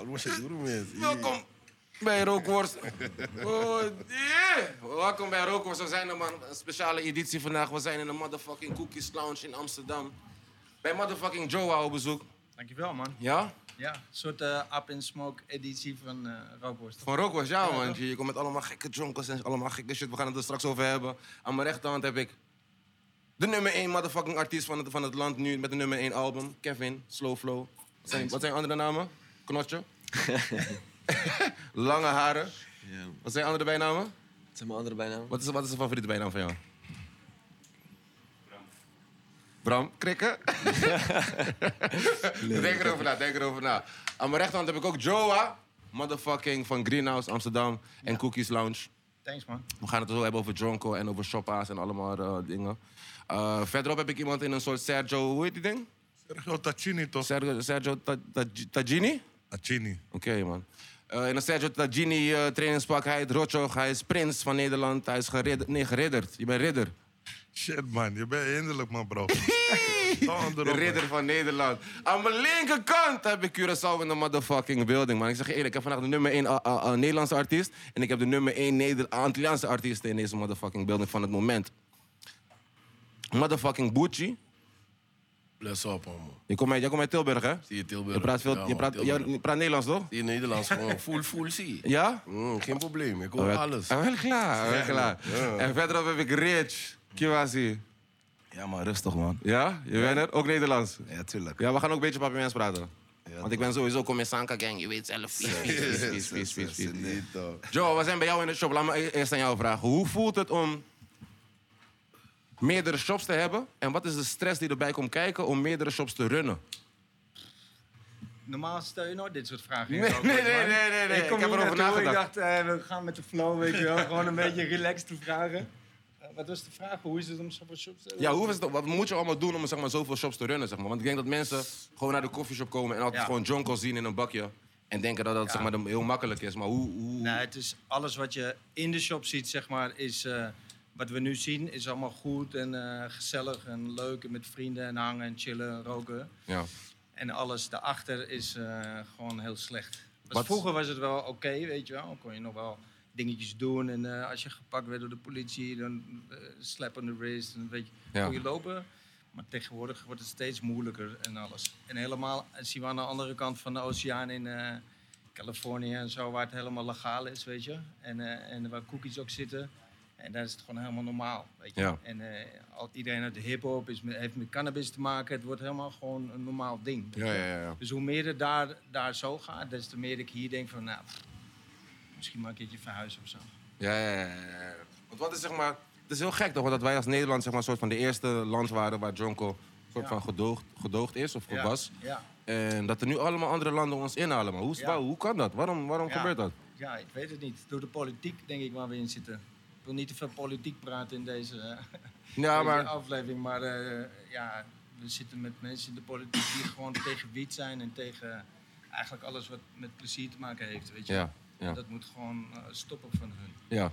Welkom bij Rookworst. Oh, yeah. Welkom bij Rookworst. We zijn er, man. Een speciale editie vandaag. We zijn in de motherfucking Cookies Lounge in Amsterdam. Bij motherfucking Joa op bezoek. Dankjewel, man. Ja? Ja, een soort up-in-smoke editie van Rookworst. Van Rookworst, ja, man. Je komt met allemaal gekke jonkers en allemaal gekke shit. We gaan het er straks over hebben. Aan mijn rechterhand heb ik de nummer 1 motherfucking artiest van het land nu met de nummer 1 album. Kevin, Slow Flow. Wat zijn je andere namen? Knotje? Lange haren. Ja. Wat zijn je andere bijnamen? Wat zijn mijn andere bijnamen? Wat is de favoriete bijnaam van jou? Bram, krikken? Denk erover na. Aan mijn rechterhand heb ik ook Joa, motherfucking van Greenhouse Amsterdam en Cookies Lounge. Thanks, man. We gaan het zo hebben over Jonko en over shoppa's en allemaal dingen. Verderop heb ik iemand in een soort Sergio, hoe heet die ding? Sergio Tacchini, toch? Sergio Tagini? Tacchini. Oké, man. In een Sergio Tagini trainingspak, hij heet Rotjoch, hij is prins van Nederland, hij is geridderd. Je bent ridder. Shit, man. Je bent hinderlijk, man, bro. De ridder van Nederland. Aan mijn linkerkant heb ik Curaçao in de motherfucking building, man. Ik zeg je eerlijk, ik heb vandaag de nummer 1 Nederlandse artiest en ik heb de nummer 1 Antilliaanse artiest in deze motherfucking building van het moment. Motherfucking Bucci. Bless op, man. Jij komt uit Tilburg, hè? Zie je Tilburg? Je praat, Ja, man, Tilburg. je praat Nederlands, toch? Zie je Nederlands gewoon full, zie je. Ja? Geen probleem, ik hoor alles. Wel klaar. Ja. En verderop heb ik Rich, Kiwasi. Ja, maar rustig, man. Ja? Je bent er? Ook Nederlands? Ja, tuurlijk. Ja, we gaan ook een beetje Papiaments praten. Ja, Want ik ben sowieso Commissanka gang, je weet zelf. Vies. Nee, toch. Joe, we zijn bij jou in de shop. Laat me eerst aan jou vragen. Hoe voelt het om meerdere shops te hebben? En wat is de stress die erbij komt kijken om meerdere shops te runnen? Normaal stel je nooit dit soort vragen in Nee. Rookworst, man. Ik heb erover nagedacht. Ik dacht, we gaan met de flow, weet je wel. Gewoon een beetje relaxed te vragen. Wat was de vraag? Hoe is het om zoveel shops te hebben? Ja, hoe is het, wat moet je allemaal doen om zeg maar, zoveel shops te runnen? Zeg maar? Want ik denk dat mensen gewoon naar de koffieshop komen en altijd gewoon Jonko zien in een bakje. En denken dat dat zeg maar, heel makkelijk is. Maar hoe... Nou, het is alles wat je in de shop ziet, zeg maar, is... wat we nu zien is allemaal goed en gezellig en leuk. En met vrienden en hangen en chillen en roken. Ja. En alles daarachter is gewoon heel slecht. Vroeger was het wel oké, weet je wel. Dan kon je nog wel dingetjes doen. En als je gepakt werd door de politie, dan slap on the wrist. En weet je, kon je lopen. Maar tegenwoordig wordt het steeds moeilijker en alles. En helemaal zien we aan de andere kant van de oceaan in Californië en zo, waar het helemaal legaal is, weet je. En waar cookies ook zitten. En daar is het gewoon helemaal normaal, weet je. Ja. En iedereen uit de hip-hop heeft met cannabis te maken. Het wordt helemaal gewoon een normaal ding. Ja. Dus hoe meer het daar zo gaat, des te meer ik hier denk van... Nou, misschien maar een keertje verhuizen of zo. Ja. Want wat is zeg maar... Het is heel gek toch, dat wij als Nederland zeg maar, soort van de eerste land waren waar Jonko soort van gedoogd is of was. Ja. En dat er nu allemaal andere landen ons inhalen. Maar hoe kan dat? Waarom gebeurt dat? Ja, ik weet het niet. Door de politiek, denk ik, waar we in zitten. Ik wil niet te veel politiek praten in deze, aflevering. Maar we zitten met mensen in de politiek die gewoon tegen wiet zijn en tegen eigenlijk alles wat met plezier te maken heeft, weet je. Ja. Dat moet gewoon stoppen van hun. Ja.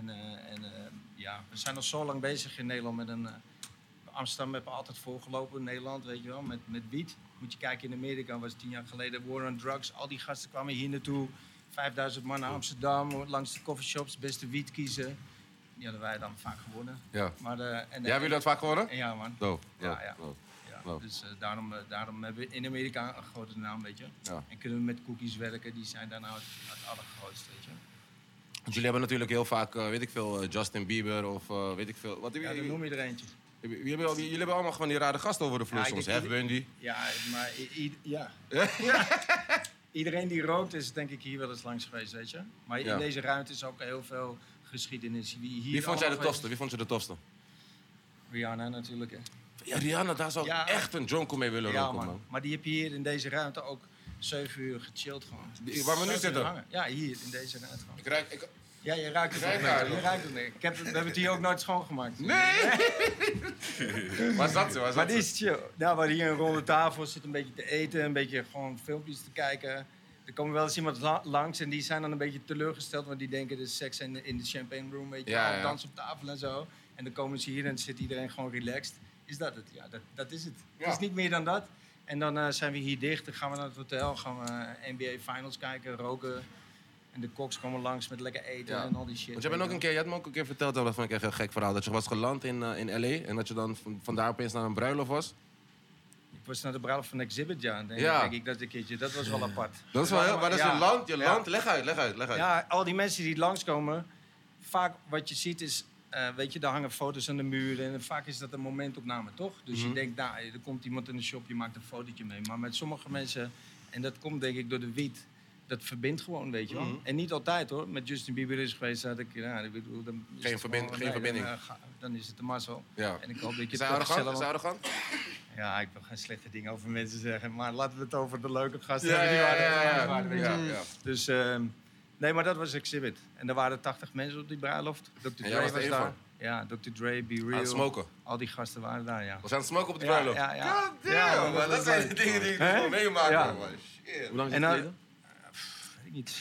We zijn al zo lang bezig in Nederland met een... Amsterdam hebben we altijd voorgelopen in Nederland, weet je wel, met wiet. Moet je kijken, in Amerika was 10 jaar geleden War on Drugs. Al die gasten kwamen hier naartoe. 5000 man naar Amsterdam, langs de coffeeshops, beste wiet kiezen. Die hadden wij dan vaak gewonnen. Ja. Maar hebben jullie dat vaak gewonnen? Ja, man. Dope. Ja. Dus daarom hebben we in Amerika een grote naam, weet je. Ja. En kunnen we met cookies werken, die zijn daarna het allergrootste, weet je. Want jullie hebben natuurlijk heel vaak, weet ik veel, Justin Bieber of weet ik veel. Wat, Ja, dan noem je er eentje. Jullie hebben allemaal van die rare gasten over de vloer soms. Hef Bundy. Ja, maar iedereen die rookt is denk ik hier wel eens langs geweest, weet je. Maar in deze ruimte is ook heel veel geschiedenis. Wie vond jij de tofste? Wie vond je de tofste? Rihanna natuurlijk, hè. Ja, Rihanna, daar zou ik echt een Jonko mee willen roken, man. Maar die heb je hier in deze ruimte ook 7 uur gechilled gewoon. Waar we nu zitten? Ja, hier in deze ruimte gewoon. Ja, je ruikt het wel. Je ruikt het niet. We hebben het hier ook nooit schoongemaakt. Nee! Waar zat ze? Maar die is chill. Nou, waar hier een ronde tafel zit, een beetje te eten, een beetje gewoon filmpjes te kijken. Er komen wel eens iemand langs en die zijn dan een beetje teleurgesteld, want die denken de seks in de champagne room, weet je, dans op tafel en zo. En dan komen ze hier en zit iedereen gewoon relaxed. Is dat het? Ja, dat is het. Het is niet meer dan dat. En dan zijn we hier dicht, dan gaan we naar het hotel, gaan we NBA Finals kijken, roken. En de koks komen langs met lekker eten en al die shit. Want je had me ook een keer verteld, dat vond ik echt een gek verhaal, dat je was geland in L.A. en dat je dan vandaar opeens naar een bruiloft was. Ik was naar de bruiloft van Exhibit, denk ik dat een keertje. Dat was wel apart. Dat is wel heel, maar dat is je land. Leg uit. Ja, al die mensen die langskomen, vaak wat je ziet is, weet je, daar hangen foto's aan de muur en vaak is dat een momentopname, toch? Dus je denkt, nou, er komt iemand in de shop, je maakt een fotootje mee. Maar met sommige mensen, en dat komt denk ik door de wiet, dat verbindt gewoon, weet je wel. En niet altijd hoor. Met Justin Bieber is geweest, dat ik bedoel, dan is geen verbinding. Dan is het de mazzel. Ja. En ik hoop dat je Is hij arrogant? Ja, ik wil geen slechte dingen over mensen zeggen, maar laten we het over de leuke gasten hebben. Ja. Dus, nee, maar dat was Exhibit. En er waren 80 mensen op die bruiloft. Dr. Dre was daar. Van? Ja, Dr. Dre, Be Real. Aan het smoken? Al die gasten waren daar, ja. Was aan het smoken op die bruiloft? Ja. Dat zijn de dingen die ik gewoon meemaak, man. Shit. Hoe lang is het geleden? Niet,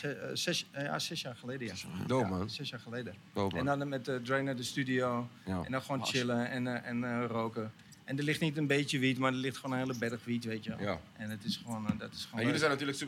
6 jaar geleden, ja. Dope, man. 6 jaar geleden. Dope, man. En dan met Dre naar de studio. Ja. En dan gewoon chillen en roken. En er ligt niet een beetje wiet, maar er ligt gewoon een hele berg wiet, weet je wel. Ja. En het is gewoon, dat is gewoon En jullie zijn natuurlijk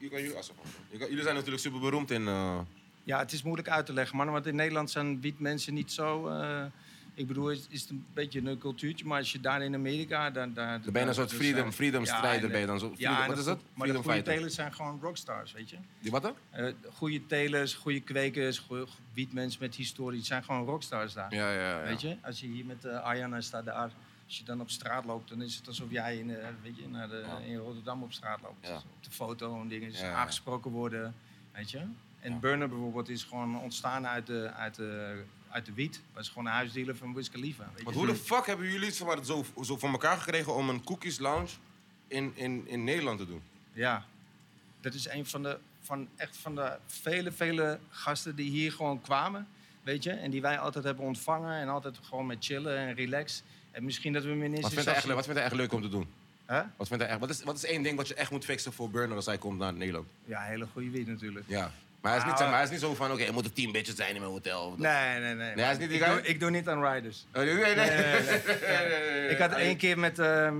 jullie zijn natuurlijk super beroemd in... Ja, het is moeilijk uit te leggen, man. Want in Nederland zijn wietmensen niet zo... ik bedoel, is het een beetje een cultuurtje. Maar als je daar in Amerika... Dan ben je een soort freedom strijder, ben je dan zo. Wat is dat? Maar de goede telers zijn gewoon rockstars, weet je. Die wat dan? Goede telers, goede kwekers, wietmensen met historie. Het zijn gewoon rockstars daar. Ja. Weet je, als je hier met Ayana staat daar... Als je dan op straat loopt, dan is het alsof jij in Rotterdam op straat loopt. Ja. Op de foto en dingen, dus Ja. aangesproken worden, weet je. En Burner bijvoorbeeld is gewoon ontstaan uit de wiet. Was gewoon een huisdealer van Wiz Khalifa. Weet je? Want hoe de fuck hebben jullie het zo van elkaar gekregen om een cookies lounge in Nederland te doen? Ja, dat is een van de vele gasten die hier gewoon kwamen, weet je. En die wij altijd hebben ontvangen en altijd gewoon met chillen en relax. En misschien dat we hem ineens... Wat vindt hij eigenlijk leuk om te doen? Huh? Wat is één ding wat je echt moet fixen voor Burner als hij komt naar Nederland? Ja, hele goede wiet natuurlijk. Ja. Maar hij is niet zo van, oké, er moeten 10 bitches zijn in mijn hotel. Nee. Hij is niet die guy? Ik doe niet aan riders. Nee. Ik had één keer met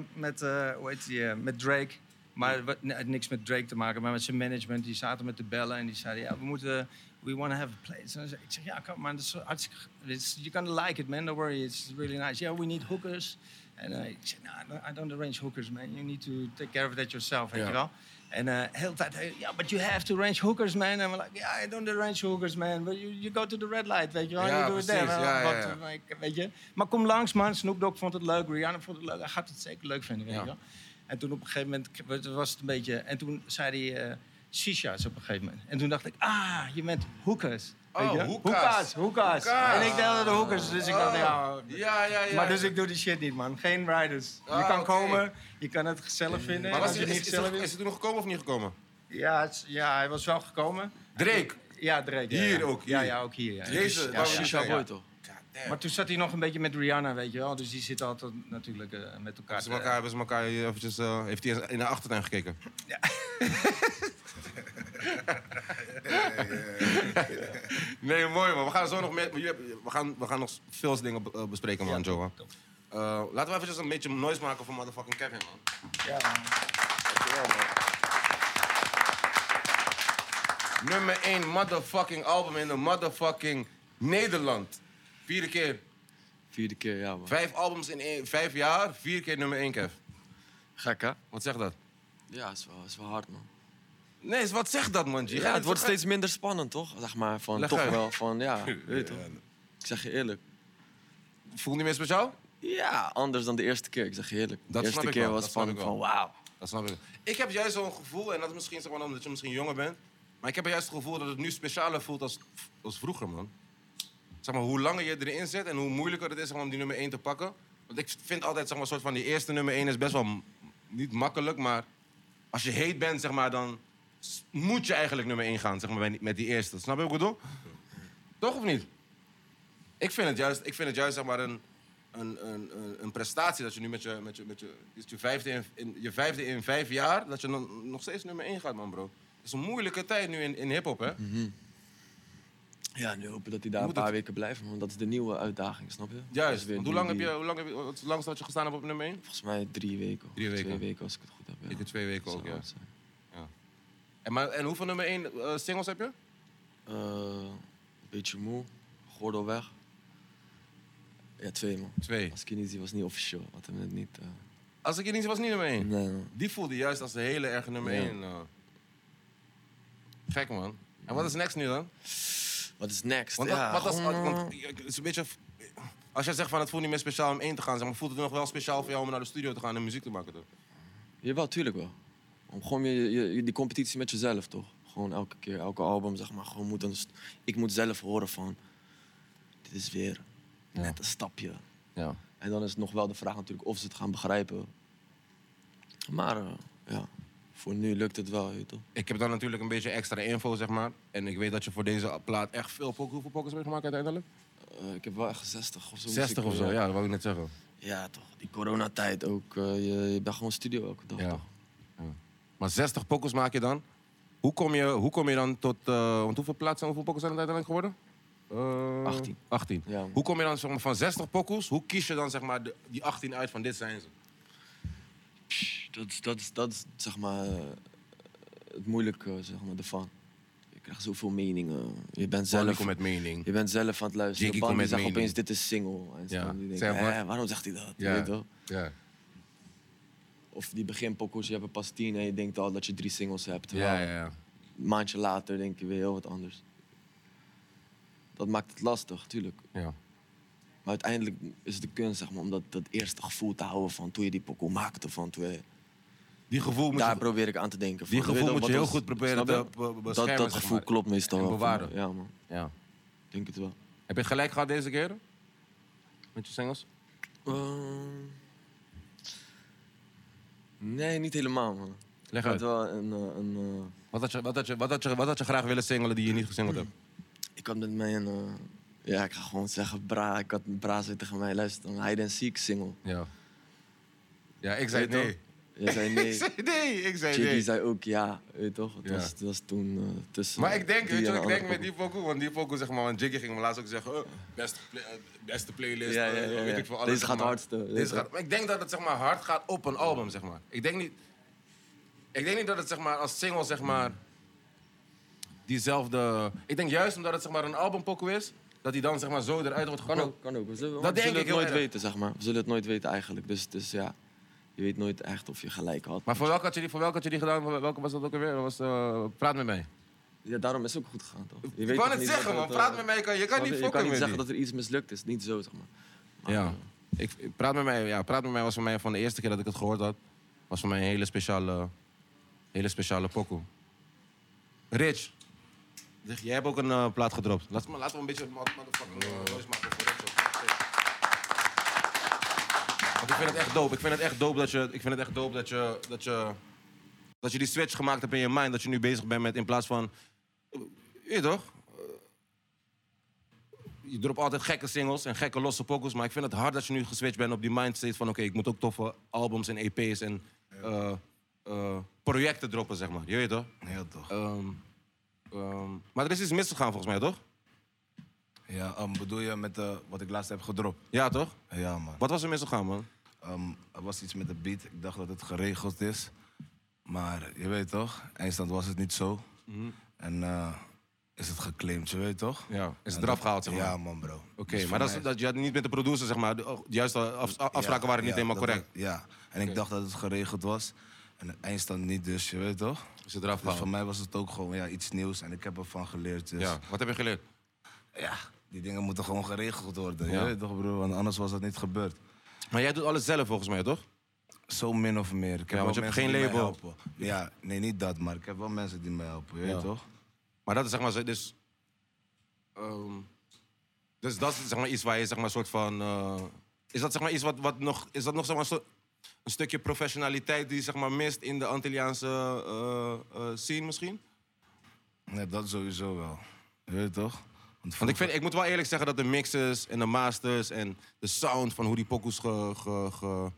Drake, maar niks met Drake te maken, maar met zijn management. Die zaten met de bellen en die zeiden, ja, we want to have a place. En ik zeg, ja, kom man, you're gonna like it, man, don't worry, it's really nice. Yeah, we need hookers. En ik zeg, no, I don't arrange hookers, man. You need to take care of that yourself, weet je wel. En de hele tijd, but you have to arrange hookers, man. En we like, I don't arrange hookers, man. But you go to the red light, weet je wel. Ja, you do it there. Ja. Weet je. Maar kom langs, man. Snoop Dogg vond het leuk. Rihanna vond het leuk. Hij gaat het zeker leuk vinden, weet je wel. En toen op een gegeven moment was het een beetje... En toen zei hij shisha's op een gegeven moment. En toen dacht ik, je bent hookers. Hookahs. En ik deelde de hookers, dus ik dacht, Ja. Maar dus ik doe die shit niet, man. Geen riders. Je kan komen, je kan het gezellig vinden. Maar als je niet gezellig is het toen nog gekomen of niet gekomen? Ja, hij was wel gekomen. Drake? Ja, Drake. Hier ook? Hier. Ja, ook hier. Ja. Jezus, ja, Shisha Boy toch? Maar toen zat hij nog een beetje met Rihanna, weet je wel. Dus die zitten altijd natuurlijk met elkaar. Hebben ze elkaar eventjes... heeft hij in de achtertuin gekeken? Ja. Nee, mooi man. We gaan zo nog meer... We gaan nog veel dingen bespreken, man, Joe. Laten we eventjes een beetje noise maken voor motherfucking Kevin, man. Ja, man. Nummer 1 motherfucking album in de motherfucking Nederland. 4e keer. 4e keer, ja man. 5 albums in 5 jaar, 4 keer nummer 1, Kev. Gek hè? Wat zegt dat? Ja, is wel hard man. Nee, wat zegt dat, man? Ja, het wordt steeds minder spannend toch? Zeg maar, van Leg toch uit. wel van, ja, weet je toch? Ik zeg je eerlijk. Voel je meer speciaal? Ja, anders dan de eerste keer, ik zeg je eerlijk. Dat De snap eerste ik keer wel, was dat snap van, ik wel. wauw. Dat snap ik. Ik heb juist zo'n gevoel, en dat is misschien zeg maar, omdat je misschien jonger bent. Maar ik heb juist het gevoel dat het nu specialer voelt als vroeger, man. Zeg maar, hoe langer je erin zit en hoe moeilijker het is zeg maar, om die nummer 1 te pakken. Want ik vind altijd, zeg maar, soort van die eerste nummer 1 is best wel niet makkelijk. Maar als je heet bent, zeg maar, dan moet je eigenlijk nummer 1 gaan, zeg maar, met die eerste. Snap je wat ik bedoel? Toch of niet? Ik vind het juist zeg maar, een prestatie dat je nu met je vijfde in 5 jaar, dat je dan nog steeds nummer 1 gaat, man, bro. Het is een moeilijke tijd nu in hiphop, hè? Ja, nu hopen dat hij daar een paar weken blijft, want dat is de nieuwe uitdaging, snap je? Juist, weer want hoe lang heb je, het langste dat je gestaan hebt op nummer 1? Volgens mij 3 weken. 3 weken. 2 weken als ik het goed heb. Ja. Ik heb 2 weken ook, ja. Zijn. En hoeveel nummer 1 singles heb je? Een beetje moe, gordel weg. Ja, 2 man. 2. Als ik je niet zie, was het niet officieel. Had hem net niet... Als ik je niet zie, was niet nummer 1. Nee, man. Die voelde juist als de hele erge nummer 1. Gek, man. En wat is next nu dan? Wat is next? Want, ja, want het is een beetje... Als jij zegt van het voelt niet meer speciaal om 1 te gaan, zeg maar, voelt het nog wel speciaal voor jou om naar de studio te gaan en muziek te maken, toch? Jawel, tuurlijk wel. Om gewoon die competitie met jezelf, toch? Gewoon elke keer, elke album, zeg maar. Gewoon ik moet zelf horen van... Dit is weer net een stapje. Ja. En dan is het nog wel de vraag natuurlijk of ze het gaan begrijpen. Maar ja, voor nu lukt het wel, weet je toch? Ik heb dan natuurlijk een beetje extra info, zeg maar. En ik weet dat je voor deze plaat echt hoeveel pokus heb je gemaakt uiteindelijk? Ik heb wel echt 60 of zo. 60 of zo, ja, dat wou ik net zeggen. Ja, toch. Die coronatijd ook. Je bent gewoon studio elke dag, toch? Ja. Maar 60 pokus maak je dan. Hoe kom je dan tot... want hoeveel pokus zijn het uiteindelijk geworden? 18. 18. Ja. Hoe kom je dan zeg maar, van 60 pokus, hoe kies je dan zeg maar, die 18 uit van dit zijn ze? Dat is zeg maar het moeilijke zeg maar, ervan. Je krijgt zoveel meningen. Je bent zelf met mening. Je bent zelf aan het luisteren. Jiggy De band die komt zegt met opeens mening. dit is single. En Ja. die denken, Zeg maar. waarom zegt hij dat? Ja. Weet je wel? Ja. Of die beginpokkels, je hebt er pas 10 en je denkt al dat je 3 singles hebt. Ja, Terwijl ja, ja. Een maandje later denk je weer heel wat anders. Dat maakt het lastig, tuurlijk. Ja. Maar uiteindelijk is het de kunst zeg maar, om dat eerste gevoel te houden van toen je die pokoe maakte. Van toen je, Die gevoel moet daar je, probeer ik aan te denken. die Van, gevoel weet moet je wat heel was- goed proberen snap je? te beschermen. Dat zeg gevoel maar. klopt meestal En wel. bewaren. Ja, man. Ja. Ik denk het wel. Heb je het gelijk gehad deze keer? Met je singles? Nee, niet helemaal, man. Leg Ik uit. had wel een Wat had je graag willen singelen die je niet gesingeld hebt? ik had met mij ja, ik ga gewoon zeggen, Bra zei tegen mij, luister, een hide and seek single. Ja. Ja, ik zei Weet je nee. Jij zei nee. Ik zei Jiggy nee. zei ook ja, weet je toch? Het Ja. was toen tussen... Maar ik denk, die weet je en wat een ik denk andere met die pokoe? Want die pokoe, zeg maar, want Jiggy ging me laatst ook zeggen, beste playlist, Ja. weet ik veel alles. Deze zeg gaat maar. hardste. Deze gaat, maar ik denk dat het zeg maar hard gaat op een album, zeg maar. Ik denk niet dat het zeg maar als single, zeg maar, diezelfde... Ik denk juist omdat het zeg maar een albumpokoe is, dat hij dan zeg maar zo eruit wordt Kan gegooid. ook, kan ook. We zullen, Dat denk ik het heel nooit erg. weten, zeg maar. We zullen het nooit weten eigenlijk. Dus ja, je weet nooit echt of je gelijk had. Maar voor welke had je die gedaan? Welke was dat ook alweer? Dat was Praat met mij. Ja, daarom is het ook goed gegaan, toch? Je Ik weet wou toch het niet zeggen, wat man. het, Praat met mij, je kan snap niet je? Je fokken kan niet met zeggen die. dat er iets mislukt is. Niet zo, zeg maar. Ja. Praat met mij was voor mij van de eerste keer dat ik het gehoord had, was voor mij een hele speciale pokoe. Rich, jij hebt ook een plaat gedropt. Laten we een beetje motherfucking noise maken voor Rich. Want ik vind het echt dope. Ik vind het echt dope dat je die switch gemaakt hebt in je mind. Dat je nu bezig bent met in plaats van, weet je toch? Je dropt altijd gekke singles en gekke losse pokus, maar ik vind het hard dat je nu geswitcht bent op die mindstate van oké, ik moet ook toffe albums en EP's en projecten droppen, zeg maar. Je weet toch? Ja, toch. Maar er is iets misgegaan volgens mij, toch? Ja, bedoel je met wat ik laatst heb gedropt? Ja, toch? Ja, man. Wat was er misgegaan, man? Er was iets met de beat. Ik dacht dat het geregeld is. Maar je weet toch, eindstand was het niet zo. En is het geclaimd, je weet toch? Ja, is het En eraf dat- gehaald, zeg maar? Ja, man, bro. Oké, Dus maar voor dat, mij- je had niet met de producer, zeg maar, de juiste afspraken waren niet ja, helemaal dat- correct. Ja, en ik dacht dat het geregeld was. En de eindstand niet, dus je weet toch? Is het eraf Dus voor gehaald? mij was het ook gewoon ja, iets nieuws en ik heb ervan geleerd. Dus Ja, wat heb je geleerd? ja, die dingen moeten gewoon geregeld worden. Ja. Je weet toch, bro? Want anders was dat niet gebeurd. Maar jij doet alles zelf volgens mij, toch? Zo min of meer. Ik heb Ja, wel want je hebt mensen geen die mij label. helpen. Ja, nee, niet dat, maar ik heb wel mensen die mij helpen, je Ja. weet toch? Maar dat is zeg maar, dus dat is zeg maar iets waar je zeg maar soort van, is dat zeg maar iets wat nog, is dat nog zeg maar een stukje professionaliteit die zeg maar mist in de Antilliaanse scene misschien? Nee, dat sowieso wel. Je weet toch? Want ik moet wel eerlijk zeggen dat de mixes en de masters en de sound van hoe die pokoes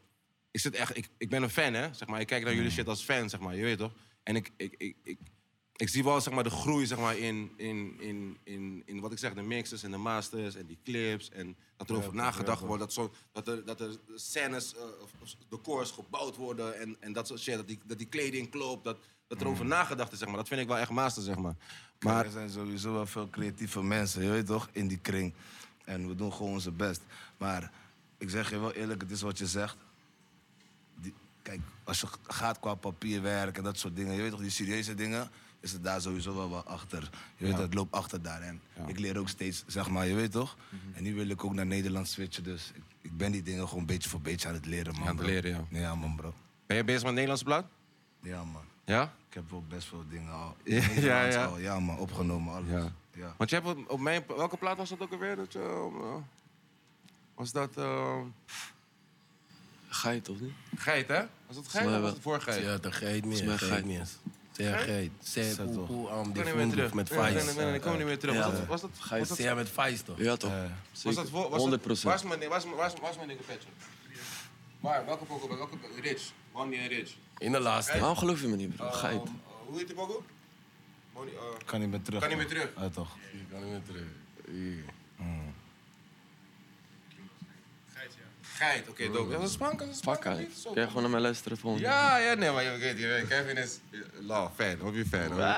ik ben een fan, hè? Zeg maar, ik kijk naar jullie shit als fan, zeg maar, je weet toch? En ik zie wel zeg maar, de groei zeg maar, in wat ik zeg, de mixes en de masters en die clips. En dat er over nagedacht wordt. Dat er scènes, de cores gebouwd worden en dat soort shit. Dat die kleding klopt. Dat er over nagedacht is, zeg maar. Dat vind ik wel echt master, zeg maar. Maar Er zijn sowieso wel veel creatieve mensen, je weet toch, in die kring. En we doen gewoon onze best. Maar ik zeg je wel eerlijk, het is wat je zegt. Kijk, als je gaat qua papierwerk en dat soort dingen, je weet toch, die serieuze dingen, is het daar sowieso wel wat achter. Je weet, het loopt achter daar. En ik leer ook steeds, zeg maar, je weet toch? En nu wil ik ook naar Nederland switchen, dus ik ben die dingen gewoon beetje voor beetje aan het leren, man. aan het leren, ja. Ja, man, bro. Ben je bezig met Nederlands blad? Ja, man. Ja? Ik heb ook best veel dingen al. Ja, Nederlands ja. al, ja, man, opgenomen, alles. Ja. Ja. Want je hebt op mijn... Welke plaat was dat ook alweer? Was dat... Geit, toch niet? Geit, hè? Was dat Geit mij of was wel. het voor Geit? Ja, de geit meer. Volgens mij Geit geit. meer. Zeer geit. Zeer toch. poepoe aan Ik de kan niet meer terug. met Nee, Vice. nee, ik kom niet meer terug. Ja, Was dat Geit. Zeer met Vice toch? Ja, toch? was Zeker. dat voor... 100%. Waar is mijn nigga petje? Waar? Welke pokoe? Welke... Rich. Money en Rich. In de laatste. Waarom geloof je me niet, bro? Geit. Hoe heet die pokoe? Money... Kan niet meer terug. Kan niet man. meer terug. Ja, toch. Ik kan niet meer terug. Hier. Geit, oké, dope. Dat is Spank, dat is Spank. Fuck uit. Kun je gewoon naar mij luisteren volgende? Ja, ja, nee, maar je weet, Kevin is... Law, fan, hoop je fan, hoor.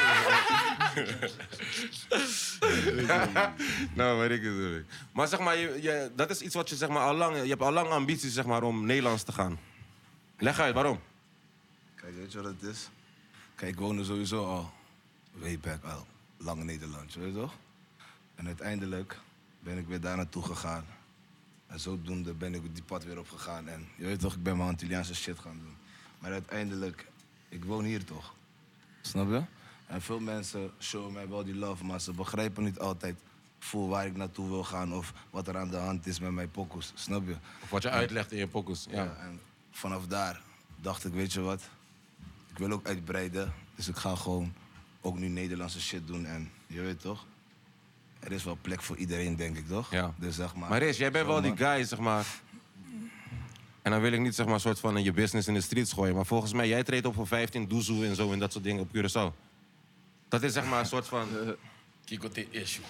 Nou, weet ik het natuurlijk. Maar zeg maar, dat is iets wat je zeg maar al lang... Je hebt al lang ambities zeg maar om Nederlands te gaan. Leg uit, waarom? Kijk, weet je wat het is? Kijk, ik woonde sowieso al way back al lang in Nederland, weet je toch? En uiteindelijk ben ik weer daar naartoe gegaan. En zodoende ben ik die pad weer opgegaan. En je weet toch, ik ben mijn Antilliaanse shit gaan doen. Maar uiteindelijk, ik woon hier toch? Snap je? En veel mensen showen mij wel die love, maar ze begrijpen niet altijd voor waar ik naartoe wil gaan of wat er aan de hand is met mijn pokoes. Snap je? Of wat je uitlegt in je pokus. Ja. Ja, en vanaf daar dacht ik, weet je wat? Ik wil ook uitbreiden. Dus ik ga gewoon ook nu Nederlandse shit doen. En je weet toch? Er is wel plek voor iedereen, denk ik, toch? Ja. Dus zeg maar... Maar Riz, jij bent wel die guy, zeg maar... En dan wil ik niet zeg maar een soort van je business in de streets gooien. Maar volgens mij, jij treedt op voor 15 doezoe en zo en dat soort dingen op Curaçao. Dat is zeg maar een soort van... Kiko te issue.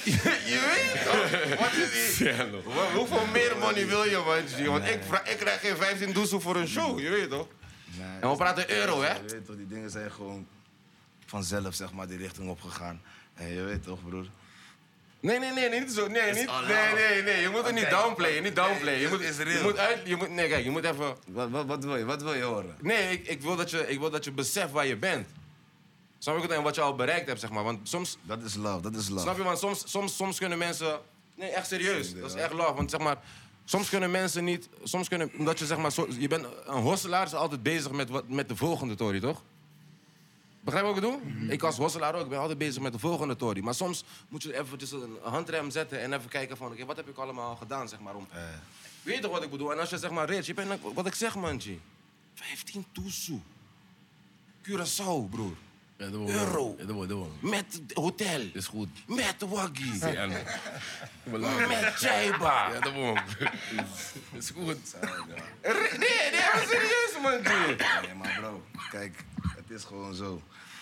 Je weet toch? Wat is die? Hoeveel meer money wil je, man? Want ik krijg geen 15 doezoe voor een show, je weet toch? Nee, En we praten euro, hè? Je weet toch, die dingen zijn gewoon vanzelf, zeg maar, die richting opgegaan. En je weet toch, broer? Nee, niet zo. Nee, niet. Nee. Je moet het niet downplayen, niet downplayen. Je moet, is real. je moet uit... Nee, kijk, je moet even... Wat wil je horen? Nee, ik wil dat je beseft waar je bent. Snap je het? En wat je al bereikt hebt, zeg maar. Want soms... Dat is love, dat is love. Snap je, want soms kunnen mensen... Nee, echt serieus. Dat is echt love. Want zeg maar, soms kunnen mensen niet... Omdat je zeg maar... Je bent een hosselaar is altijd bezig met de volgende tory, toch? Begrijp je wat ik bedoel? Ik als hosselaar ook, ik ben altijd bezig met de volgende tory. Maar soms moet je eventjes een handrem zetten en even kijken van... Oké, wat heb ik allemaal gedaan, zeg maar, om... Weet je toch wat ik bedoel? En als je zeg maar, Rich, je bent... Wat ik zeg, mantje. 15 toesoe. Curaçao, broer. Ja, dat wordt Euro. Ja, dat wordt Met hotel. is goed. Met waggie. Ja, nee. Met chaiba. Ja, dat wordt is goed. Nee, serieus, man. Nee, maar bro, kijk, het is gewoon zo.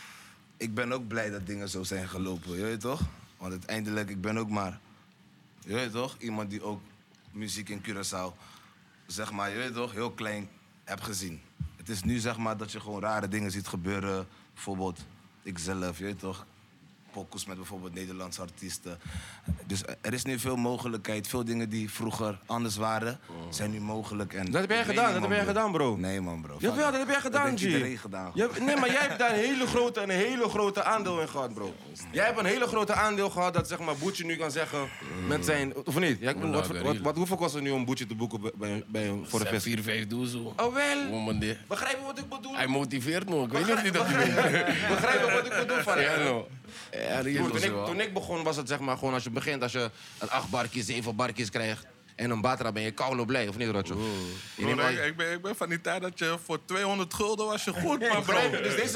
Ik ben ook blij dat dingen zo zijn gelopen, je weet toch? Want uiteindelijk, ik ben ook maar, je weet toch? Iemand die ook muziek in Curaçao, zeg maar, je weet toch, heel klein heb gezien. Het is nu zeg maar dat je gewoon rare dingen ziet gebeuren. Bijvoorbeeld, ikzelf, je weet toch? Pokus met bijvoorbeeld Nederlandse artiesten. Dus er is nu veel mogelijkheid. Veel dingen die vroeger anders waren, zijn nu mogelijk. En Dat heb jij ik weet gedaan, niet, dat man, heb jij gedaan, bro. Nee, man, bro. Jawel, dat heb jij gedaan, Dat G. heeft iedereen gedaan. Nee, maar jij hebt daar een hele grote aandeel in gehad, bro. Jij hebt een hele grote aandeel gehad dat zeg maar Boetje nu kan zeggen met zijn... Of niet? Ja, hoeveel kost het nu om Boetje te boeken voor de fest? 4-5 doe zo. Oh, wel. Woman, die- Begrijp je wat ik bedoel? Hij motiveert me. Ik weet niet of hij dat weet. Begrijp je wat ik bedoel van Ja, no. Ja, Broer, toen ik begon was het zeg maar gewoon als je begint, als je een 8 barkjes, 7 barkjes krijgt en een batra ben je koulo blij, of niet, Rotjo? Je neemt al je- Ik ben van die tijd dat je voor 200 gulden was je goed, man, Begrijp bro. je? Dus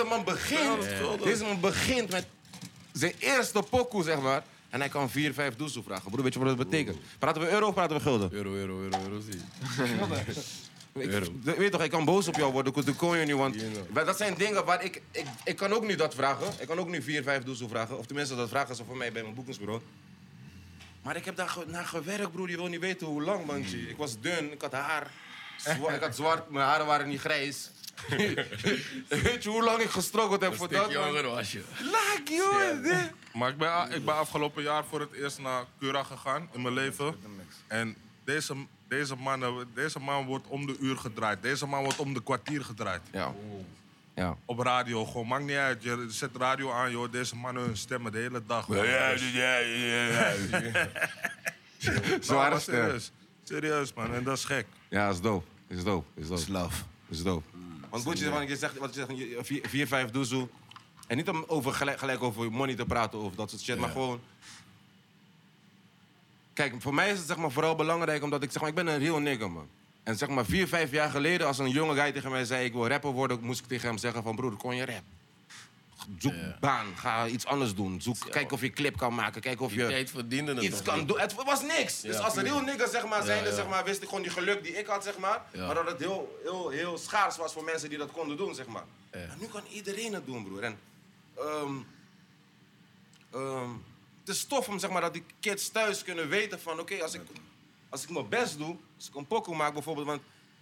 deze man begint met zijn eerste pokoe, zeg maar. En hij kan 4, 5 doezoe vragen. Broer, weet je wat dat betekent? Praten we euro of praten we gulden? Euro, zie. Weet toch, ik kan boos op jou worden, dat kon je niet, want maar dat zijn dingen waar ik kan ook nu dat vragen. Ik kan ook nu 4, 5 doezel vragen, of tenminste dat vragen ze voor mij bij mijn boekingsbureau. Maar ik heb daar naar gewerkt, broer, je wil niet weten hoe lang, man. Ik was dun, ik had haar, ik had zwart, mijn haren waren niet grijs. Weet je hoe lang ik gestruggeld heb voor dat? jonger was je. Laat, joh. Maar ik ben afgelopen jaar voor het eerst naar Cura gegaan in mijn leven. En deze man wordt om de uur gedraaid. Deze man wordt om de kwartier gedraaid. Ja. Op radio, gewoon, maakt niet uit. Je zet radio aan, joh. Deze mannen hun stemmen de hele dag. Zware maar stem. serieus, man. En dat is gek. Ja, is dope. Is dope. Slaaf. Is dope. Want goed, je zegt, wat je zegt, 4, 5 doezel. En niet om gelijk over money te praten of dat soort shit, maar gewoon... Kijk, voor mij is het zeg maar, vooral belangrijk omdat ik zeg maar, ik ben een real nigger, man. En zeg maar 4, 5 jaar geleden, als een jonge guy tegen mij zei ik wil rapper worden, moest ik tegen hem zeggen van broer, kon je rap? Zoek baan, ga iets anders doen. Kijk of je clip kan maken, kijk of je tijd verdiende het iets nog kan niet. doen. Het was niks. Dus als een real nigger zeg maar, zijnde, ja. zeg maar, wist ik gewoon die geluk die ik had, zeg maar. Ja. Maar dat het heel schaars was voor mensen die dat konden doen, zeg maar. Maar nu kan iedereen het doen, broer. En het is tof om zeg maar, dat die kids thuis kunnen weten van oké, als ik mijn best doe, als ik een pokoe maak bijvoorbeeld, want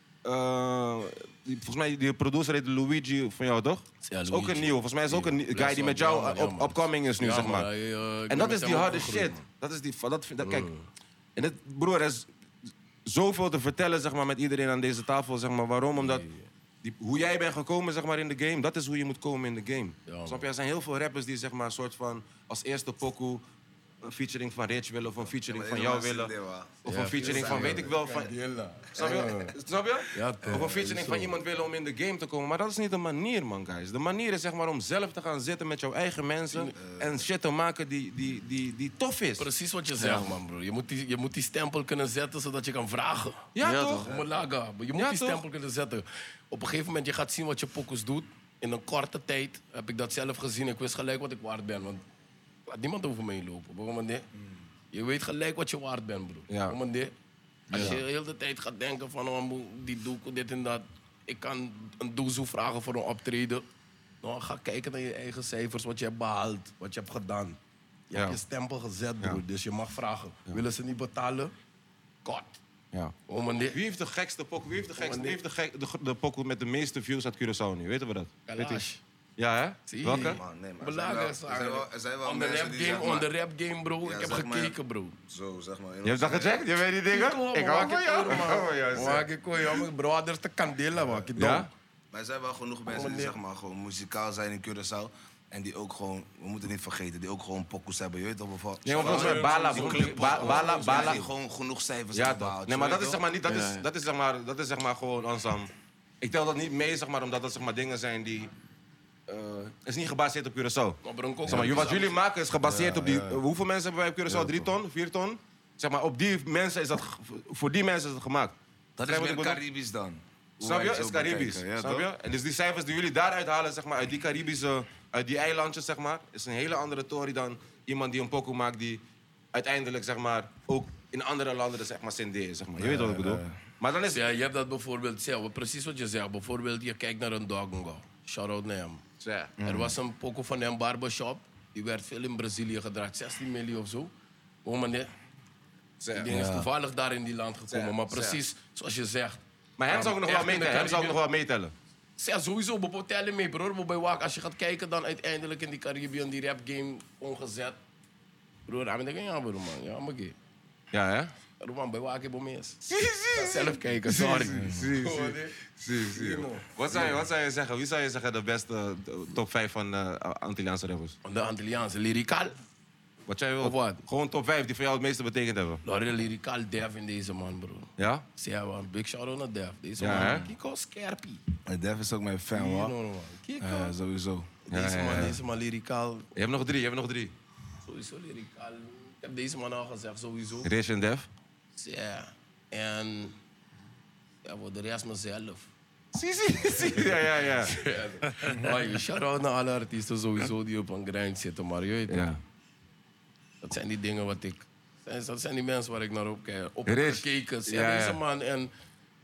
volgens mij die producer heet Luigi van jou, toch? Ja, Is ook Luigi. een nieuw. Volgens mij is ook een guy die met jou upcoming is nu, zeg maar. En dat is die harde shit. Dat is die, kijk, en het, broer, er is zoveel te vertellen zeg maar, met iedereen aan deze tafel. Zeg maar. Waarom? Omdat hoe jij bent gekomen zeg maar, in de game, dat is hoe je moet komen in de game. Ja, Snap je? Er zijn heel veel rappers die zeg maar, soort van, als eerste pokoe een featuring van Rich willen of een featuring van jou willen. Of een featuring van weet ik wel. Snap je? Snap je? Ja, toch. Of een featuring van iemand willen om in de game te komen. Maar dat is niet de manier, man, guys. De manier is zeg maar om zelf te gaan zitten met jouw eigen mensen en shit te maken die tof is. Precies wat je zegt, man, bro. Je moet die stempel kunnen zetten zodat je kan vragen. Ja, Ja, toch? Omelaga. Je moet Ja, die toch? stempel kunnen zetten. Op een gegeven moment, je gaat zien wat je pokus doet. In een korte tijd heb ik dat zelf gezien. Ik wist gelijk wat ik waard ben. Want laat niemand over me heen lopen. Waarom dit? Je weet gelijk wat je waard bent, bro. Ja. Waarom dit? Als je de hele tijd gaat denken van oh, die doe ik dit en dat. Ik kan een doezoe vragen voor een optreden. Nou, ga kijken naar je eigen cijfers, wat je hebt behaald, wat je hebt gedaan. Je hebt je stempel gezet, broer. Dus je mag vragen. Willen ze niet betalen? Kort. Ja. Waarom dit? Wie heeft de gekste pokoe? Wie heeft de pokoe met de meeste views uit Curaçao nu? Weten we dat? Kalash. Ja, hè? Zie je? Welke? Man, nee, maar Belangrijk er zijn wel on the mensen rap die game, zeg maar, on the rap game, bro. Ja, ik heb zeg maar, gekeken, bro. Zo, zeg maar. Je hebt dat gecheckt? Je weet die dingen? Ik hou van jou. Ik hou van jou, zeg. Maar ik kon je brothers te kandelen, man. Ja? Maar er zijn wel genoeg mensen die zeg maar, gewoon muzikaal zijn in Curaçao. En die ook gewoon, we moeten niet vergeten, die ook gewoon pokoes hebben. Je weet toch bijvoorbeeld. Nee, maar volgens mij Bala. Die gewoon genoeg cijfers Ja, hebben toch. behaald. Nee, maar je dat weet is zeg maar niet, dat is zeg maar gewoon ons. Ik tel dat niet mee, zeg maar, omdat dat zeg maar dingen zijn die. Het is niet gebaseerd op Curaçao. Maar bro, Zeg maar, wat jullie maken is gebaseerd op die. Hoeveel mensen hebben wij op Curaçao? 3 ton? 4 ton? Zeg maar, op die mensen is dat. Voor die mensen is het gemaakt. Dat is meer Caribisch dan. Snap je? Hoe wij Het is zo Caribisch. bekijken, ja, Snap toch? je? En dus die cijfers die jullie daaruit halen, zeg maar, uit die Caribische, uit die eilandjes, zeg maar, is een hele andere tory dan iemand die een pokoe maakt die uiteindelijk, zeg maar, ook in andere landen, zeg maar, zendeert, zeg maar. Je weet wat ik bedoel? Maar dan is Ja, je hebt dat bijvoorbeeld zelf, precies wat je zegt. Bijvoorbeeld, je kijkt naar een Dogongo. Shout-out naar hem. Ja. Er was een pokoe van hem, Barbershop. Die werd veel in Brazilië gedraaid, 16 miljoen of zo. Oh, man, die ding is toevallig daar in die land gekomen. Ja. Maar precies zoals je zegt. Maar hem zou ik nog wel Echt in de meetellen. Hem zou ik nog Caribbean. wel meetellen. Ja, sowieso, bijvoorbeeld tellen mee, broer. Bij Waak, als je gaat kijken, dan uiteindelijk in die Caribbean, die rap game omgezet. Broer, ik denk, ja, broer, man. Ja, maar oké. Ja, hè? Roman, bij Waak heb je mis. Zelf kijken, sorry. Zie. Wat zou je zeggen? Wie zou je zeggen de beste top 5 van Antilliaanse rappers? De Antilliaanse, lyricaal. Wat jij wil? Of wat? Gewoon top 5 die voor jou het meeste betekend hebben. Lorry lyricaal Def in deze man, bro. Ja? Ja, man. Big shout-out naar Def. Deze Ja, hè? man, Kiko Skerpie. Def is ook mijn fan, You hoor. know, man. Kiko. Sowieso. Deze man lyricaal. Je hebt nog drie. Sowieso lyricaal. Ik heb deze man al gezegd, sowieso. Rich en Def. Ja. En ja, voor de rest mezelf. Zie. Ja. Hoi, shout-out naar alle artiesten sowieso die op een grind zitten, maar je weet het. Ja. Dat zijn die dingen wat ik... Dat zijn die mensen waar ik naar op heb Rich. gekeken. Ja, Deze ja. man. En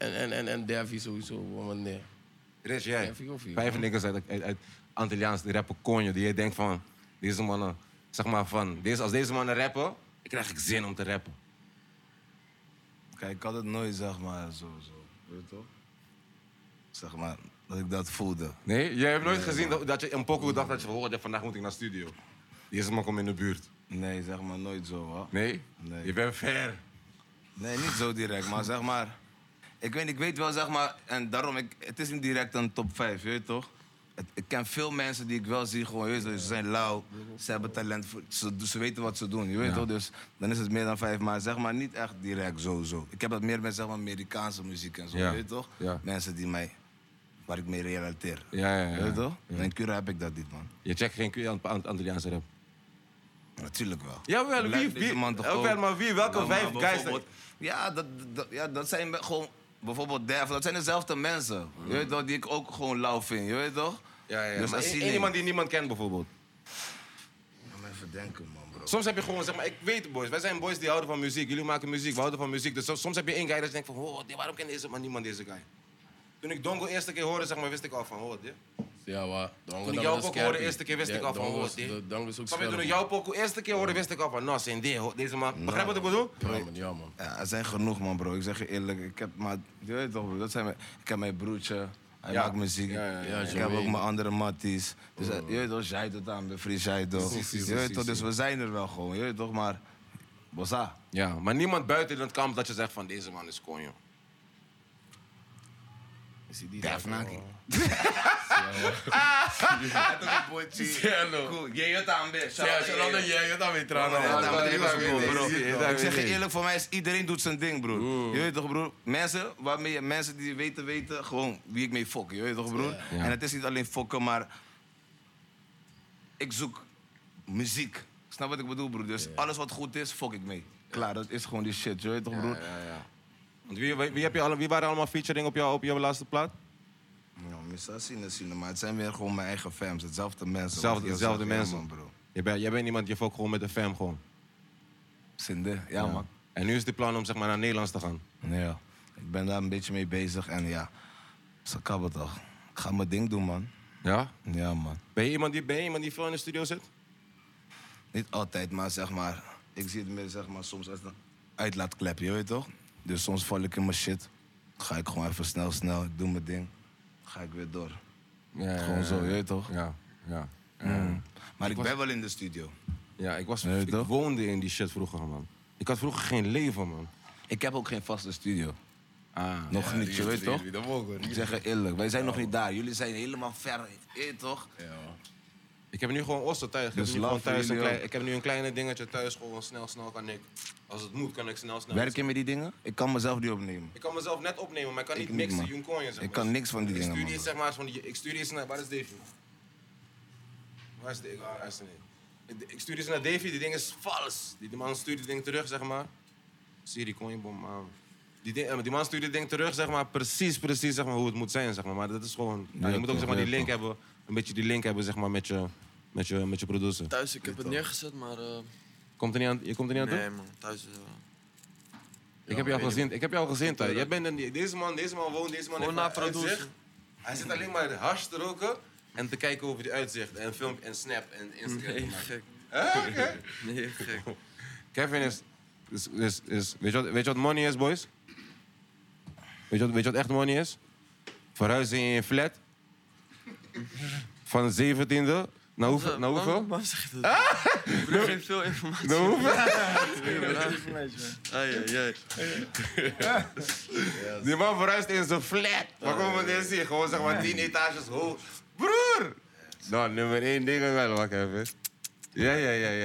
En Davy sowieso, wanneer? Rich, jij. Davy of wie? 5 niggers uit Antilliaans die rappen konjo. Die je denkt van, deze mannen, zeg maar van, als deze mannen rappen, dan krijg ik zin om te rappen. Kijk, ik had het nooit, zeg maar, zo. Weet je toch? Zeg maar, dat ik dat voelde. Nee? Jij hebt nooit gezien dat je een pokoe dacht dat je hoorde, vandaag moet ik naar studio. Deze man komt in de buurt. Nee, zeg maar, nooit zo, hoor. Nee? Nee. Je bent ver. Nee, niet zo direct, maar zeg maar... Ik weet wel, zeg maar, en daarom, het is niet direct een top 5, weet je toch? Ik ken veel mensen die ik wel zie, gewoon, weet je, ze zijn lauw, ze hebben talent, ze weten wat ze doen, je weet toch? Dus dan is het meer dan 5, maar zeg maar niet echt direct zo. Ik heb dat meer met, zeg maar, Amerikaanse muziek en zo, Ja. weet je toch? Ja. Mensen waar ik mee relateer. Ja. Weet je toch? Ja. En in Cura heb ik dat niet, man. Je checkt geen Antilliaanse rap. Natuurlijk wel. Jawel, Lijkt deze man toch ook? maar wie? Welke Nou, 5 maar guys? bijvoorbeeld- Ja, dat zijn gewoon... Bijvoorbeeld Def, dat zijn dezelfde mensen. Je weet toch, die ik ook gewoon lauw vind, je weet toch? Ja. Dus Maar als één iemand die niemand kent bijvoorbeeld. Laat me even denken, man, bro. Soms heb je gewoon, zeg maar, ik weet boys, wij zijn boys die houden van muziek. Jullie maken muziek, we houden van muziek. Dus soms heb je één guy dat je denkt van, oh, waarom kent deze man niemand deze guy? Toen ik Dongo de eerste keer hoorde, zeg maar, wist ik al van, oh, dit. Ja, waar. Toen ik jouw pokoe hoorde de eerste keer, wist ik al van, oh, dit. Dongo is ook Snap je, toen ik scherp. jouw pokoe de eerste keer hoorde, wist ik al van, nou, zijn deze man. Begrijp wat ik bedoel? Ja, man. Ja, er zijn genoeg, man, bro. Ik zeg je eerlijk, ik heb maar... Je weet toch, bro, ik heb mijn broertje, hij Ja. maakt muziek. Ja, ik Joey. heb ook mijn andere matties. Dus je weet toch, Jaido aan, mijn vriend Jaido. Precies, Je weet toch, dus precies. we zijn er wel gewoon, je weet toch, maar... Bossa. Ja, maar niemand buiten het kamp dat je zegt van, deze man is konjo. Is hij die Def daar? Naki. Hij toch een bootje. Cool, je weet aan, bitch. Ja, zolang dat jij het dan weer tranen. Ik zeg je eerlijk, voor mij is iedereen doet zijn ding, broer. Je weet toch, broer? Mensen die weten gewoon wie ik mee fok. Je weet toch, broer? Ja. En het is niet alleen fokken, maar ik zoek muziek. Snap wat ik bedoel, broer? Dus alles wat goed is, fok ik mee. Klaar, dat is gewoon die shit. Je weet toch, broer? Ja. Want wie waren allemaal featuring op jouw laatste plaat? Ja, misschien zien, maar het zijn weer gewoon mijn eigen fans. Hetzelfde mensen. Dezelfde wat ik al zeg. mensen. Ja, man, bro. Jij bent iemand, je fokt gewoon met de fam gewoon. Sinde, ja, man. En nu is de plan om, zeg maar, naar Nederlands te gaan. Ja, ik ben daar een beetje mee bezig en ja, ze kabbel toch. Ik ga mijn ding doen, man. Ja? Ja, man. Ben je iemand die veel in de studio zit? Niet altijd, maar zeg maar, ik zie het meer zeg maar, soms als een uitlaatklep, je weet toch? Dus soms val ik in mijn shit. Ga ik gewoon even snel, ik doe mijn ding. Ga ik weer door. Ja, Gewoon zo, je weet toch? Ja. Maar ik ben wel in de studio. Ja, Nee, ik toch? woonde in die shit vroeger, man. Ik had vroeger geen leven, man. Ik heb ook geen vaste studio. Ah. Nog niet, je weet toch? Dat mogen Ik zeg je eerlijk, wij zijn nog niet daar. Jullie zijn helemaal ver, je weet toch? Ik heb nu gewoon ossen thuis. Ik heb, Dus nu gewoon love voor thuis jullie ook. ik heb nu een kleine dingetje thuis. Gewoon snel kan ik. Als het moet, kan ik snel. Werk je met die dingen? Ik kan mezelf niet opnemen. Ik kan mezelf net opnemen, maar ik kan niet niet, mixen. man. Juncoin, zeg maar. Ik kan niks van die dingen, Ik stuur man. die, zeg maar, ik stuur die naar... Waar is Davy? Waar is Davy? Waar is hij niet? Ik stuur die naar Davy, die ding is vals. Die man stuurt die ding terug, zeg maar. Zie die coinbom, man. Die man stuurt die ding terug, zeg maar, precies zeg maar, hoe het moet zijn, zeg maar. Maar dat is gewoon... Ja, je moet ook, zeg maar, die ja, link toch. hebben. Een beetje die link hebben, zeg maar, met je producer. Thuis, ik heb het neergezet, maar... Je komt er niet aan toe? nee, man. Thuis... Ik heb jou al gezien thuis. Jij bent deze man woont, deze man Gewoon heeft naar een producer. uitzicht. Hij zit alleen maar hash te roken en te kijken over die uitzicht. En film en Snap en Instagram. Nee, te maken. gek. Oké. Nee, gek. Kevin weet je wat money is, boys? Weet je wat echt money is? Verhuizen in je flat. Van 17e naar hoeveel? Waarom zeg je dat? Ik geef veel informatie. Naar hoeveel? Ai. Die man verhuist in zijn flat. Waar komen we dit zien? Gewoon zeg maar 10 etages hoog. Broer! Nou, nummer 1 ding wel, wat Kevin. Ja.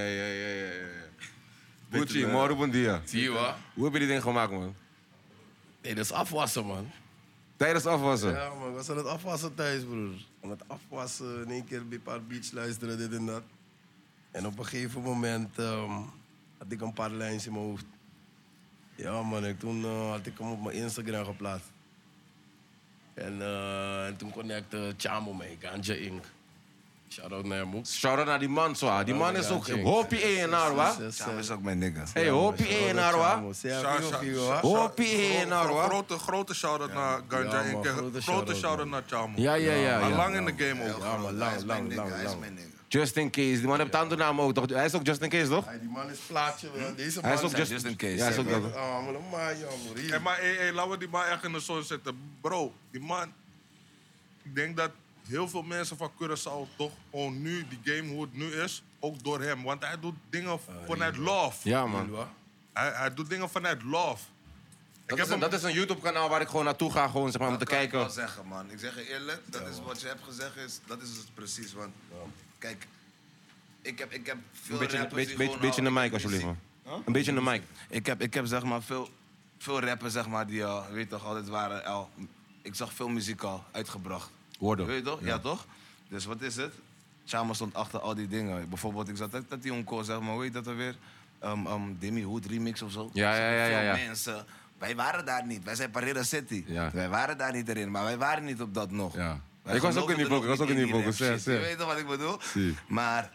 Gucci, moro bon dia. Zie je wat? Hoe heb je die ding gemaakt, man? Nee, dat is afwassen, man. Tijdens afwassen? Ja, man. Ik was aan het afwassen thuis, broer. Aan het afwassen, in één keer bij een paar beats luisteren, dit en dat. En op een gegeven moment had ik een paar lijns in mijn hoofd. Ja, man. En toen had ik hem op mijn Instagram geplaatst. En toen connecte Chamo mee, Ganja Inc. Shout-out naar hem ook. Shout-out naar die man, zo. Die man is ook hoppie ENR, wa? Chamo is ook mijn nigga. Hey, hoppie ENR, wa? Hoppie ENR, wa? Grote shout-out naar Ganja. Ja, man, grote Grote shout-out, shout-out naar Chamo. Ja. Al lang in de game ook. Ja, maar Hij is lang. mijn nigga. Just in case. Die man heeft tandnaam ook, toch? Hij is ook just in case, toch? Hey, die man is plaatje, man. Deze Hij is man ook Just in case. Ja, hij is ook dat. Oh, maar jammer. Hey, maar laten we die man echt in de zon zetten. Bro, die man... Ik denk dat heel veel mensen van Curaçao toch gewoon nu, die game hoe het nu is, ook door hem. Want hij doet dingen vanuit love. Ja, man. Hij doet dingen vanuit love. Dat is een YouTube-kanaal waar ik gewoon naartoe ga, gewoon, zeg maar, om te Dat kan ik kijken. wel zeggen, man. Ik zeg je eerlijk, dat is wat je hebt gezegd, dat is het precies. Want kijk, ik heb veel rappers die gewoon Beetje in de al- mic, alsjeblieft, man. Een beetje in de mic. Ik heb zeg maar veel rappers zeg maar, die weet toch altijd waren al. Ik zag veel muziek al uitgebracht. Woorden. Weet je toch? Ja, toch? Dus wat is het? Chama stond achter al die dingen. Bijvoorbeeld, ik zat dat die onkoor, zeg maar, hoe heet dat alweer? Demi Hood remix of zo. Ja. Veel mensen. Wij waren daar niet. Wij zijn Parera City. Ja. Wij waren daar niet erin, maar wij waren niet op dat nog. Ja. Wij Ik was ook in die geloofden focus, nog niet rap rap shit. shit. Je weet toch wat ik bedoel? Zie. Maar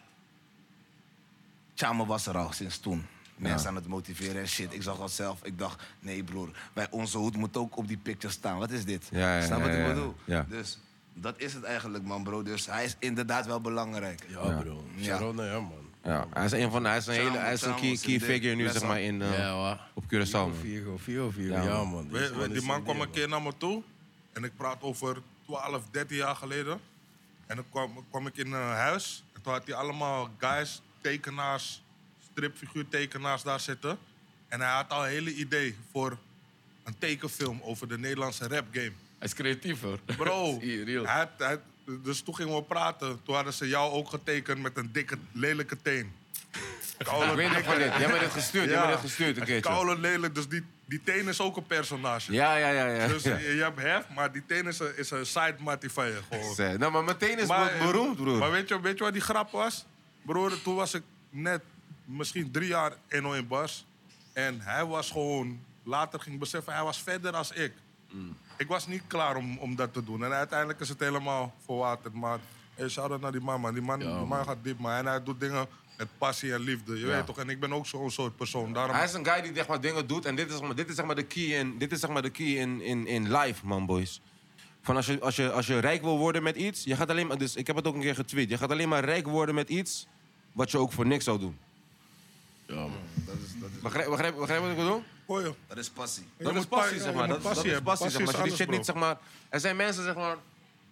Chama was er al sinds toen. Mensen aan het motiveren en shit. Ik zag dat zelf. Ik dacht, nee broer, onze hoed moet ook op die picture staan. Wat is dit? Ja, Snap wat ik ja. bedoel? Ja. Dus dat is het eigenlijk, man, bro. Dus hij is inderdaad wel belangrijk. Ja, bro. Shout-out naar hem, man. Ja, hij is een key figure nu, zeg maar, op Curaçao, man. Vigo. Ja, Ja, man. Die man kwam een keer naar me toe. En ik praat over 12, 13 jaar geleden. En dan kwam ik in een huis. En toen had hij allemaal guys, tekenaars, stripfiguurtekenaars daar zitten. En hij had al een hele idee voor een tekenfilm over de Nederlandse rapgame. Hij is creatief, hoor. Bro, Zie je, real. dus toen gingen we praten. Toen hadden ze jou ook getekend met een dikke, lelijke teen. Koude, Ik weet nog van dit. Jij hebt het gestuurd. Oké, Koude, lelijk. Dus die teen is ook een personage. Ja. Dus je hebt hef, maar die teen is een side mattie van je gewoon. Nou, maar meteen is beroemd, broer. Maar weet je wat die grap was? Broer, toen was ik net misschien 3 jaar 101 bars. En hij was gewoon, later ging ik beseffen, hij was verder als ik. Ik was niet klaar om dat te doen. En uiteindelijk is het helemaal verwaterd. Maar shout-out naar die man, man. Die man gaat diep, man. En hij doet dingen met passie en liefde. Je weet toch? En ik ben ook zo'n soort persoon. Daarom... Hij is een guy die zeg maar, dingen doet en dit is zeg maar de key in life, man, boys. Van als je rijk wil worden met iets, je gaat alleen maar, dus ik heb het ook een keer getweet, je gaat alleen maar rijk worden met iets wat je ook voor niks zou doen. Ja, man. Begrijp wat ik bedoel? Hoor je? Dat is passie. Dat is passie, zeg maar. je moet Dat is passie hebben. passie, zeg maar. Als je die Passie is shit niet, alles, zeg maar... Er zijn mensen, zeg maar...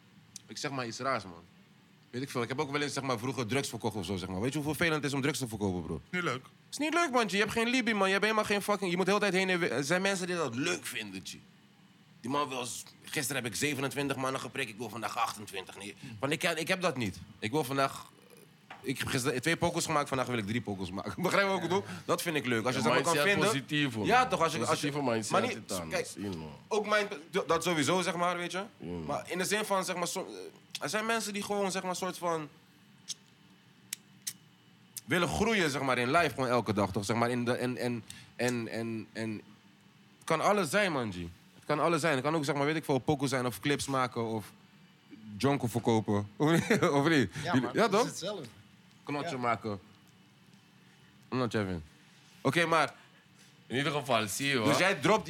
Ik zeg maar iets raars, man. Weet ik veel. Ik heb ook wel eens, zeg maar, vroeger drugs verkocht of zo, zeg maar. Weet je hoe vervelend het is om drugs te verkopen, bro? Niet leuk. Het is niet leuk, man. Je hebt geen libi, man. Je hebt helemaal geen fucking... Je moet de hele tijd heen en weer... Er zijn mensen die dat leuk vinden, G. Die man wil... Gisteren heb ik 27 mannen geprikt. Ik wil vandaag 28. Nee. Want ik heb dat niet. Ik wil vandaag... Ik heb gisteren 2 pokers gemaakt. Vandaag wil ik 3 pokers maken. Begrijp je wat ik bedoel? Dat vind ik leuk. Als je zeg maar kan vinden... positief, hoor. Ja, toch? Als je Positieve mindset. maar niet... altijd aan. Kijk, Zie je, man. ook dat sowieso, zeg maar, weet je. Maar in de zin van, zeg maar, er zijn mensen die gewoon, zeg maar, soort van... willen groeien, zeg maar, in life gewoon elke dag, toch? Zeg maar, het kan alles zijn, man, G. Het kan alles zijn. Het kan ook, zeg maar, weet ik veel, pokoe zijn of clips maken of jonko verkopen. Of niet? Ja, man. Ja, Dat toch? is hetzelfde. Knotje maken. Knotje even. Oké, maar... In ieder geval, zie je, hoor. Dus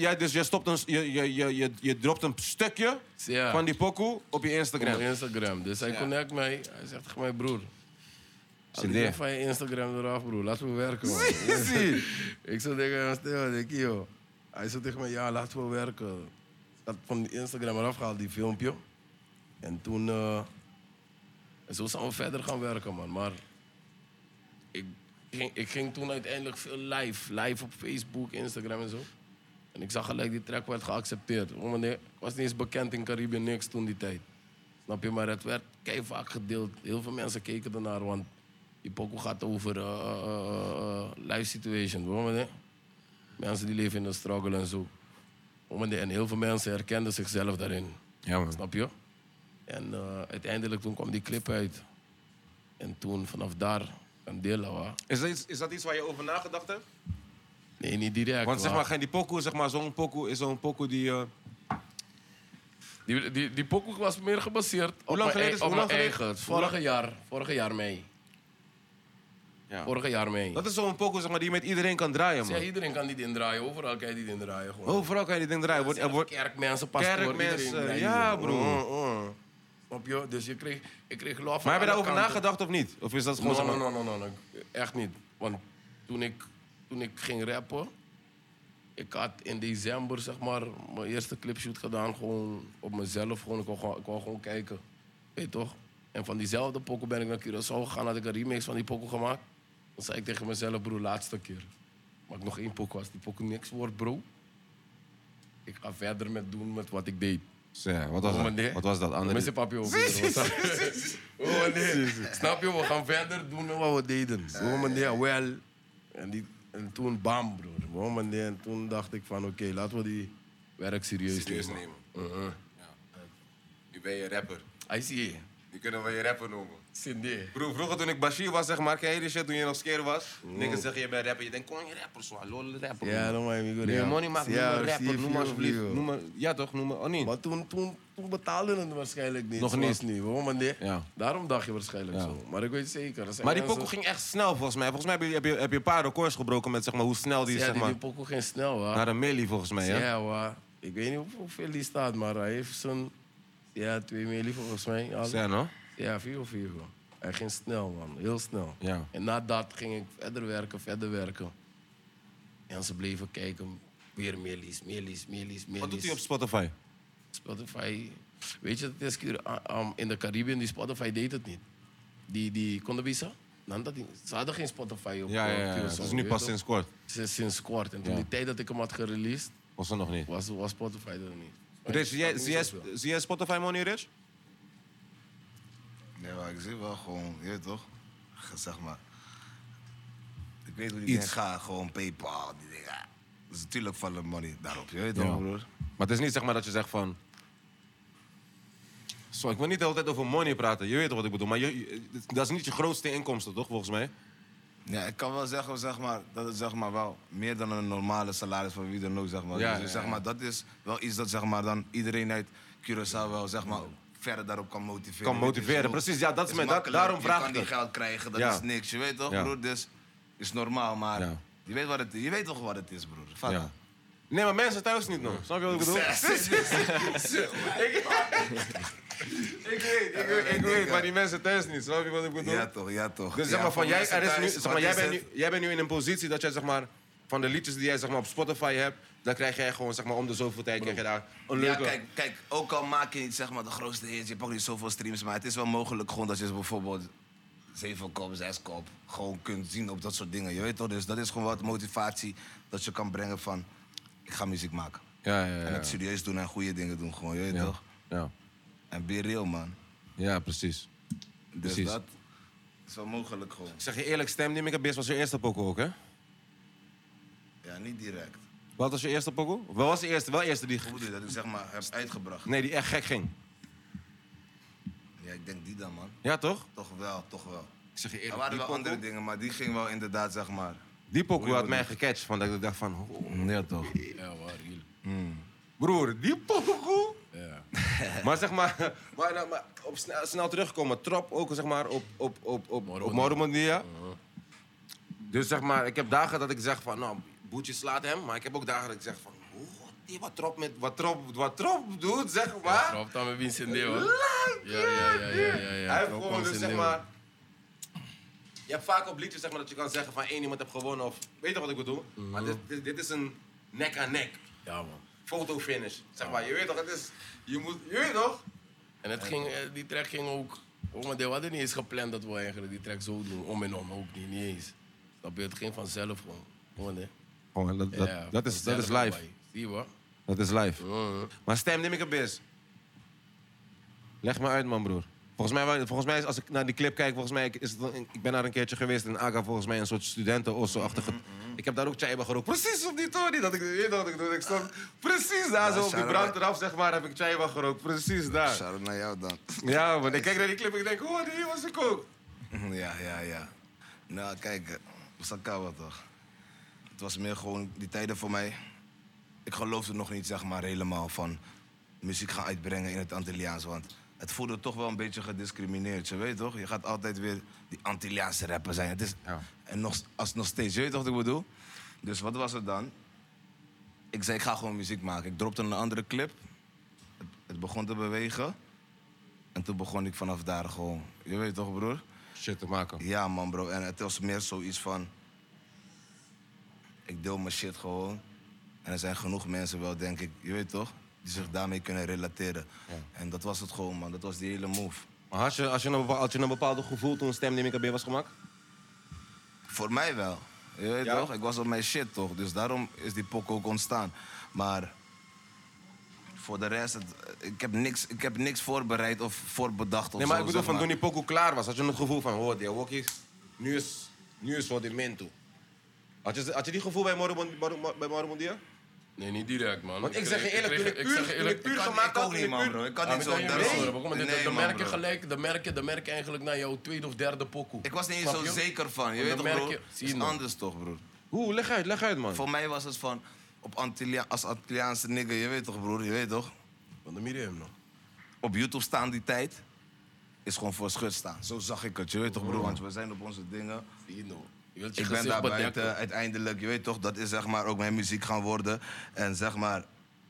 je dropt een stukje Ja. van die pokoe op je Instagram. Op Instagram. Dus hij connect mij. Hij zegt tegen mij, broer. Haal die Zit ding van je Instagram eraf, broer. Laten we werken, man. Easy. Ik zou tegen hem stil, denk ik, joh. Hij zei tegen mij, ja, laten we werken. Ik had van die Instagram eraf gehaald, die filmpje. En toen... en zo zijn we verder gaan werken, man. Maar... Ik ging toen uiteindelijk veel live op Facebook, Instagram en zo. En ik zag gelijk die track werd geaccepteerd. Ik was niet eens bekend in Caribbean, niks toen die tijd. Snap je? Maar het werd vaak gedeeld. Heel veel mensen keken ernaar, want die pokoe gaat over life situation. Waarom niet? Mensen die leven in een struggle en zo. En heel veel mensen herkenden zichzelf daarin. Ja, man. Snap je? En uiteindelijk toen kwam die clip uit. En toen vanaf daar een deel hoor. Is dat iets waar je over nagedacht hebt? Nee, niet direct. Want zeg maar, die pokoe, zeg maar, zo'n pokoe is zo'n pokoe die Die pokoe was meer gebaseerd Hoe lang geleden is- op hoe mijn lang geleden? eigen. Vorig jaar mei. Ja. Vorig jaar mei. Dat is zo'n pokoe zeg maar, die je met iedereen kan draaien, Ja, man. iedereen kan die ding draaien. Overal kan je die ding draaien. Gewoon. Overal kan je die ding draaien. Kerkmensen, pastoor, Kerkmensen, iedereen draait ja, die broer. Snap je? Dus ik kreeg lof. Maar heb je daarover nagedacht of niet? Of is dat gewoon zeg maar... Nee. Echt niet. Want toen ik ging rappen... Ik had in december, zeg maar, mijn eerste clipshoot gedaan. Gewoon op mezelf. Gewoon, ik wou gewoon kijken. Weet je toch? En van diezelfde pokoe ben ik naar Curaçao gegaan. Had ik een remix van die pokoe gemaakt. Dan zei ik tegen mezelf, broer, laatste keer. Maar ik nog één pokoe. Als die pokoe niks wordt, bro... Ik ga verder met doen met wat ik deed. Ja, wat was dat? Wat was dat? Andere... Met zijn papi ook. Oh, nee. Snap je? We gaan verder doen met wat we deden. Oh, meneer, wel. En toen bam, broer. Oh, meneer. En toen dacht ik van, oké, laten we die werk serieus nemen. Nu ben je rapper. I see. Nu kunnen we je rapper noemen. Cindy. Broer, vroeger toen ik Bashir was, zeg maar, ken je die shit toen je nog skeer was? Niggas zeggen je bent rapper. Je denkt, kom je rapper, zo, lol rapper. Ja, dan maar amigo. Nee, money maakt, noem maar rapper, noem maar alsjeblieft. Noem maar, ja toch, noem maar, oh niet? Maar toen betaalde het waarschijnlijk niet. Nog niet. Nu, hoor, meneer. Ja. Daarom dacht je waarschijnlijk Ja. zo. Maar ik weet zeker. er zijn Maar die mensen- pokoe ging echt snel volgens mij. Volgens mij heb je een paar records gebroken met zeg maar, hoe snel die, Ja, zeg maar, die pokoe ging snel, hoor. naar een milli volgens mij, hè? Ja, hoor. Ik weet niet hoeveel die staat, maar hij heeft zo'n... Ja, 2 miljoen volgens mij. Al. Ja, no? Ja, 4 of 4. Hij ging snel, man. Heel snel. Ja. En na dat ging ik verder werken. En ze bleven kijken. Weer millies. Wat doet hij op Spotify? Spotify... Weet je, het is in de Cariben, die Spotify deed het niet. Die Condovisa, ze hadden geen Spotify op Ja. Curaçao, Dat is nu weet pas je sinds kort. toch? Sinds kort. En toen Ja. die tijd dat ik hem had gereleased, Was er nog niet. was Spotify er niet. Rich, zie jij Spotify money, Rich? Nee, maar ik zie wel gewoon, je weet toch? Zeg maar. Ik weet hoe die Iets. dingen gaan, gewoon PayPal, die dingen. Ja. Dus natuurlijk vallen money daarop, je weet toch, Ja. broer? Maar het is niet zeg maar dat je zegt van... Zo, ik wil niet de hele tijd over money praten. Je weet toch wat ik bedoel. Maar dat is niet je grootste inkomsten, toch, volgens mij? Ja, ik kan wel zeggen zeg maar, dat het zeg maar, wel meer dan een normale salaris van wie dan ook. Zeg maar. Ja, Dus, ja, zeg maar, dat is wel iets dat zeg maar, dan iedereen uit Curaçao wel zeg maar, verder daarop kan motiveren. Kan motiveren, Weet je, precies. Ja, dat is makkelijk. daarom vraag Je ik kan die het. geld krijgen, dat Ja. is niks. Je weet toch, Ja. broer? Dus is normaal, maar Ja. je weet toch wat het is, broer? Vader. Ja. Nee, maar mensen thuis niet nog. Snap je wat ik bedoel? Ik weet, maar die mensen thuis niet. Snap je wat ik bedoel? Ja, toch. Dus Ja, zeg maar, voor van, mensen er is thuis, nu, zeg maar wat is jij het? bent nu in een positie dat jij zeg maar, van de liedjes die jij zeg maar, op Spotify hebt, dan krijg jij gewoon zeg maar, om de zoveel tijd krijg je daar een Ja, leuke... kijk, ook al maak je niet zeg maar, de grootste hits, je pakt niet zoveel streams, maar het is wel mogelijk gewoon dat je bijvoorbeeld 7 kop, 6 kop gewoon kunt zien op dat soort dingen. Je weet toch, dus dat is gewoon wat motivatie dat je kan brengen van, ik ga muziek maken. Ja. En het serieus doen en goede dingen doen gewoon, je weet Ja. toch? Ja. En be real, man. Ja, precies. Dus Precies. dat is wel mogelijk gewoon. Ik zeg je eerlijk, Stem Neem Ik Het Beest was je eerste pokoe ook, hè? Ja, niet direct. Wat was je eerste pokoe? Wel was de eerste, wel eerste die... Hoe bedoel je dat ik zeg maar heb uitgebracht? Nee, die echt gek ging. Ja, ik denk die dan, man. Ja, toch? Toch wel. Ik zeg je Er eerlijk, waren die wel andere pokoe, dingen, maar die ging wel inderdaad, zeg maar. die pokoe had mij gecatcht. Van dat ik dacht van... oh, Ja, toch? Ja, waar, real. broer, die pokoe... Ja. Maar zeg maar, maar op snel terugkomen. Trop ook zeg maar op Moromondia. Dus zeg maar, ik heb dagen dat ik zeg van, nou, Boetje slaat hem. Maar ik heb ook dagen dat ik zeg van, wat Trop doet, zeg maar. Rob dan met Vincent Deo. Ja. Hij heeft Trop gewoon van dus zeg Sendeo. maar... Je hebt vaak op liedjes zeg maar, dat je kan zeggen van één iemand heeft gewonnen of... Weet je wat ik bedoel? Maar dit is een nek aan nek. Ja, man. Fotofinish. Zeg maar, je weet toch, het is... Je weet toch? En het ging, die track ging ook... Oh, maar we hadden niet eens gepland dat we eigenlijk die track zo doen. Om en om ook niet eens. Snap je? Het ging vanzelf gewoon. Gewoon, hè. Gewoon, dat is vanzelf live. erbij. Zie je wat? Dat is live. Maar Stem Neem Ik Het Beest. Leg me uit, man, broer. Volgens mij is, als ik naar die clip kijk, volgens mij is het, ik ben daar een keertje geweest in Aga, volgens mij een soort studenten-osso-achtige... Ik heb daar ook chaiba gerookt. Precies op die toon, dat ik weet wat ik doe. Ik stond precies daar zo op die brand eraf, zeg maar, heb ik chaiba gerookt. Precies daar. Shout-out naar jou dan. Ja, man. Ik kijk naar die clip en ik denk, oh, die was ik ook. Ja. Nou, kijk, Sakawa toch. Het was meer gewoon die tijden voor mij. Ik geloofde nog niet, zeg maar, helemaal van... muziek gaan uitbrengen in het Antilliaans. Want het voelde toch wel een beetje gediscrimineerd, je weet toch? Je gaat altijd weer die Antilliaanse rapper zijn. Het is, en nog steeds, je weet toch wat ik bedoel? Dus wat was het dan? Ik zei, ik ga gewoon muziek maken. Ik dropte een andere clip. Het begon te bewegen. En toen begon ik vanaf daar gewoon, je weet toch broer? Shit te maken. Ja man bro, en het was meer zoiets van... Ik deel mijn shit gewoon. En er zijn genoeg mensen wel, denk ik, je weet toch? Die zich daarmee kunnen relateren. Ja. En dat was het gewoon man, dat was die hele move. Maar had je een bepaalde gevoel toen Stem die MKB was gemaakt? Voor mij wel, je weet Ja? toch? Ik was op mijn shit toch, dus daarom is die pok ook ontstaan. Maar... Voor de rest, ik heb niks voorbereid of voorbedacht of Nee, maar zo, ik bedoel, zeg van toen die pokoe klaar was, had je het gevoel van, oh, die wokkies, nu is voor die min toe. Had je die gevoel bij Morobondia? Nee, niet direct, man. Want ik zeg je eerlijk, toen ik puur gemaakt Ik had, ook niet man bro, ik kan niet zo... Dan man, merk je bro. gelijk, dan merk je eigenlijk naar jouw tweede of derde pokoe. Ik was niet eens Snap zo je? zeker van, je Want weet dan toch merk bro? je- Het zie is je nog. anders toch broer? Hoe? Leg uit man. Voor mij was het van, als Antilliaanse nigger, je weet toch broer, je weet toch? Van de Miriam nog. Op YouTube staan die tijd, is gewoon voor schut staan. Zo zag ik het, je weet toch broer, want we zijn op onze dingen. Zie je nog. Je wilt je Ik ben gezicht daar bedekken. buiten, uiteindelijk, je weet toch, dat is zeg maar ook mijn muziek gaan worden. En zeg maar,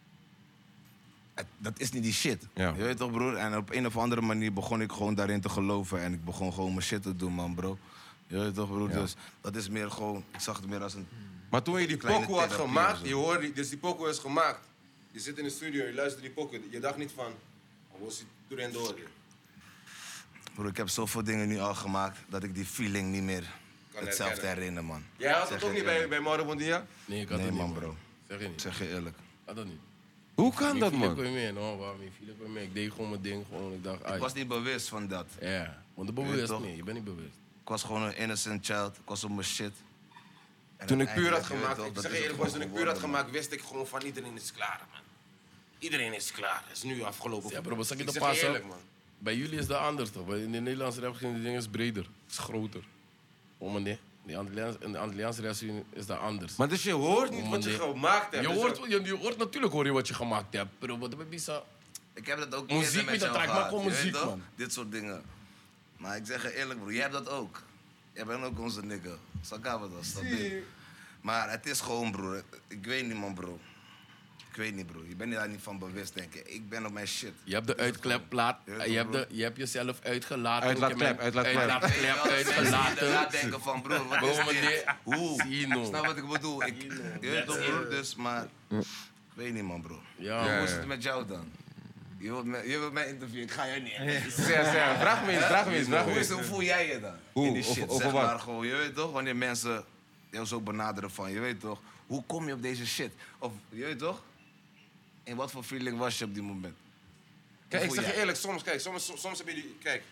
dat is niet die shit. Ja. Je weet toch broer? En op een of andere manier begon ik gewoon daarin te geloven. En ik begon gewoon mijn shit te doen man bro. Je weet toch broer? Ja. Dus dat is meer gewoon, ik zag het meer als een... Maar toen je die Kleine pokoe had therapie gemaakt, of zo. je hoorde, dus die pokoe is gemaakt. Je zit in de studio, je luistert die pokoe. Je dacht niet van, oh, was hij erin door? Broer, ik heb zoveel dingen nu al gemaakt dat ik die feeling niet meer hetzelfde herkennen. herinner man. Jij had Zeg het ook je niet eerlijk. bij Morobondia? Nee, ik had Nee het niet, man bro, Zeg je ik niet. zeg je eerlijk. Had dat niet. Hoe kan dat Viel ik man? weer mee, no, waarom viel ik weer mee? Ik deed gewoon mijn ding, gewoon. Ik dacht, Ik was niet bewust van dat. ja, want de Weet bewust, toch? nee, je bent niet bewust. Ik was gewoon een innocent child, ik was op mijn shit. En Toen ik puur had uiteindelijk, je weet gemaakt, toch, ik dat zeg is je het eerlijk, boys, toen gewoon ik puur had geworden, man. gemaakt, wist ik gewoon van iedereen is klaar, man. Iedereen is klaar. Het is nu afgelopen. Ja, bro, maar zeg je Ik te zeg je passen? eerlijk, man. Bij jullie is dat anders toch? In de Nederlandse rap zijn die dingen is breder, is groter. Oh man, nee. In de Antilliaanse rap is dat anders. Maar dus je hoort niet wat je man, gemaakt hebt. Je Dus hoort natuurlijk hoor je wat je gemaakt hebt. Bro, wat heb je zo? Ik heb dat ook Muziek eerder met met dat jou track, maar gehad, gewoon je weet muziek, toch? man. Dit soort dingen. Maar ik zeg je eerlijk bro, jij hebt dat ook. Jij bent ook onze nigger. Sakka wat was dat? Maar het is gewoon broer, ik weet niet man bro. Ik weet niet bro, je bent daar niet van bewust denk ik. Ik ben op mijn shit. Je hebt de uitklepplaat, Ja, je hebt jezelf uitgelaten. Uitlaatklep, uitlaatklep. Uitgelaten. denken van broer, wat is Bro, maar dit? nee. Hoe? Zie je nog. Snap wat ik bedoel? Je weet toch broer, dus maar... Ik weet niet man bro. Ja, Hoe is het met jou dan? Je wilt mij interviewen, ik ga jou niet. Zeg, vraag me eens. Hoe voel jij je dan? Hoe? In die shit, Over zeg wat? maar gewoon. Je weet toch, wanneer mensen jou zo benaderen van, je weet toch, hoe kom je op deze shit? Of, je weet toch? En wat voor feeling was je op die moment? Kijk, ik voel zeg je jij? eerlijk, soms heb je die... Kijk.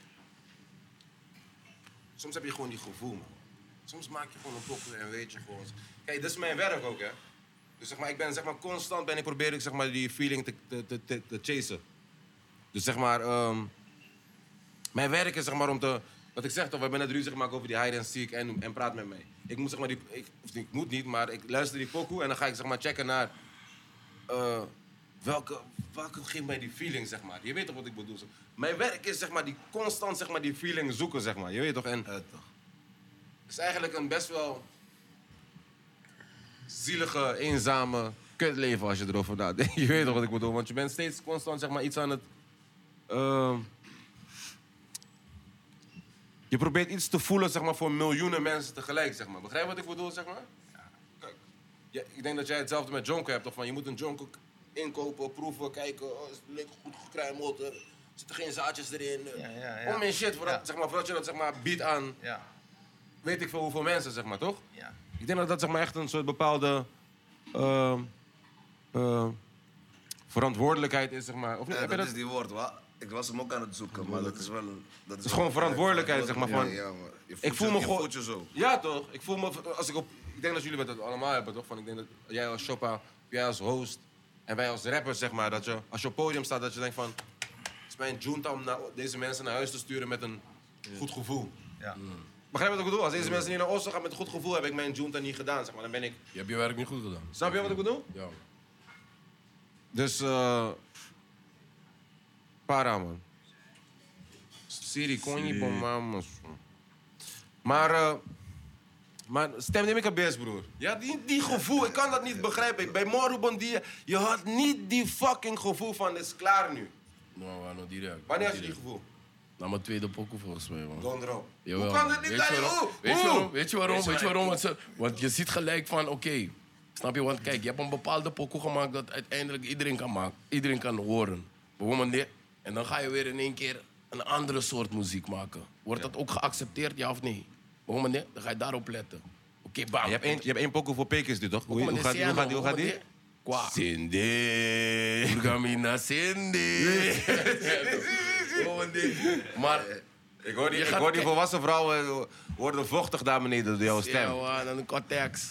Soms heb je gewoon die gevoel, man. Soms maak je gewoon een pokoe en weet je gewoon... Kijk, dit is mijn werk ook, hè. Dus zeg maar, ik ben zeg maar constant probeer ik zeg maar die feeling te chasen. Dus zeg maar, mijn werk is zeg maar om te... Wat ik zeg toch, we hebben net ruzie gemaakt over die hide and seek en praat met mij. Ik moet zeg maar ik moet niet, maar ik luister die pokoe en dan ga ik zeg maar checken naar... welke geeft mij die feeling, zeg maar. Je weet toch wat ik bedoel? Mijn werk is zeg maar die constant zeg maar die feeling zoeken, zeg maar. Je weet toch? En Toch. het is eigenlijk een best wel zielige, eenzame kutleven als je erover nadenkt. Je weet toch wat ik bedoel? Want je bent steeds constant zeg maar iets aan het... je probeert iets te voelen zeg maar, voor miljoenen mensen tegelijk, zeg maar. Begrijp je wat ik bedoel, zeg maar? Ja. Kijk, ik denk dat jij hetzelfde met jonken hebt. Of van, je moet een jonk ook inkopen, proeven, kijken. Oh, is het lekker goed gekruimeld? Zitten geen zaadjes erin? Ja. Om en shit, voordat, zeg maar, voordat je dat zeg maar, biedt aan... Ja. weet ik veel hoeveel mensen, zeg maar, toch? Ja. Ik denk dat dat zeg maar, echt een soort bepaalde verantwoordelijkheid is, zeg maar. Of niet? Heb je dat dat? is die woord, wat? Ik was hem ook aan het zoeken, maar dat is wel... Dat is gewoon verantwoordelijkheid, zeg maar, van- Ja, maar je voelt Ik voel me je gewoon... voelt je zo. Ja, toch? Ik voel me... Als ik op... Ik denk dat jullie dat allemaal hebben, toch? Van, ik denk dat jij als Choppa, jij als host en wij als rappers, zeg maar, dat je als je op het podium staat, dat je denkt van... Het is mijn junta om deze mensen naar huis te sturen met een goed gevoel. Ja. Begrijp je wat ik bedoel? Als deze mensen niet naar Oslo gaan met een goed gevoel, heb ik mijn junta niet gedaan, zeg maar. Dan ben ik... Je hebt je werk niet goed gedaan. Snap je wat ik bedoel? Ja. Dus Para, man. Siri, kon je bommen, maar stem neem ik een best, broer. Ja, die gevoel, ik kan dat niet begrijpen. Bij Moro Bondia, je had niet die fucking gevoel van, het is klaar nu. Nou, nog direct. Wanneer had je die gevoel? Nou, mijn tweede pokoe volgens mij, man. Dondero. Jawel. Hoe kan het niet? Weet je waarom? Want je ziet gelijk van, oké, snap je? Want kijk, je hebt een bepaalde pokoe gemaakt dat uiteindelijk iedereen kan maken. Iedereen kan horen. Bijvoorbeeld dit. En dan ga je weer in één keer een andere soort muziek maken. Wordt dat ook geaccepteerd, ja of nee? Bijvoorbeeld dit, dan ga je daarop letten. Oké, bam. Je hebt één pokoe voor Pekers nu, toch? Hoe gaat die? Qua. Cindy. Burgamina Cindy. Maar... Ik hoor die volwassen vrouwen worden vochtig daar beneden door jouw stem. Ja, man, dan een cortex.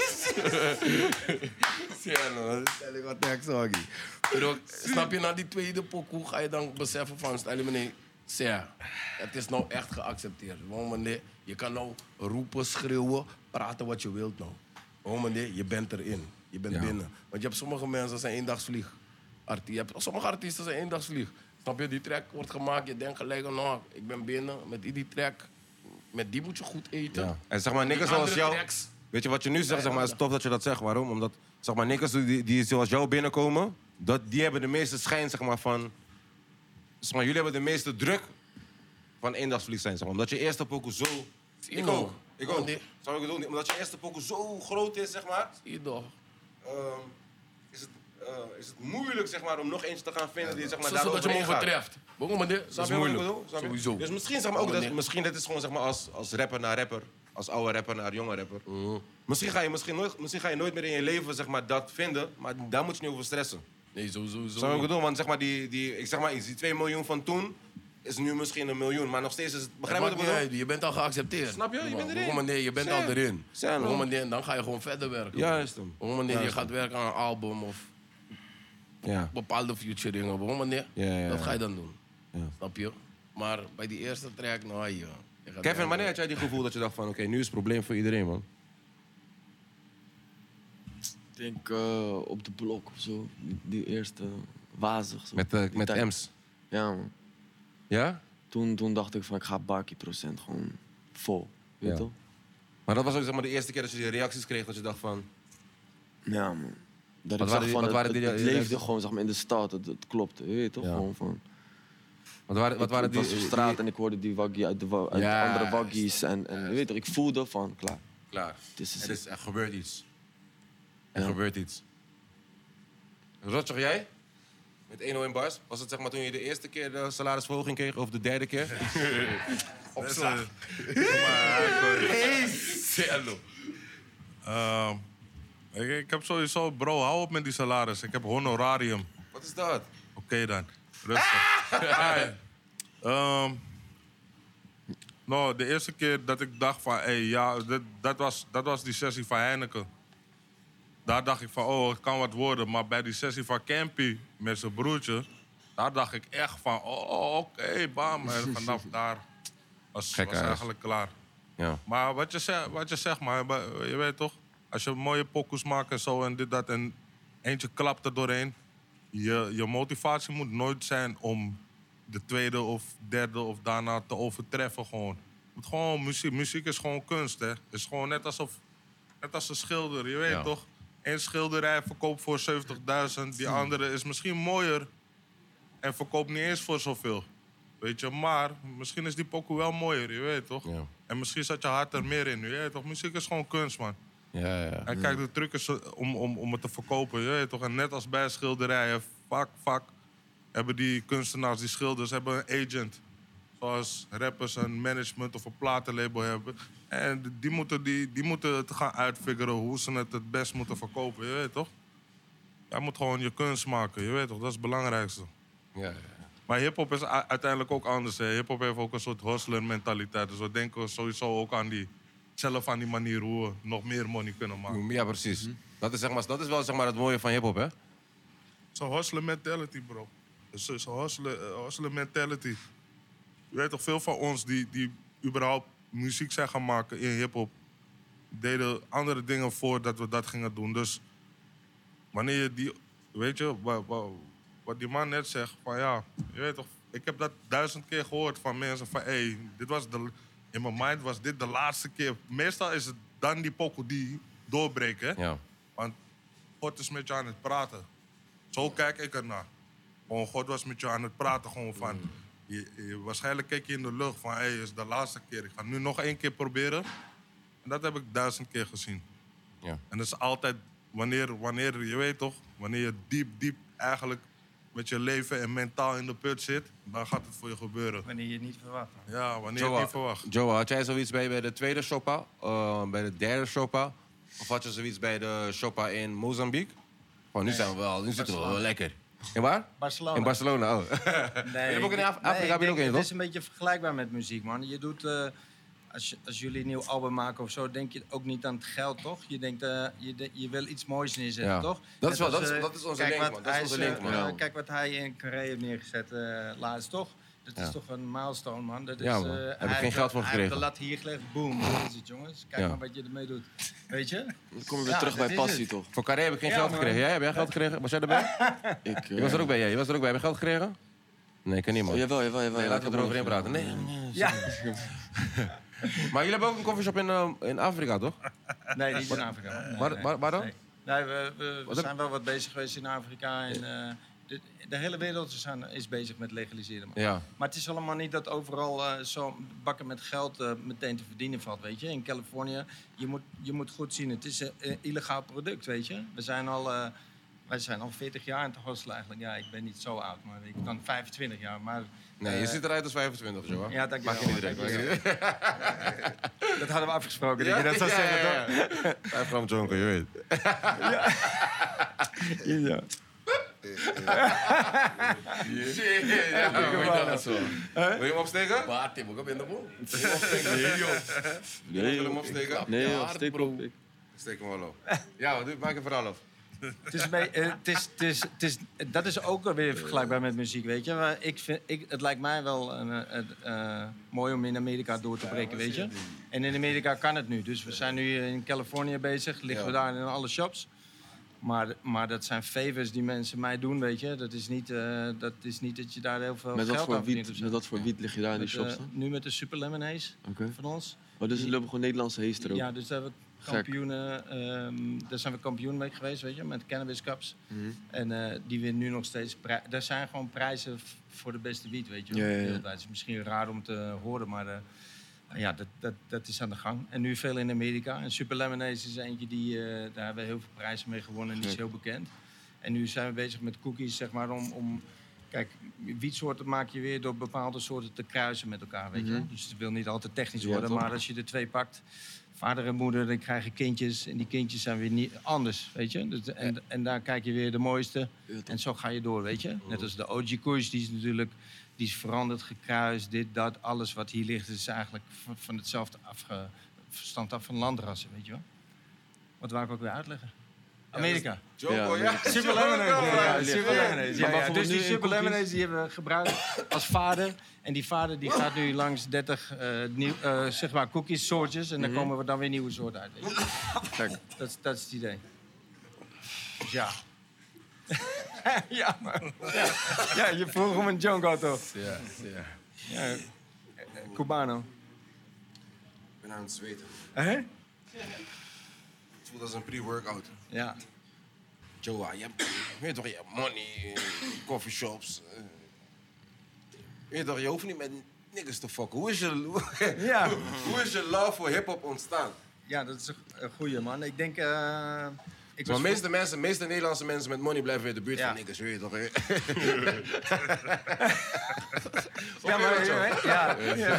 Stel ik cortex, sorry. Snap je, na die tweede pokoe ga je dan beseffen van, stel je me nee, het is nou echt geaccepteerd. Je kan nou roepen, schreeuwen, praten wat je wilt nou. Je bent erin. Je bent binnen. Want je hebt sommige mensen, dat zijn eendagsvlieg. Sommige artiesten zijn eendagsvlieg. Snap je, die track wordt gemaakt, je denkt gelijk, nou, ik ben binnen met die track. Met die moet je goed eten. Ja. En zeg maar, niks zoals jou... Tracks, Weet je wat je nu zegt, zeg maar, het is tof dat je dat zegt. Waarom? Omdat, zeg maar, niks die zoals jou binnenkomen, die hebben de meeste schijn, zeg maar, van... Zeg maar, jullie hebben de meeste druk van eendagsvlieg zijn, zeg maar. Omdat je eerste pokoe zo... Ik ook. Zou ik het doen? Omdat je eerste pokoe zo groot is, zeg maar... Zie je toch? Is het moeilijk, zeg maar, om nog eentje te gaan vinden die, zeg maar, Zodat je hem gaat. overtreft. Dat is moeilijk. Sowieso. Dus misschien, zeg maar, ook dat, misschien dit is gewoon, zeg maar, als rapper naar rapper, als oude rapper naar jonge rapper. Misschien ga je nooit meer in je leven, zeg maar, dat vinden, maar daar moet je niet over stressen. Nee, sowieso. Zou ik bedoelen? Want zeg maar, die 2 miljoen van toen is nu misschien 1 miljoen, maar nog steeds is het... Begrijp je wat ik bedoel? Je bent al geaccepteerd. Snap je? Je bent erin. Je bent al erin. Zijn. Dan ga je gewoon verder werken. Juist. Je gaat werken aan een album of bepaalde featuringen. Dat ga je dan doen. Ja. Snap je? Maar bij die eerste track, nou ja. Kevin, wanneer had jij die gevoel dat je dacht van, oké, nu is het probleem voor iedereen, man? Ik denk op de blok of zo. Die eerste wazig. Zo. Met Die tijd. Ems? Ja, man. Ja? Toen dacht ik van, ik ga Barkie procent gewoon vol. Weet je toch? Maar dat was ook, zeg maar, de eerste keer dat je die reacties kreeg, dat je dacht van... Ja, man. Dat Wat ik waren zag die- van, wat waren het die leefde reacties? gewoon, zeg maar, in de stad. Het klopte, weet je toch? Ja. Gewoon van... Wat waren Ik was op straat en ik hoorde die waggie uit Ja, andere waggies. En je weet toch, ik voelde van, klaar. Klaar. Het is Er gebeurt iets. Er Ja. gebeurt iets. Rotjoch, jij? Met 101 bars? Was het, zeg maar, toen je de eerste keer de salarisverhoging kreeg of de derde keer? Opslag. Ik heb sowieso, bro, hou op met die salaris. Ik heb honorarium. Wat is dat? Oké dan, rustig. Ai. Nou, de eerste keer dat ik dacht van, dat was die sessie van Heineken. Daar dacht ik van, oh, het kan wat worden. Maar bij die sessie van Campy met zijn broertje, daar dacht ik echt van, oh, oké, bam. En vanaf daar was eigenlijk klaar. Ja. Maar wat je zegt, maar je weet toch, als je mooie pokoes maakt en zo en dit, dat en eentje klapt er doorheen, je motivatie moet nooit zijn om de tweede of derde of daarna te overtreffen gewoon. Het moet gewoon muziek is gewoon kunst, hè. Het is gewoon net als een schilder, je weet toch. Eén schilderij verkoopt voor 70.000, die andere is misschien mooier en verkoopt niet eens voor zoveel. Weet je, maar misschien is die pokoe wel mooier, je weet toch? Ja. En misschien zat je hart er meer in, je weet toch? Muziek is gewoon kunst, man. Ja. En kijk, de truc is om het te verkopen, je weet toch? En net als bij schilderijen, vaak hebben die kunstenaars, die schilders, hebben een agent. Zoals rappers een management of een platenlabel hebben. En die moeten het gaan uitfiguren hoe ze het best moeten verkopen, je weet toch? Jij moet gewoon je kunst maken, je weet toch? Dat is het belangrijkste. Ja. Maar hip-hop is uiteindelijk ook anders. Hip-hop heeft ook een soort hustler-mentaliteit. Dus we denken sowieso ook zelf aan die manier hoe we nog meer money kunnen maken. Ja, precies. Dat is wel, zeg maar, het mooie van hip-hop, hè? Het is een hustler mentality, bro. Het is een hustler mentality. Je weet toch, veel van ons die überhaupt muziek zijn gaan maken in hip-hop, deden andere dingen voordat we dat gingen doen. Dus wanneer je die, weet je, wat die man net zegt, van ja, je weet toch, ik heb dat 1000 keer gehoord van mensen van, dit was in mijn mind was dit de laatste keer. Meestal is het dan die pokoe die doorbreken. Ja. Want God is met je aan het praten. Zo kijk ik ernaar. Gewoon, God was met je aan het praten. Gewoon van, waarschijnlijk kijk je in de lucht van, is de laatste keer. Ik ga nu nog 1 keer proberen. En dat heb ik 1000 keer gezien. Ja. En dat is altijd, wanneer je weet toch, wanneer je diep eigenlijk met je leven en mentaal in de put zit, dan gaat het voor je gebeuren. Wanneer je het niet verwacht. Ja, wanneer je het niet verwacht. Joe, had jij zoiets bij de tweede Choppa? Bij de derde Choppa? Of had je zoiets bij de Choppa in Mozambique? Oh, nu zitten we wel lekker. In waar? Barcelona. In Barcelona, oh. Nee, Je hebt ook in Afrika heb je ook in, het toch? is een beetje vergelijkbaar met muziek, man. Je doet, als jullie een nieuw album maken of zo, denk je ook niet aan het geld, toch? Je denkt, je wil iets moois neerzetten, Ja. toch? Dat is Net wel- als, dat is onze kijk link, wat man. Dat is hij onze is, link, man. Ja. Kijk wat hij in Carré heeft neergezet laatst, toch? Dat is toch een milestone, man. Dat is, Ja, man. Heb ik geen geld voor Hij gekregen. heeft de lat hier gelegd, boom, dat is het, jongens. Kijk Ja. maar wat je ermee doet. Weet je? Dan kom je weer Ja, terug dat bij is passie, het. toch? Voor Carré heb ik geen Ja, geld man. gekregen. Jij? Heb jij geld gekregen? Was jij erbij? Je was er ook bij, jij. Je was er ook bij. Heb je geld gekregen? Nee, ik kan niet, man. Oh, jawel. Nee, laten we eroverheen praten. Nee. Ja. Maar jullie hebben ook een coffeeshop in Afrika, toch? Nee, niet in Afrika. Nee, Waar dan? Nee, nee we zijn wel wat bezig geweest in Afrika. En, de hele wereld is bezig met legaliseren. Man. Ja. Maar het is allemaal niet dat overal zo bakken met geld meteen te verdienen valt, weet je. In Californië, je moet goed zien, het is een illegaal product, weet je. Wij zijn al 40 jaar in het hostel eigenlijk. Ja, ik ben niet zo oud, maar ik dan 25 jaar. Maar, Nee, je ziet eruit als 25, zo, hè? Ja, dankjewel. Maak je niet direct. Dat hadden we afgesproken, dat je dat zou zeggen, toch? 5 gram jonker, je weet. Ja. Shit, ja, wil je hem opsteken? Baat, ik heb in de boel. Wil je hem opsteken? Nee, joh, steek bro. op. Steek hem wel op. Ja, maak je vooral af. Dat is ook weer vergelijkbaar met muziek, weet je. Maar het lijkt mij wel mooi om in Amerika door te breken, weet je. En in Amerika kan het nu. Dus we zijn nu in Californië bezig, liggen we daar in alle shops. Maar dat zijn favors die mensen mij doen, weet je. Dat is niet dat je daar heel veel Met wat geld voor aan verdient. wiet, met wat voor wiet lig je daar in die shops dan? Nu met de Super Lemonades Oké. van ons. Oh, dus jullie hebben gewoon Nederlandse heester ook? Ja, dus daar hebben we kampioenen, daar zijn we kampioen mee geweest, weet je, met Cannabis Cups. En die winnen nu nog steeds daar zijn gewoon prijzen voor de beste wiet, weet je. Ja. Wereldwijd. Het is misschien raar om te horen, maar ja, dat is aan de gang. En nu veel in Amerika. En Super Lemonades is eentje daar hebben we heel veel prijzen mee gewonnen en die is heel bekend. En nu zijn we bezig met cookies, zeg maar, om kijk, wietsoorten maak je weer door bepaalde soorten te kruisen met elkaar, weet je. Dus het wil niet altijd technisch worden, toch? maar als je er 2 pakt, vader en moeder, dan krijgen kindjes. En die kindjes zijn weer niet anders, weet je. Dus, en daar kijk je weer de mooiste. En zo ga je door, weet je. Net als de OG Kush, die is veranderd, gekruist, dit, dat. Alles wat hier ligt is eigenlijk van hetzelfde stand af van landrassen, weet je wel. Wat wou ik ook weer uitleggen? Amerika. Joko, ja. Super Lemonades. Ja, Super Lemonades. Ja, ja. bijvoorbeeld Dus die nu in Super cookies? Lemonades die hebben we gebruikt als vader. En die vader die gaat nu langs 30 zeg maar cookies soortjes. En dan komen we dan weer nieuwe soorten uit. Weet je? Kijk, Dat is het idee. Dus ja. Ja, man. Ja, je vroeg om een Jonko toch? Ja. Cubano. Ik ben aan het zweten. Hè? Het voelt als een pre-workout. Ja. Joa, je weet toch, je hebt money, coffeeshops. Je weet toch, je hoeft niet met niggas te fokken. Hoe is je love voor hip-hop ontstaan? Ja, dat is een goeie, man. Ik denk... Maar meeste Nederlandse mensen met money blijven in de buurt van niggas, weet je toch? Hè? Ja, maar... Ja.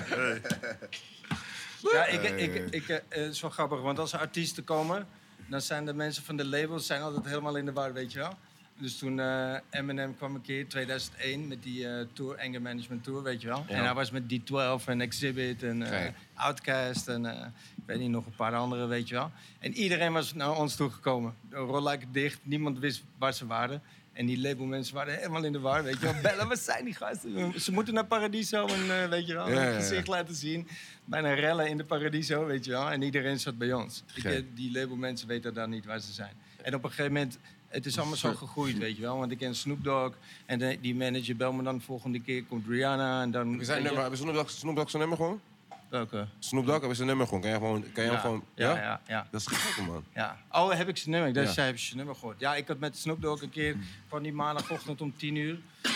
Ja, het is wel grappig, want als er artiesten komen, dan zijn de mensen van de labels zijn altijd helemaal in de war, weet je wel. Dus toen Eminem kwam een keer, 2001, met die tour, Anger Management Tour, weet je wel. Ja. En hij was met D12 en Exhibit en Outkast en ik weet niet, nog een paar andere, weet je wel. En iedereen was naar ons toegekomen. De rolluiken dicht, niemand wist waar ze waren. En die labelmensen waren helemaal in de war, weet je wel. Bellen, wat zijn die gasten? Ze moeten naar Paradiso en weet je wel, een gezicht laten zien. Bijna rellen in de Paradiso, weet je wel. En iedereen zat bij ons. Die labelmensen weten dan niet waar ze zijn. En op een gegeven moment Het is allemaal zo gegroeid, weet je wel. Want ik ken Snoop Dogg en die manager belt me dan de volgende keer komt Rihanna en dan... We zijn nummer, hebben Snoop Dogg zijn nummer gewoon? Welke? Snoop Dogg hebben zijn nummer gewoon. Kan je hem gewoon... Ja. Dat is gek, man. Ja. Oh, heb ik zijn nummer? Dat Ja. heb je zijn nummer gehoord. Ja, ik had met Snoop Dogg een keer van die maandagochtend om 10:00.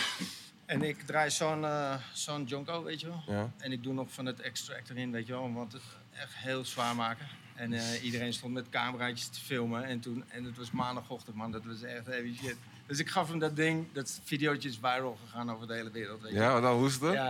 En ik draai zo'n jonko, weet je wel. Ja. En ik doe nog van het extract erin, weet je wel. Want het echt heel zwaar maken. En iedereen stond met cameraatjes te filmen. En het was maandagochtend, man. Dat was echt heavy shit. Dus ik gaf hem dat ding. Dat videootje is viral gegaan over de hele wereld, weet je. Ja, wat dan hoesten? Ja,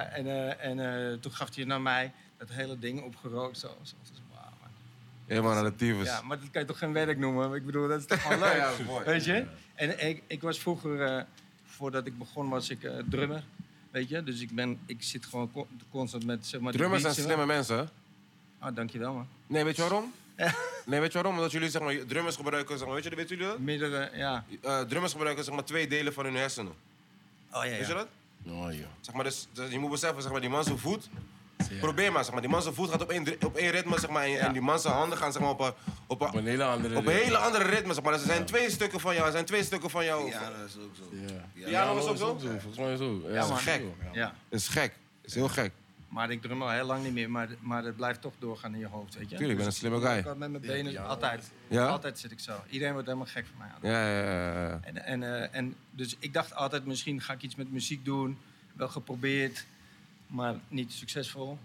en toen gaf hij naar mij dat hele ding opgerookt. Zo. Dat is wauw, man. Helemaal naar de tyfus. Ja, maar dat kan je toch geen werk noemen? Ik bedoel, dat is toch gewoon leuk? Ja, dat is mooi. Weet je? En ik was vroeger, voordat ik begon, was ik drummer. Weet je? Dus ik zit gewoon constant met, zeg maar... die Drummers zijn beats, slimme mensen, hè? Oh, dankjewel, man. Nee, weet je waarom? Nee, weet je waarom? Omdat jullie, zeg maar, drummers gebruiken, zeg maar, weten jullie dat? Meerdere, ja. Drummers gebruiken, zeg maar, 2 delen van hun hersenen. Oh, ja, Weet je ja. dat? Oh, ja. Zeg maar, dus je moet beseffen, zeg maar, die man zijn voet... Probeer maar, zeg maar. Die man zijn voet gaat op één ritme, zeg maar. En die man zijn handen gaan, zeg maar, op een hele andere... een hele andere ritme, zeg maar. Dus er zijn 2 stukken van jou. Er zijn 2 stukken van jou. Ja, dat is ook zo. Ja. Piano is ook zo? Volgens mij zo. Ja, Dat man. is gek. Ja. Dat is gek. Dat is heel gek. Maar ik drum al heel lang niet meer, maar het blijft toch doorgaan in je hoofd, weet je? Tuurlijk, ik ben een slimme Ik guy. kan met mijn benen, altijd. Ja? Altijd zit ik zo. Iedereen wordt helemaal gek van mij. Ja. En dus ik dacht altijd, misschien ga ik iets met muziek doen. Wel geprobeerd, maar niet succesvol.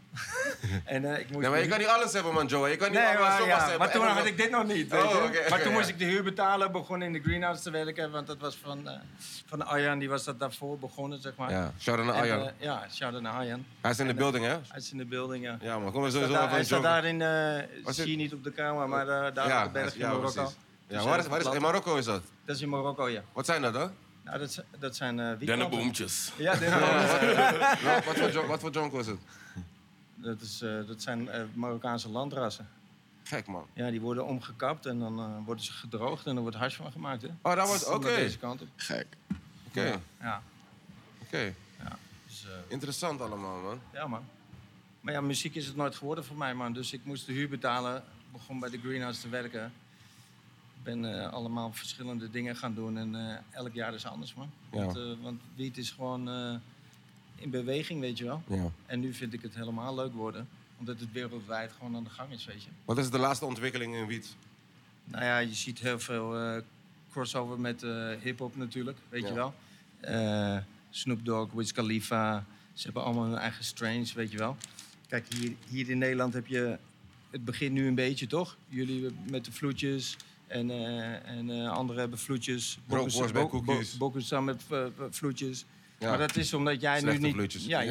En ik moest... Nee, maar je kan niet alles hebben, man, Joe. Je kan niet Nee, allemaal maar, sopas ja, hebben. maar toen En had dan- ik dit nog niet, weet je. Oh, oké, Maar toen ja. moest ik de huur betalen, begon in de greenhouse te werken. Want dat was van Arjan, die was dat daarvoor begonnen, zeg maar. Ja, shout-out naar En, Arjan. ja, shout-out naar Arjan. Hij is in de building, hè? Hij is in de building, ja. Ja, man. Kom maar sowieso Hij even staat joggen. daarin, zie je niet op de camera, maar daar op de berg in Marokko. precies. Ja, Dus, waar is in Marokko is dat? Dat is in Marokko, ja. Wat zijn dat, dan? Nou, dat zijn wietplanten. Dennenboompjes. Ja, dennenboompjes. Wat voor jonko is het? Dat zijn Marokkaanse landrassen. Gek, man. Ja, die worden omgekapt en dan worden ze gedroogd en er wordt hash van gemaakt, hè. Oh, dat wordt... Van Oké. Deze kant op. Gek. Oké. Ja. Dus, Interessant allemaal, man. ja, man. Maar ja, muziek is het nooit geworden voor mij, man. Dus ik moest de huur betalen. Begon bij de greenhouse te werken. Ik ben allemaal verschillende dingen gaan doen. En elk jaar is anders, man. Ja. Want wiet is gewoon in beweging, weet je wel. Ja. En nu vind ik het helemaal leuk worden. Omdat het wereldwijd gewoon aan de gang is, weet je. Wat is de laatste ontwikkeling in wiet? Nou ja, je ziet heel veel crossover met hip-hop natuurlijk, weet Ja. je wel. Snoop Dogg, Wiz Khalifa, ze hebben allemaal hun eigen strains, weet je wel. Kijk, hier in Nederland heb je... Het begint nu een beetje, toch? Jullie met de vloedjes en anderen hebben vloedjes. Broodworst bij cookies. Bokkers staan met vloedjes. Ja. Maar dat is omdat jij Slechte nu niet... vloedjes. Ja.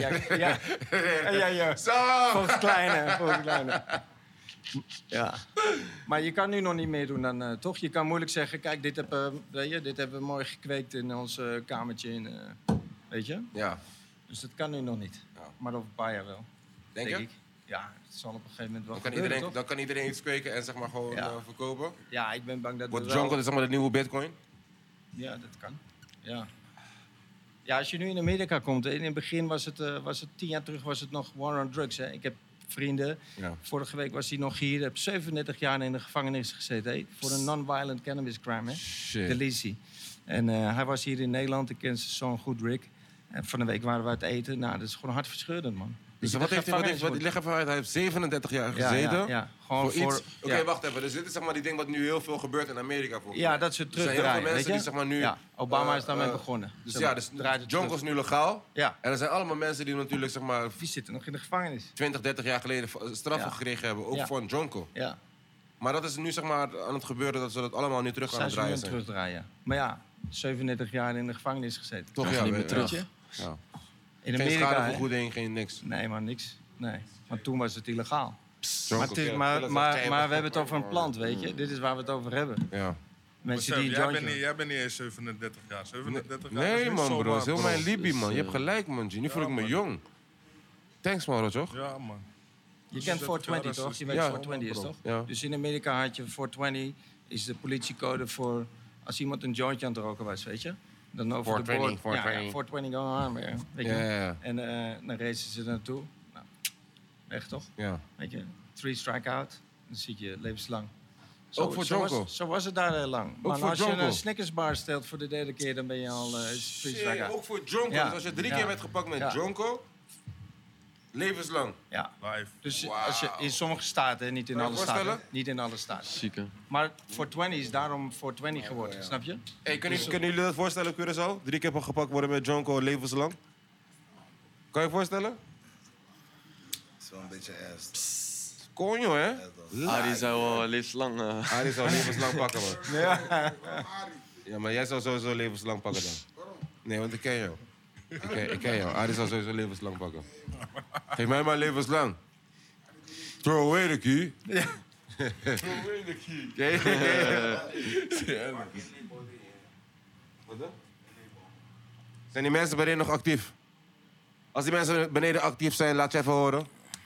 Ja. Zo! Volgens kleine. Ja. Maar je kan nu nog niet meer doen dan, toch? Je kan moeilijk zeggen, kijk, dit hebben we mooi gekweekt in ons kamertje. Weet je? Ja. Dus dat kan nu nog niet. Ja. Maar over een paar jaar wel. Denk je? ik. Ja, het zal op een gegeven moment wel Dan kan, gebeuren, iedereen, toch? dan kan iedereen iets kweken en zeg maar gewoon Ja. verkopen. Ja, ik ben bang dat Wordt we wel... Jonko is zeg maar de nieuwe bitcoin? Ja, dat kan. Ja. Ja, als je nu in Amerika komt, in het begin was het 10 jaar terug was het nog war on drugs. Hè. Ik heb vrienden, Ja. vorige week was hij nog hier, heb 37 jaar in de gevangenis gezeten. Hè, voor een non-violent cannabis crime, hè. Shit. De Lizzie. En hij was hier in Nederland, ik ken zijn zoon goed, Rick. En van de week waren we uit eten. Nou, dat is gewoon hartverscheurend, man. Dus Dat wat je heeft de hij, gevangenis leg even uit, hij heeft 37 jaar gezeten. Ja. Gewoon Voor iets. Oké, ja. wacht even. Dus dit is zeg maar die ding wat nu heel veel gebeurt in Amerika volgens Ja, mij. dat ze Er zijn heel terugdraaien, veel mensen weet je? die zeg maar nu... Ja, Obama is daarmee begonnen. Dus Zeg ja, maar, dus draait het Jonko terug. is nu legaal. Ja, En er zijn allemaal mensen die natuurlijk zeg maar die zitten nog in de gevangenis. 20, 30 jaar geleden straffen Ja. gekregen hebben. Ook Ja. voor een Jonko. Ja, Maar dat is nu zeg maar aan het gebeuren dat ze dat allemaal nu terug aan zijn het ze nu aan draaien het zijn. terugdraaien. Maar ja, 37 jaar in de gevangenis gezeten. Toch Gaan ja, niet meer weet terug. je? Ja. In Geen Amerika, hè? schadevergoeding, geen niks. Nee, maar niks. Nee, want toen was het illegaal. Jonko, Maar, het is, killen, maar, killen, maar, zeg, maar we hebben het over een plant, weet Mm. je. Dit is waar we het over hebben. Ja. Mensen Besef, die jij, jointje... jij bent niet eens 37 jaar. 37 jaar is Nee niet man zomaar, bro, het is heel mijn bro. Libi man. Je hebt gelijk man, G. Nu voel ik me man. jong. Thanks man, toch? Ja, man. Je kent 420 toch? Je weet Ja. wat 420 is toch? Ja. Dus in Amerika had je 420, is de politiecode voor als iemand een jointje aan het roken was, weet je? Dan over 420, de boord. Ja, 420. 420 going on, man. Weet je? Ja. En dan racen ze er naartoe. Nou, weg toch? Ja. Weet je? 3 strikeout, dan zit je levenslang. Ook voor Jonko? Zo was het daar heel lang. Maar voor als je Jonko? een Snickersbar stelt voor de derde keer, dan ben je al Nee, ook voor Jonko. Ja. Dus als je 3 keer werd gepakt met Ja. Jonko, levenslang. Ja. Live. Dus als je in sommige staten, niet in Kan je alle voorstellen? staten. Niet in alle staten. Zieke. Maar voor 20 is daarom voor 20 geworden, snap je? Hey, kunnen jullie dat voorstellen, Curaçao? 3 keer gepakt worden met Jonko levenslang? Kan je je voorstellen? Dat is wel een beetje ass. Konjo, hè? Arie zou wel levenslang... Arie zou levenslang pakken, man. Ja, maar jij zou sowieso levenslang pakken dan. Nee, want ik ken jou. Ik ken jou. Arie zou sowieso levenslang pakken. Geef mij maar levenslang. Throw away the key. Throw away the key. Wat dan? Zijn die mensen beneden nog actief? Als die mensen beneden actief zijn, laat je even horen.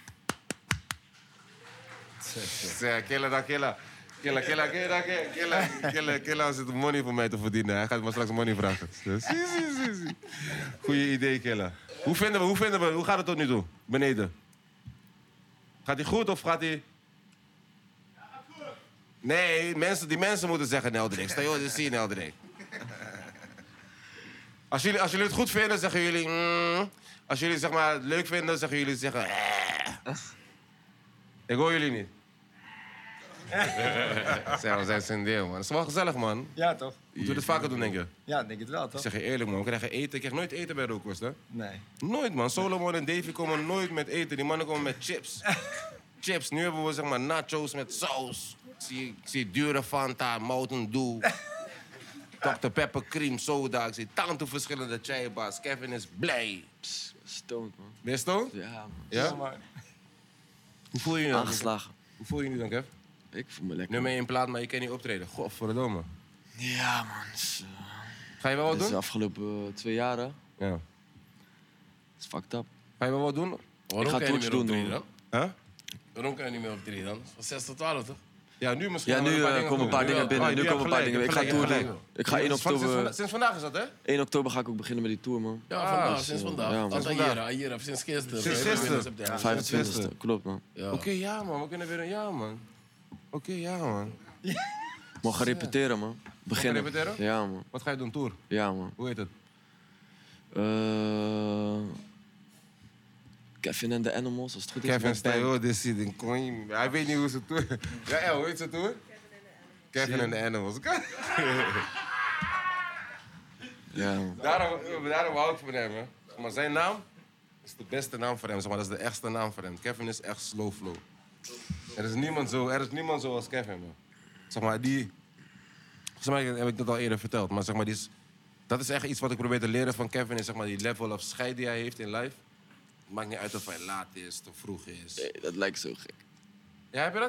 Killa zit money voor mij te verdienen. Hij gaat me straks money vragen. Goeie idee, Killa. Hoe gaat het tot nu toe? Beneden. Gaat hij goed of gaat hij... Nee, die mensen moeten zeggen Neldrik. Sta je eens zien, Neldrik. Als jullie het goed vinden, zeggen jullie... Als jullie zeg maar, het leuk vinden, zeggen jullie... Ik hoor jullie niet. We zijn zijn deel, man. Het is wel gezellig, man. Ja, toch? Moeten we dit vaker doen, denk je? Ja, ik denk het wel, Ik toch? zeg je eerlijk, man. We krijgen eten. Ik krijg nooit eten bij Rookwest, hè? Nee. Nooit, man. Solomon en Davy komen nooit met eten. Die mannen komen met chips. Chips. Nu hebben we, zeg maar, nachos met saus. Ik zie dure Fanta, Mountain Dew. Dr. Pepper, cream, soda. Ik zie tanto verschillende chai-bars. Kevin is blij. Stoned, man. Ben je stoned? Ja, man. Ja? Maar, Hoe voel je je dan? Aangeslagen. Hoe voel je je nu dan, Kev? Ik voel me lekker. Nummer 1 plaat, maar je kan niet optreden. Godverdomme. Ja, man. Het is, Ga je wel wat dit is de doen? afgelopen 2 jaren. Ja. Het is fucked up. Ga je wel wat doen? Waarom ga kan je niet toets meer doen, optreden hoor. dan? Huh? Waarom kan je niet meer optreden dan? Van 6 tot 12, toch? Ja, nu misschien. Ja, maar nu een paar dingen komen een paar komen. dingen binnen. Oh, Nu je komen een paar hebt dingen. Ik ga gelijk, tour je hebt doen. gelijk. Ik ga 1 oktober... Sinds vandaag is dat, hè? 1 oktober ga ik ook beginnen met die tour, man. Ja, vandaag, dus, sinds ja, vandaag. man. Altijd hier, sinds gisteren. Sinds gisteren. Ja, 25e, klopt, man. ja. Oké, ja, man. We kunnen weer een ja, man. Oké, ja, man. Mogen repeteren, man. Beginnen. repeteren? Ja, man. Wat ga je doen, tour? Ja, man. Hoe heet het? Kevin en de Animals, als het goed is. Kevin met band. Steyo, dit zit in Coin. Hij weet niet hoe ze tour. Ja, hoe heet ze tour? Kevin en de Animals. Ja, man. Daarom hou ik van hem, hè. Maar zijn naam is de beste naam voor hem. Zeg maar, dat is de echtste naam voor hem. Kevin is echt slow flow. Er is niemand zo als Kevin, man. Zeg maar, volgens mij heb ik dat al eerder verteld, maar zeg maar, dat is echt iets wat ik probeer te leren van Kevin. Is zeg maar die level of scheid die hij heeft in life. Het maakt niet uit of hij laat is, of vroeg is. Nee, dat lijkt zo gek. Ja, heb je dat?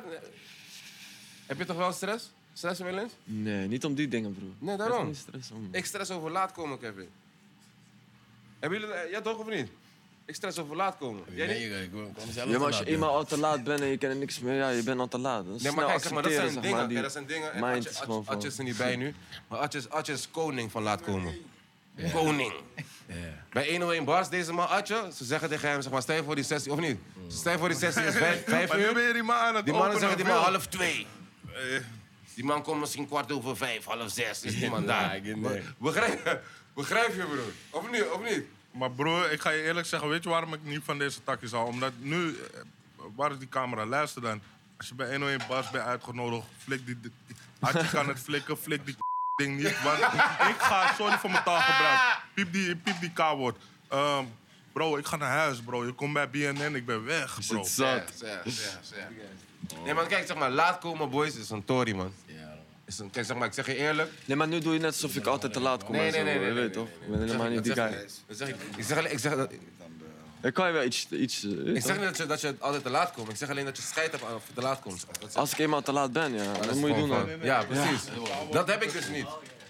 Heb je toch wel stress? Stress wel eens? Nee, niet om die dingen, bro. Nee, daarom. Echt niet stress om. Ik stress over laat komen, Kevin. Hebben jullie dat? Ja, toch of niet? Ik stress over laat komen. Jij niet? Nee, ik kwam zelf Ja, maar als te je laat, eenmaal al te laat bent en je kent er niks meer, ja, je bent al te laat. Nee, maar kijk, zeg maar, dat zijn Snel dingen. accepteren, Dat zijn dingen. En mind is gewoon van... Atje is er niet bij nu. Maar Atje is koning van laat komen. Koning. Bij 101 Bars, deze man Atje, ze zeggen tegen hem, zeg maar, stel je voor die sessie, of niet? Stel je voor die sessie is 5 Maar nu ben uur. je die man aan het Die mannen openen, zeggen die man bro. 1:30. Die man komt misschien 5:15, 5:30. Is die man daar? nee. Begrijp je, broer? Of niet? Maar broer, ik ga je eerlijk zeggen, weet je waarom ik niet van deze takjes hou? Omdat nu, waar is die camera? Luister dan. Als je bij 101 Bars bent uitgenodigd, flik die Atje kan het flikken, flik die ding niet. Want ik ga, sorry voor mijn taalgebruik, piep die K-woord. Bro, ik ga naar huis, bro. Je komt bij BNN, ik ben weg, bro. Het zat. Ja. Nee, maar kijk, zeg maar, laat komen, boys, is een tory, man. Kijk, zeg maar, ik zeg je eerlijk. Nee, maar nu doe je net alsof ik altijd te laat kom. Nee, en zo, nee, je weet toch? Ik ben helemaal niet die guy. Ik zeg Ik kan je wel iets Ik zeg niet dat je altijd te laat komt. Ik zeg alleen dat je scheid hebt aan of je te laat komt. Dat zeg als ik eenmaal te laat ben, ja, dan moet je doen. gewoon Dan. van- Ja, precies. Dat heb ik dus niet.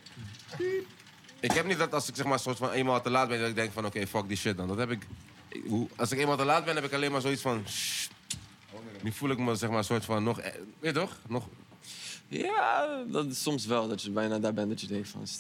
Ik heb niet dat als ik zeg maar soort van eenmaal te laat ben, dat ik denk van oké, fuck die shit dan. Dat heb ik. Als ik eenmaal te laat ben, heb ik alleen maar zoiets van. Nu voel ik me zeg maar soort van nog. Weet je toch? Nog. Ja, dat is soms wel. Dat je bijna daar bent dat je denkt van...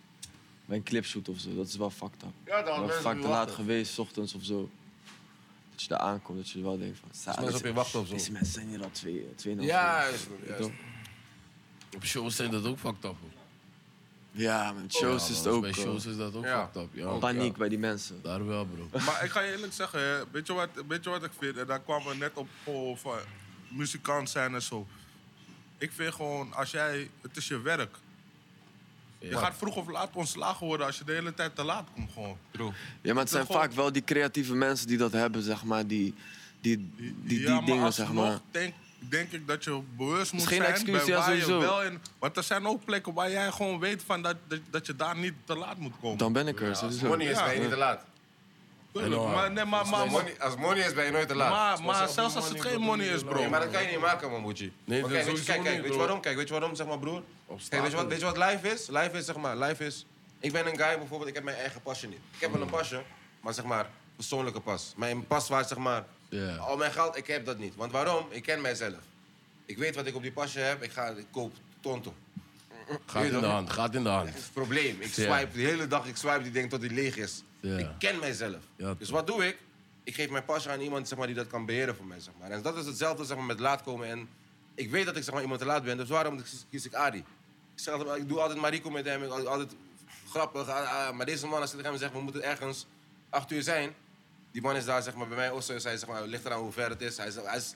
Bij een clipshoot of zo, dat is wel fucked up. Ja, dan Ik ben mensen vaak nu te laat wachten. geweest, 's ochtends of zo. Dat je daar aankomt, dat je wel denkt van... "Sa, mensen op je wachten of zo." Deze mensen zijn hier al 2,5 Ja, jaar. juist. Toch? Op shows zijn dat ook fucked up. Hoor. Ja, met shows is het ook... Bij shows is dat ook ja. fucked up. Ja. paniek bij die mensen. Daar wel, bro. Maar ik ga je eerlijk zeggen, hè, weet je wat ik vind? En daar kwamen we net op van muzikant zijn en zo. Ik vind gewoon, het is je werk. Je gaat vroeg of laat ontslagen worden als je de hele tijd te laat komt gewoon. Ja, maar het zijn gewoon- vaak wel die creatieve mensen die dat hebben, zeg maar. Die dingen, zeg maar. alsnog denk ik dat je bewust moet geen zijn excuus, bij ja, waar je sowieso. wel in... Want er zijn ook plekken waar jij gewoon weet van dat je daar niet te laat moet komen. Dan ben ik er, sowieso. Money is, Ja. ben je niet te laat. Tuurlijk, maar, nee, Als money is, ben je nooit te laat. maar zelfs als het geen money is, bro. Nee, maar dat kan je niet maken, man, Boetje. Nee, Maar dat kijk, sowieso kijk, niet, weet je bro. waarom? Kijk, weet je waarom, zeg maar, broer? Kijk, weet je wat life is? Life is, zeg maar, life is... Ik ben een guy, bijvoorbeeld, ik heb mijn eigen pasje niet. Ik heb wel een pasje, maar zeg maar, persoonlijke pas. Mijn pas waar, zeg maar, Ja. al mijn geld, ik heb dat niet. Want waarom? Ik ken mijzelf. Ik weet wat ik op die pasje heb, ik koop tonto. Gaat in de hand, gaat in de hand. Dat is het probleem. Ik Ja. swipe de hele dag, ik swipe die ding tot die leeg is. Ja. Ik ken mijzelf. Ja. Dus wat doe ik? Ik geef mijn pasje aan iemand, zeg maar, die dat kan beheren voor mij. Zeg maar. En dat is hetzelfde, zeg maar, met laat komen. En ik weet dat ik, zeg maar, iemand te laat ben, dus waarom kies ik Adi? Ik doe altijd Mariko met hem, altijd grappig. Maar deze man, als ik tegen hem zeg, we moeten ergens 8 uur zijn. Die man is daar, zeg maar, bij mij Osso. Hij zeg maar, ligt eraan hoe ver het is. Hij is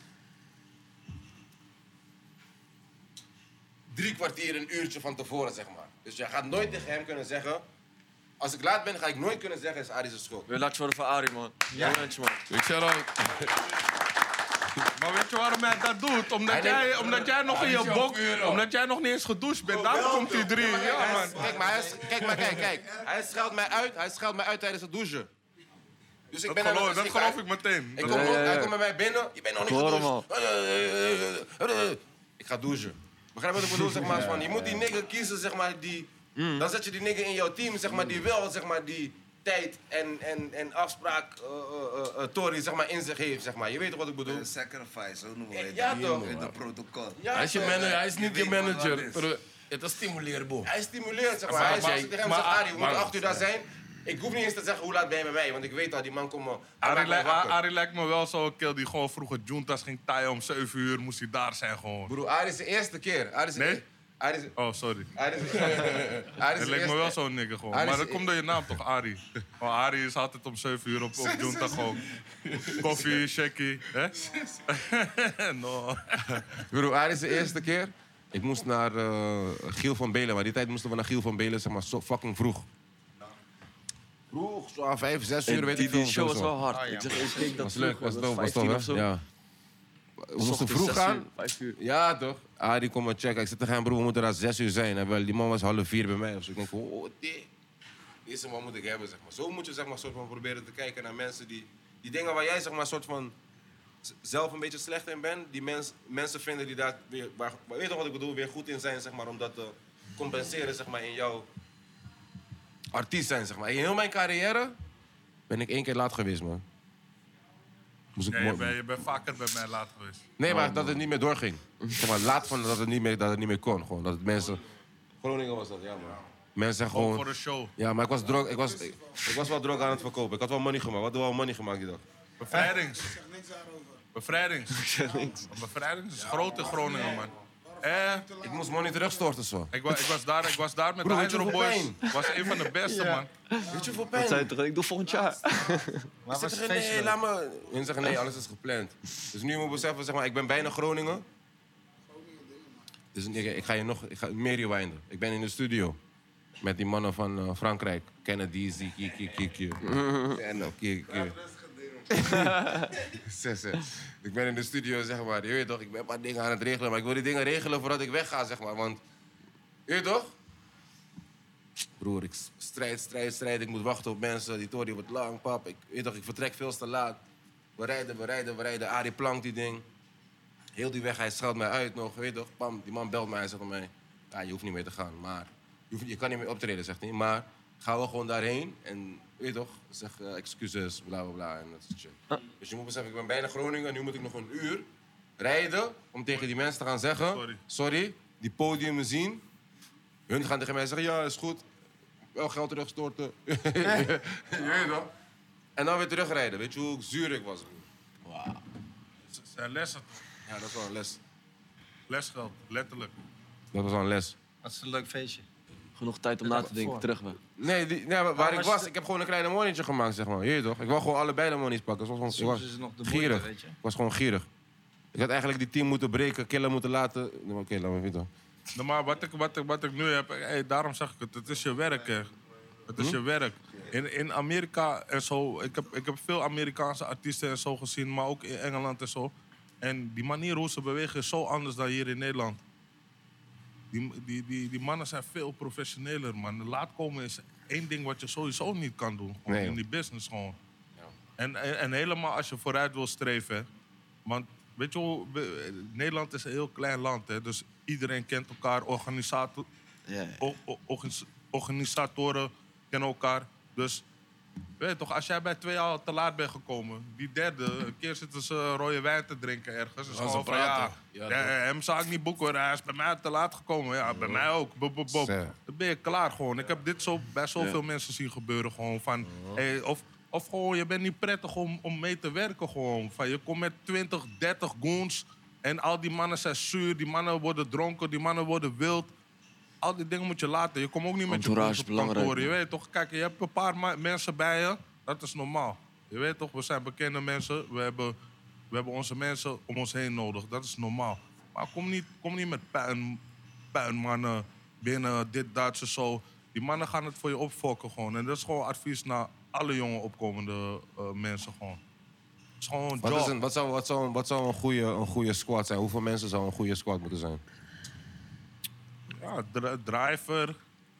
3 kwartier, een uurtje van tevoren, zeg maar. Dus je gaat nooit tegen hem kunnen zeggen... Als ik laat ben, ga ik nooit kunnen zeggen, is Arie zijn schuld. Weer laat je worden van Arie, man. Ja, man. Ik zeg ook. Maar weet je waarom hij dat doet? Omdat jij nog in je bok... Omdat jij nog niet eens gedoucht bent. Daarom komt die 3. Ja, man. Kijk. Hij scheldt mij uit tijdens het douchen. Dus ik ben Dat geloof ik meteen. Hij komt bij mij binnen. Je bent nog niet hoor hem gedoucht. Ik ga douchen. Begrijp je wat ik bedoel? Zeg maar, van, je moet die nigger kiezen, zeg maar, die... Dan zet je die nigger in jouw team, zeg maar, die wel, zeg maar, die tijd en afspraak Tory, zeg maar, in zich heeft, zeg maar. Je weet toch wat ik bedoel? Een sacrifice, zo noemen wij Ja, dat. toch? In het protocol. Ja, Hij is, toch? hij is niet je weet wat manager. dat is. Het is stimuleerboel. Hij stimuleert, zeg maar. Als ik tegen hem zeg, Arie, we moeten 8 uur daar zijn. Ik hoef niet eens te zeggen hoe laat ben je bij mij, want ik weet al, die man komt me... Arie lijkt me wel zo'n kill die gewoon vroeger juntas ging taaien om 7 uur. Moest hij daar zijn gewoon. Broer, Arie is de eerste keer. Nee? Arie is... Oh, sorry. Arie is... Het lijkt me wel zo'n nigger gewoon. Arie is- Maar dat komt door je naam toch, Arie? Want Arie is altijd om 7 uur op junta gewoon. Koffie, shakey. Hè? No. Broer, Arie is de eerste keer. Ik moest naar Giel van Belen, maar die tijd moesten we naar Giel van Belen, zeg maar, zo fucking vroeg. Vroeg, zo aan 5, 6 uur, weet ik veel. Die show was zo. wel hard. Ik zeg, ik keek dat Was leuk, vroeg, was dat tof, was 15 tof, of zo. hè? Ja. We moesten vroeg gaan. 5 uur. Ja, toch? Arie, kom maar checken. Ik zeg tegen hem, broer, we moeten daar 6 uur zijn. En wel, die man was 3:30 bij mij. Dus ik denk, deze man moet ik hebben, zeg maar. Zo moet je, zeg maar, soort van proberen te kijken naar mensen die dingen waar jij, zeg maar, soort van zelf een beetje slecht in bent. Die mensen vinden die daar weer, weet je toch wat ik bedoel, weer goed in zijn, zeg maar, om dat te compenseren, zeg maar, in jouw artiest zijn, zeg maar. In heel mijn carrière ben ik 1 keer laat geweest, man. Moest ik Je bent vaker bij mij laat geweest. Nee, maar dat het niet meer doorging. Zeg maar, laat van dat het niet meer kon. Gewoon. Dat het mensen... Groningen was dat, ja, man. Mensen zijn Gewoon gewoon... voor de show. Ja, maar ik was drog, ik was wel drog aan het verkopen. Ik had wel money gemaakt. Wat hadden we al money gemaakt die dag? Bevrijdings. Bevrijdings. Bevrijdings is groot in Groningen, man. Ik moest money terugstorten, zo. Ik was daar met Bro, de weet je Hydro hoeveel Boys. pijn? Was een van de beste, man. Weet je hoeveel Dat pijn? zei je toch, ik doe volgend jaar. Maar Ik was zeg, het nee, feestje? laat me... Hun zeggen, nee, alles is gepland. Dus nu moet ik beseffen, zeg maar, ik ben bijna Groningen. Dus ik ga meer rewinden. Ik ben in de studio. Met die mannen van Frankrijk. Kennedy, Kiki. En Kiki. Ik ben in de studio, zeg maar. Je weet toch, ik ben een paar dingen aan het regelen. Maar ik wil die dingen regelen voordat ik wegga, zeg maar. Want, je weet toch? Broer, ik strijd. Ik moet wachten op mensen. Die tory wordt lang, pap. Ik vertrek veel te laat. We rijden. Arie plankt die ding. Heel die weg, hij scheldt mij uit nog. Weet toch, pam, die man belt mij en zegt tegen mij... Ja, je hoeft niet meer te gaan, maar... Je kan niet meer optreden, zegt hij. Maar ga wel gewoon daarheen en, weet toch, zeg excuses, bla bla bla. En dat is shit. Dus je moet beseffen, ik ben bijna Groningen. Nu moet ik nog een uur rijden om tegen die mensen te gaan zeggen... Sorry, die podiumen zien. Hun gaan tegen mij zeggen, ja, is goed. Wel geld terugstorten. Je weet toch? En dan weer terugrijden. Weet je hoe zuur ik was? Zijn lessen toch? Ja, dat is wel een les. Lesgeld, letterlijk. Dat was wel een les. Dat is een leuk feestje. Genoeg tijd om na te denken, terug we. Nee, waar ik was, ik heb gewoon een kleine monietje gemaakt, zeg maar. Je toch? Ik wou gewoon allebei de monies pakken. Ik Soms was is het nog de moeite, gierig. weet je. Ik was gewoon gierig. Ik had eigenlijk die team moeten breken, killen moeten laten. Nee, Oké, laat me weten. Nou, maar wat ik nu heb, daarom zeg ik het. Het is je werk, hè. Het is je werk. In Amerika en zo, ik heb veel Amerikaanse artiesten en zo gezien, maar ook in Engeland en zo. En die manier hoe ze bewegen is zo anders dan hier in Nederland. Die mannen zijn veel professioneler, man. Laat komen is één ding wat je sowieso niet kan doen. Gewoon Nee, in die business gewoon. Ja. En helemaal als je vooruit wil streven. Hè. Want weet je hoe, Nederland is een heel klein land, hè. Dus iedereen kent elkaar. Organisatoren kennen elkaar. Dus weet je toch, als jij bij 2 al te laat bent gekomen, die derde, een keer zitten ze rode wijn te drinken ergens. Dus Gaan ze gewoon van praten. ja, Ja, hem zou ik niet boeken hoor, hij is bij mij te laat gekomen. Ja, bij mij ook. Zo. Dan ben je klaar gewoon. Ik heb dit zo bij zoveel mensen zien gebeuren gewoon van, hey, of gewoon, je bent niet prettig om mee te werken gewoon. Van, je komt met 20, 30 goons en al die mannen zijn zuur, die mannen worden dronken, die mannen worden wild. Al die dingen moet je laten. Je komt ook niet met je Entourage goons op belangrijk, kantoor. Je man. weet toch, kijk, je hebt een paar mensen bij je, dat is normaal. Je weet toch, we zijn bekende mensen, we hebben onze mensen om ons heen nodig, dat is normaal. Maar kom niet met puinmannen binnen, dit, dat, zo. Die mannen gaan het voor je opfokken gewoon. En dat is gewoon advies naar alle jonge opkomende mensen gewoon. Het is gewoon een job. Wat zou een goede squad zijn? Hoeveel mensen zou een goede squad moeten zijn? Ja, driver.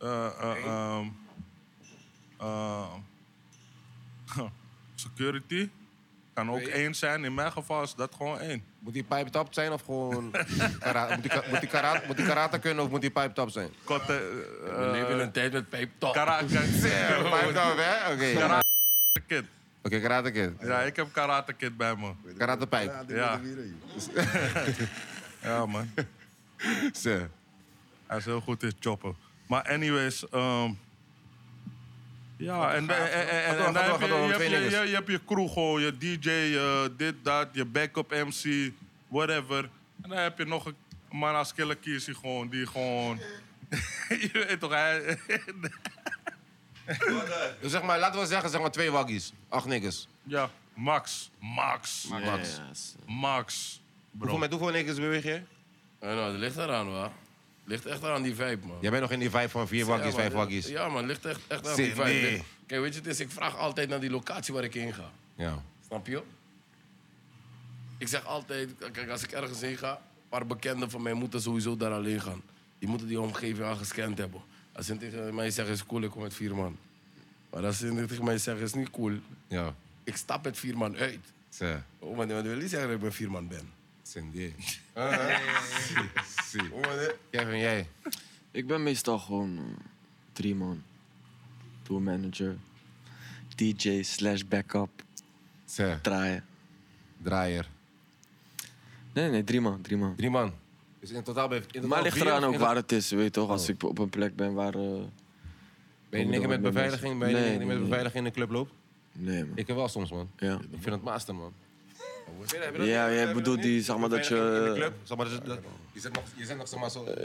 Security. Kan ook 1 zijn. In mijn geval is dat gewoon 1. Moet die pipe top zijn of gewoon... moet die karate kunnen of moet die pipe top zijn? We leven in een tijd met pijptop. Pipe top, hè? Oké. Karate Kid. Oké, karate kid. Ja, ik heb Karate Kid bij me. Karate pipe. Ja. Ja, man. Zo. Hij is heel goed in choppen. Maar anyways, ja, en dan heb je crew gewoon, je DJ, dit, dat, je backup MC, whatever. En dan heb je nog een man als Killer Kiesie gewoon, die gewoon... je weet toch, hij... Dus zeg maar, laten we zeggen, zeg maar 2 waggies. 8 niggas. ja, Max. Hoeveel niggas beweeg je? Nou, dat ligt eraan, hoor. Ligt echt aan die vibe, man. Jij bent nog in die vibe van 4 waggies, 5 waggies. Ja, man, ligt echt aan die Zit vibe. nee. Kijk, weet je, het is, ik vraag altijd naar die locatie waar ik heen ga. Ja. Snap je? Ik zeg altijd, kijk, als ik ergens heen ga, een paar bekenden van mij moeten sowieso daar alleen gaan. Die moeten die omgeving al gescand hebben. Als ze tegen mij zeggen, is cool, ik kom met 4 man. Maar als ze tegen mij zeggen, is niet cool, Ja. ik stap met 4 man uit. Zo. Oh, maar dat wil niet zeggen dat ik met 4 man ben. Cindy. Oh, maar dit- Kevin, jij? Ik ben meestal gewoon 3 man. Tour manager. DJ / backup. Zo. Draaien. Draaier. Nee, 3 man. 3 man. Dus in totaal ben je... Maar ligt eraan ook waar het is, weet je toch? Als ik op een plek ben waar... Ben je niet met beveiliging? Ben je Nee, niet met nee. beveiliging in de club loopt? Nee, man. Ik heb wel soms, man. Ja. Ik vind het master, man. Ja, jij bedoelt die, zeg maar dat In de je... club, zeg maar, je zet nog zeg maar zo... Maar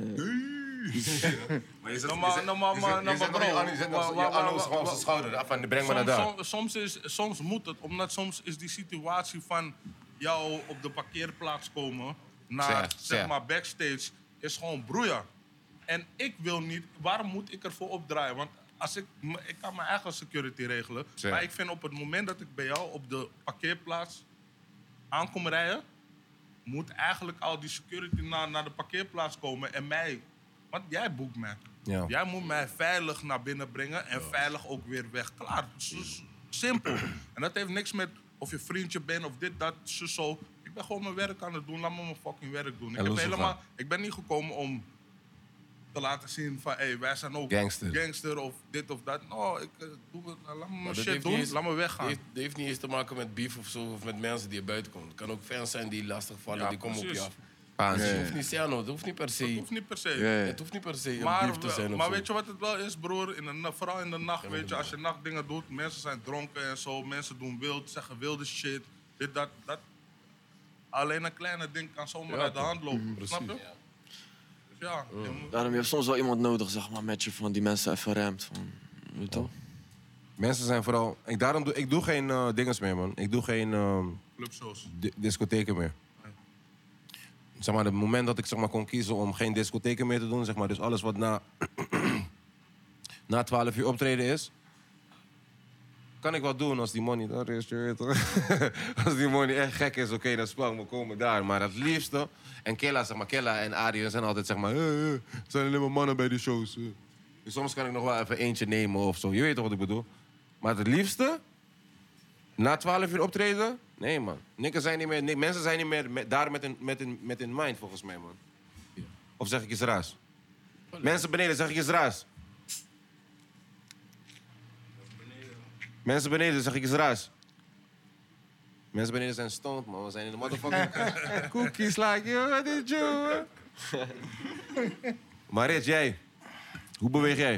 je zet nog je anus gewoon op zijn schouder. Af en breng me naar daar. Soms moet het, omdat soms is die situatie van jou op de parkeerplaats komen naar, zeg maar, backstage, is gewoon broeien. En ik wil niet, waarom moet ik ervoor opdraaien? Want als ik kan mijn eigen security regelen, maar ik vind op het moment dat ik bij jou op de parkeerplaats aankom rijden, moet eigenlijk al die security naar de parkeerplaats komen en mij... Want jij boekt mij. Ja. Jij moet mij veilig naar binnen brengen en veilig ook weer weg. Klaar. Simpel. En dat heeft niks met of je vriendje bent of dit, dat, zo. Ik ben gewoon mijn werk aan het doen. Laat me mijn fucking werk doen. Ik ben niet gekomen om te laten zien van, hey, wij zijn ook gangster of dit of dat. No, laat me mijn shit doen. Laat me weggaan. Het heeft niet eens te maken met beef of zo, of met mensen die er buiten komen. Het kan ook fans zijn die lastig vallen, Ja, die komen op je precies. af. Paans. Het hoeft niet Ciano, het hoeft niet per se. Het hoeft niet per se. Het hoeft niet per se een beef te zijn of Maar zo. weet je wat het wel is, broer? Vooral in de nacht, weet je, als je nachtdingen doet, mensen zijn dronken en zo, mensen doen wild, zeggen wilde shit, dit, dat. Alleen een kleine ding kan zomaar uit de hand lopen. Snap je? Dus ja. je moet- Daarom, je hebt soms wel iemand nodig, zeg maar, met je van die mensen even remt. Van, weet je toch? Mensen zijn vooral... Ik doe geen dinges meer, man. Ik doe geen Clubshows. discotheken meer. Zeg maar, het moment dat ik zeg maar, kon kiezen om geen discotheken meer te doen, zeg maar, dus alles wat na 12 uur optreden is, kan ik wat doen als die money daar is, je weet toch? Als die money echt gek is, oké, dan spang, we komen daar. Maar het liefste, en Killa, zeg maar, Killa en Adrian zijn altijd, zeg maar, er zijn alleen maar mannen bij die shows. Dus soms kan ik nog wel even eentje nemen of zo, je weet toch wat ik bedoel? Maar het liefste, na 12 uur optreden, nee man. Mensen zijn niet meer daar met hun mind, volgens mij, man. Of zeg ik iets raars? Mensen beneden, zeg ik iets raars? Mensen beneden, zeg ik iets raars? Mensen beneden zijn stoned, man. We zijn in de motherfucking cookies like you, what did you? Maar Rich, jij? Hoe beweeg jij?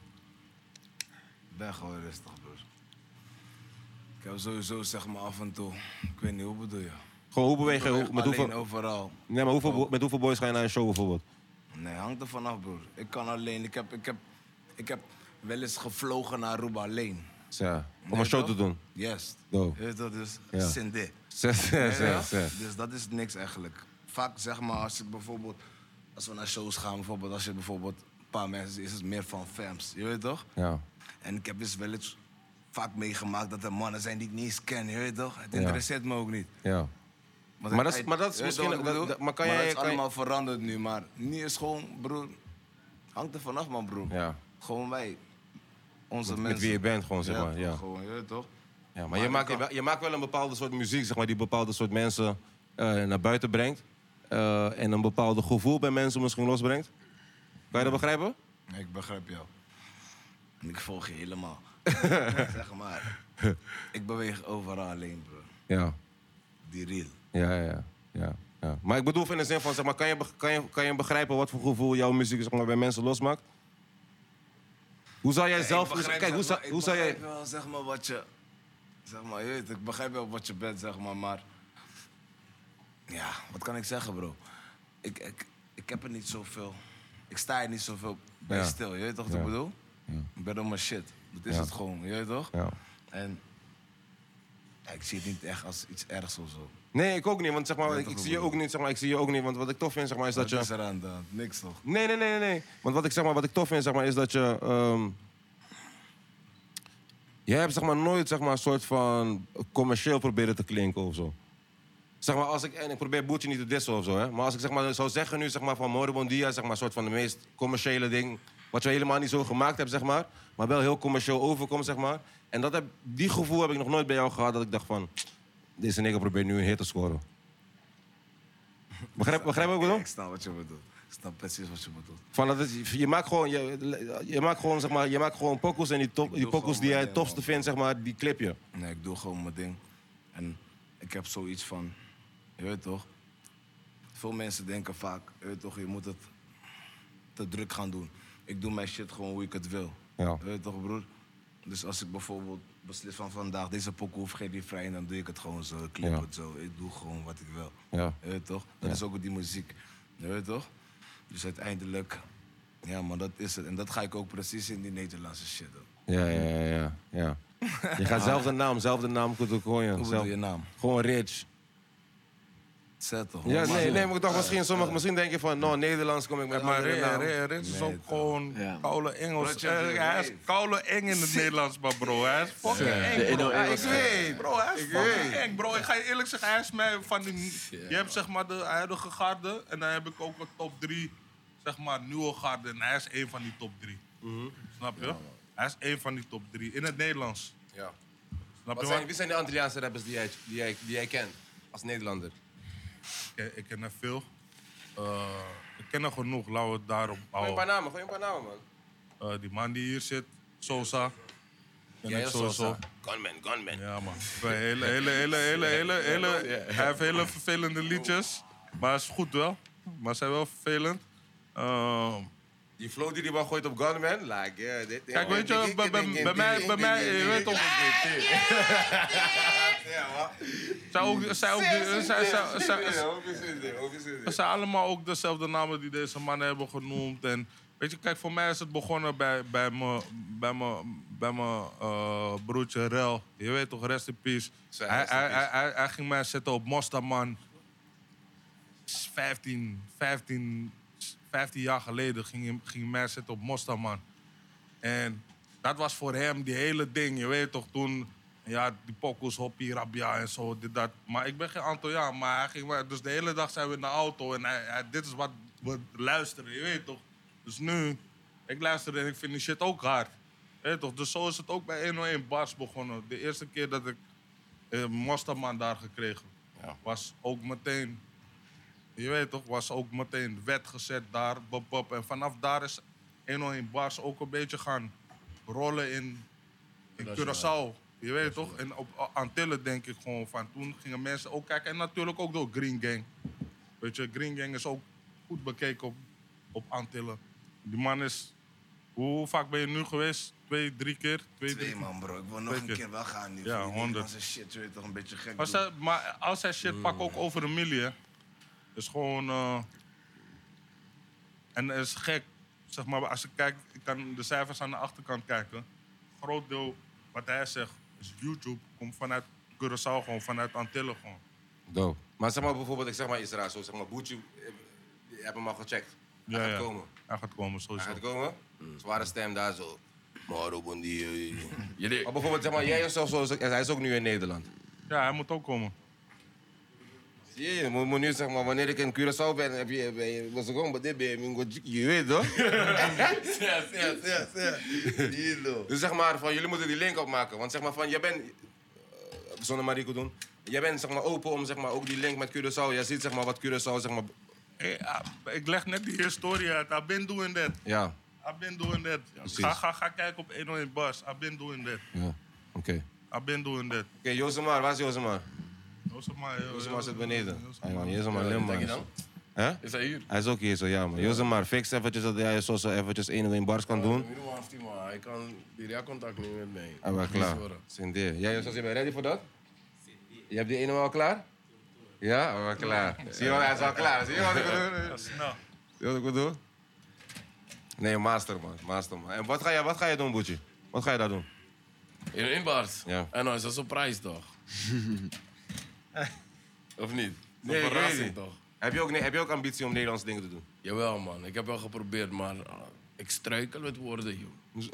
Ik ben gewoon rustig, broer. Ik heb sowieso, zeg maar, af en toe... Ik weet niet, hoe bedoel je? Gewoon, hoe beweeg je? Alleen overal. Nee, maar met hoeveel boys ga je naar een show bijvoorbeeld? Nee, hangt er vanaf, broer. Ik kan alleen. Ik heb wel eens gevlogen naar Aruba alleen. Ja, om Nee, een show toch? te doen. Yes. Dope. Je weet dat dus Ja. Sinde. Ja. Dus dat is niks eigenlijk. Vaak zeg maar als we naar shows gaan, bijvoorbeeld als je bijvoorbeeld een paar mensen is het meer van fams, je weet toch? Ja. En ik heb dus wel eens vaak meegemaakt dat er mannen zijn die ik niet eens ken, je weet toch? Het interesseert me ook niet. Ja. Want Maar het- dat is je weet misschien- toch wat ik dat- bedoel? maar kan dat jij- is kan je- allemaal veranderd nu, maar nu is gewoon, broer, hangt er vanaf man, broer. Ja. Gewoon wij, onze Met mensen. wie je bent, gewoon, zeg Ja, maar. Ja. Gewoon, je weet toch? Ja, maar Maar je maakt wel een bepaalde soort muziek, zeg maar, die bepaalde soort mensen naar buiten brengt. En een bepaalde gevoel bij mensen misschien losbrengt. Kan je dat begrijpen? Nee, ik begrijp jou. En ik volg je helemaal. Zeg maar, ik beweeg overal alleen, bro. Ja. Die real. Ja. Maar ik bedoel in de zin van, zeg maar, kan je begrijpen wat voor gevoel jouw muziek zeg maar, bij mensen losmaakt? Hoe zou jij zelf... Ik begrijp, Kijk, hoe zeg maar, zou jij... Ik begrijp wel, zeg maar, wat je... Zeg maar, je weet, ik begrijp wel wat je bent, zeg maar. Ja, wat kan ik zeggen, bro? Ik heb er niet zoveel... Ik sta er niet zoveel bij Ja. stil, je weet toch wat ik bedoel? Ik ben op mijn shit. Dat is Ja. het gewoon, je weet toch? Ja. En... Ja, ik zie het niet echt als iets ergs of zo. Nee, ik ook niet, want zeg maar, Ja, ik toch zie je ook niet, zeg maar, ik zie je ook niet, want wat ik tof vind, zeg maar, is dat Wat je... is er aan de hand? Niks toch? Nee. Want wat ik tof vind, zeg maar, is dat je... jij hebt zeg maar, nooit zeg maar, een soort van commercieel proberen te klinken of zo. Zeg maar, en ik probeer Boetje niet te dissen of zo, hè. Maar als ik zeg maar, zou zeggen nu, zeg maar, van Moribond Dia, zeg maar, een soort van de meest commerciële ding... wat je helemaal niet zo gemaakt hebt, zeg maar wel heel commercieel overkomt, zeg maar. En die gevoel heb ik nog nooit bij jou gehad, dat ik dacht van... Deze nigger probeert nu een hit te scoren. Begrijp wat ik bedoel? Ik snap wat je bedoelt. Ik snap precies wat je bedoelt. Van dat je maakt gewoon, zeg maar, je maakt gewoon pokkels en die doe pokkels gewoon die jij mijn het tofste ding, vindt, zeg maar, die clip je. Nee, ik doe gewoon mijn ding. En ik heb zoiets van, je weet toch? Veel mensen denken vaak, je weet toch, je moet het te druk gaan doen. Ik doe mijn shit gewoon hoe ik het wil. Ja. Je weet toch, broer? Dus als ik bijvoorbeeld beslis van vandaag, deze pokoe hoeft geen refrein, dan doe ik het gewoon zo, ik clip Ja. het zo. Ik doe gewoon wat ik wil. Ja. Je weet toch? Dat is ook die muziek. Je weet toch? Dus uiteindelijk, ja, maar dat is het. En dat ga ik ook precies in die Nederlandse shit doen. Ja. Je gaat zelfde naam kunnen gooien. Hoe bedoel je naam? Gewoon Rich. Zet toch? Ja, nee, maar ik dacht misschien denk je van, no, Nederlands kom ik met Maar andere naam. Rits is ook gewoon Ja. koude Engels. Broodje, Hij is nee. koude eng in het Nederlands, maar bro. Hij is fucking eng, bro. Ja, ik weet. Bro, hij is fucking eng, bro. Ik ga je eerlijk zeggen, hij is mij van die... Je hebt zeg maar de huidige garde en dan heb ik ook een top 3, zeg maar, nieuwe garde. En hij is één van die top 3. Snap je? Hij is één van die top 3 in het Nederlands. Ja. Snap je wat? Wie zijn de Antilliaanse rappers die jij kent als Nederlander? Ik ken er veel. Ik ken er genoeg, laten we het daarop Gooi een houden. paar namen, man. Die man die hier zit, Sosa. Ken Jij ik is sowieso. Gunman. Ja, man. Hij heeft hele vervelende liedjes. Maar hij is goed wel. Maar ze zijn wel vervelend. Die flow die wel gooit op Gunman, like, yeah, dit... Kijk, weet je, bij mij, je weet toch... Het zijn allemaal ook dezelfde namen die deze mannen hebben genoemd. En weet je, kijk, voor mij is het begonnen bij mijn broertje Rel. Je weet toch, rest in peace. Hij ging mij zetten op Mostaman. 15 jaar geleden ging hij mij zetten op Mostaman. En dat was voor hem die hele ding. Je weet toch, toen... Ja, die pokoes, Hoppie, Rabia en zo, dit, dat. Maar ik ben geen Antilliaan, maar hij ging... Dus de hele dag zijn we in de auto en dit is wat we luisteren, je weet toch. Dus nu, ik luister en ik vind die shit ook hard. Je weet toch, dus zo is het ook bij 101 Bars begonnen. De eerste keer dat ik Mostaman daar gekregen, was ook meteen... Je weet toch, was ook meteen wet gezet daar, bop. En vanaf daar is 101 Bars ook een beetje gaan rollen in Curaçao. Je weet toch? En op Antillen denk ik gewoon van. Toen gingen mensen ook kijken. En natuurlijk ook door Green Gang. Weet je, Green Gang is ook goed bekeken op Antillen. Die man is... Hoe vaak ben je nu geweest? 2, 3 keer? 2 man, bro. Ik wil nog een keer wel gaan nu. Ja, 100. Als shit, je weet toch, een beetje gek maar als hij shit pakt, ook over een miljoen. Is gewoon... En het is gek. Zeg maar, als je kijkt, ik kan de cijfers aan de achterkant kijken. Een groot deel wat hij zegt, is YouTube. Komt vanuit Curaçao, gewoon vanuit Antillen gewoon. Dope. Maar zeg maar bijvoorbeeld, ik zeg maar Israël zo, zeg maar Buju, je hebt hem al gecheckt. Hij gaat komen. Hij gaat komen, sowieso. Hij gaat komen? Zware stem daar zo. Maar bijvoorbeeld, zeg maar, jij jezelf zo, hij is ook nu in Nederland. Ja, hij moet ook komen. Zie je moet nu zeg maar, wanneer ik in Curaçao ben, was ik gewoon bij dit ben je weet toch? Ja. Dus zeg maar, van, jullie moeten die link opmaken. Want zeg maar van, jij bent, zonder Mariko doen, jij bent zeg maar open om zeg maar, ook die link met Curaçao. Jij ziet zeg maar wat Curaçao zeg maar... Ik leg net die historie uit. I've been doing that. Ja. I've been doing that. Ga kijken op 101 Bars. I've been doing that. Ja, oké. I've been doing that. Oké, Josemar, waar is Josemar? Josemar zit beneden. Josemar, Limburg. Is hij hier? Hij is ook hier zo, ja man. Josemar, fix eventjes dat jij zo eventjes 101 Bars kan doen. Hij kan direct contact nemen met mij. Ah, maar klaar. Sindeer. Jij, Josemar, ben je ready voor dat? Je hebt die ene al klaar? Ja, maar klaar. Zie je wat, hij is al klaar. Zie je wat ik bedoel? Ja, snel. Zie je wat ik bedoel? Nee, master man. En wat ga je doen, Boetje? Wat ga je daar doen? In Bars? Ja. En nou is dat zo'n prijs toch? Of niet? Nee, Een verrassing niet. toch? Heb je ook ambitie om Nederlandse dingen te doen? Jawel man, ik heb wel geprobeerd, maar ik struikel met woorden, joh.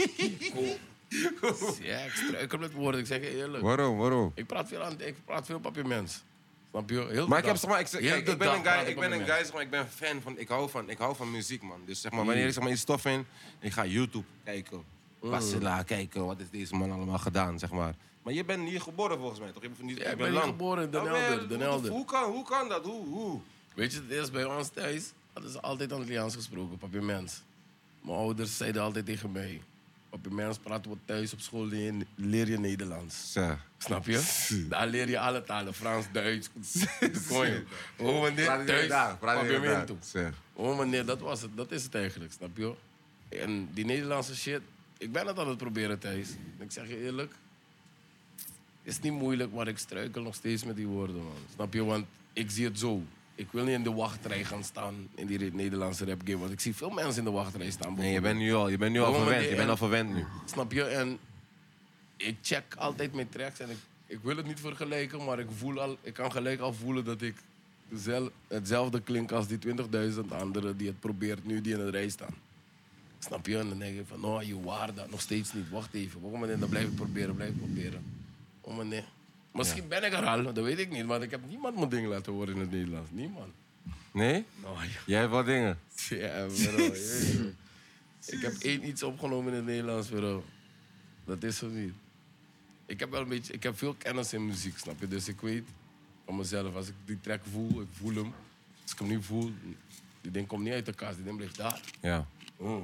Ja, ik struikel met woorden, ik zeg je eerlijk. Waarom? Ik praat veel papiermens. Snap je? Heel Maar de ik dag. ben een guy, zeg maar, ik ben fan van, ik hou van muziek, man. Dus zeg maar, wanneer ik zeg maar iets tof vind, ik ga YouTube kijken. Basila kijken, wat is deze man allemaal gedaan, zeg maar. Maar je bent hier geboren volgens mij, toch? Ja, ik ben hier geboren in Den Helder. Hoe kan dat? Hoe? Weet je, het is bij ons thuis, hadden ze altijd Antilliaans gesproken, papiermens. Mijn ouders zeiden altijd tegen mij, papiermens praten we thuis op school, leer je Nederlands. Zo. Snap je? Daar leer je alle talen, Frans, Duits. Kon je. Oh meneer, thuis, papiermento. Oh meneer, dat was het, dat is het eigenlijk, snap je? En die Nederlandse shit, ik ben het aan het proberen thuis. Ik zeg je eerlijk, het is niet moeilijk, maar ik struikel nog steeds met die woorden, man. Snap je? Want ik zie het zo. Ik wil niet in de wachtrij gaan staan in die Nederlandse rap game. Want ik zie veel mensen in de wachtrij staan. Nee, je bent nu al verwend. Je bent al verwend nu. Snap je? En ik check altijd mijn tracks. En ik wil het niet vergelijken, maar ik kan gelijk al voelen dat ik hetzelfde klink als die 20.000 anderen die het probeert nu, die in het rij staan. Snap je? En dan denk ik van, nou, je waar dat nog steeds niet. Wacht even. Waarom dan blijf ik proberen. Oh meneer. Misschien ben ik er al, dat weet ik niet. Maar ik heb niemand mijn ding laten horen in het Nederlands. Niemand. Nee? Nou, Jij hebt wat dingen? ja, bro. Ik heb 1 iets opgenomen in het Nederlands, bro. Dat is zo niet. Ik heb veel kennis in muziek, snap je? Dus ik weet van mezelf, als ik die track voel, ik voel hem. Als ik hem niet voel, die ding komt niet uit de kast, die ding blijft daar. Ja. Oh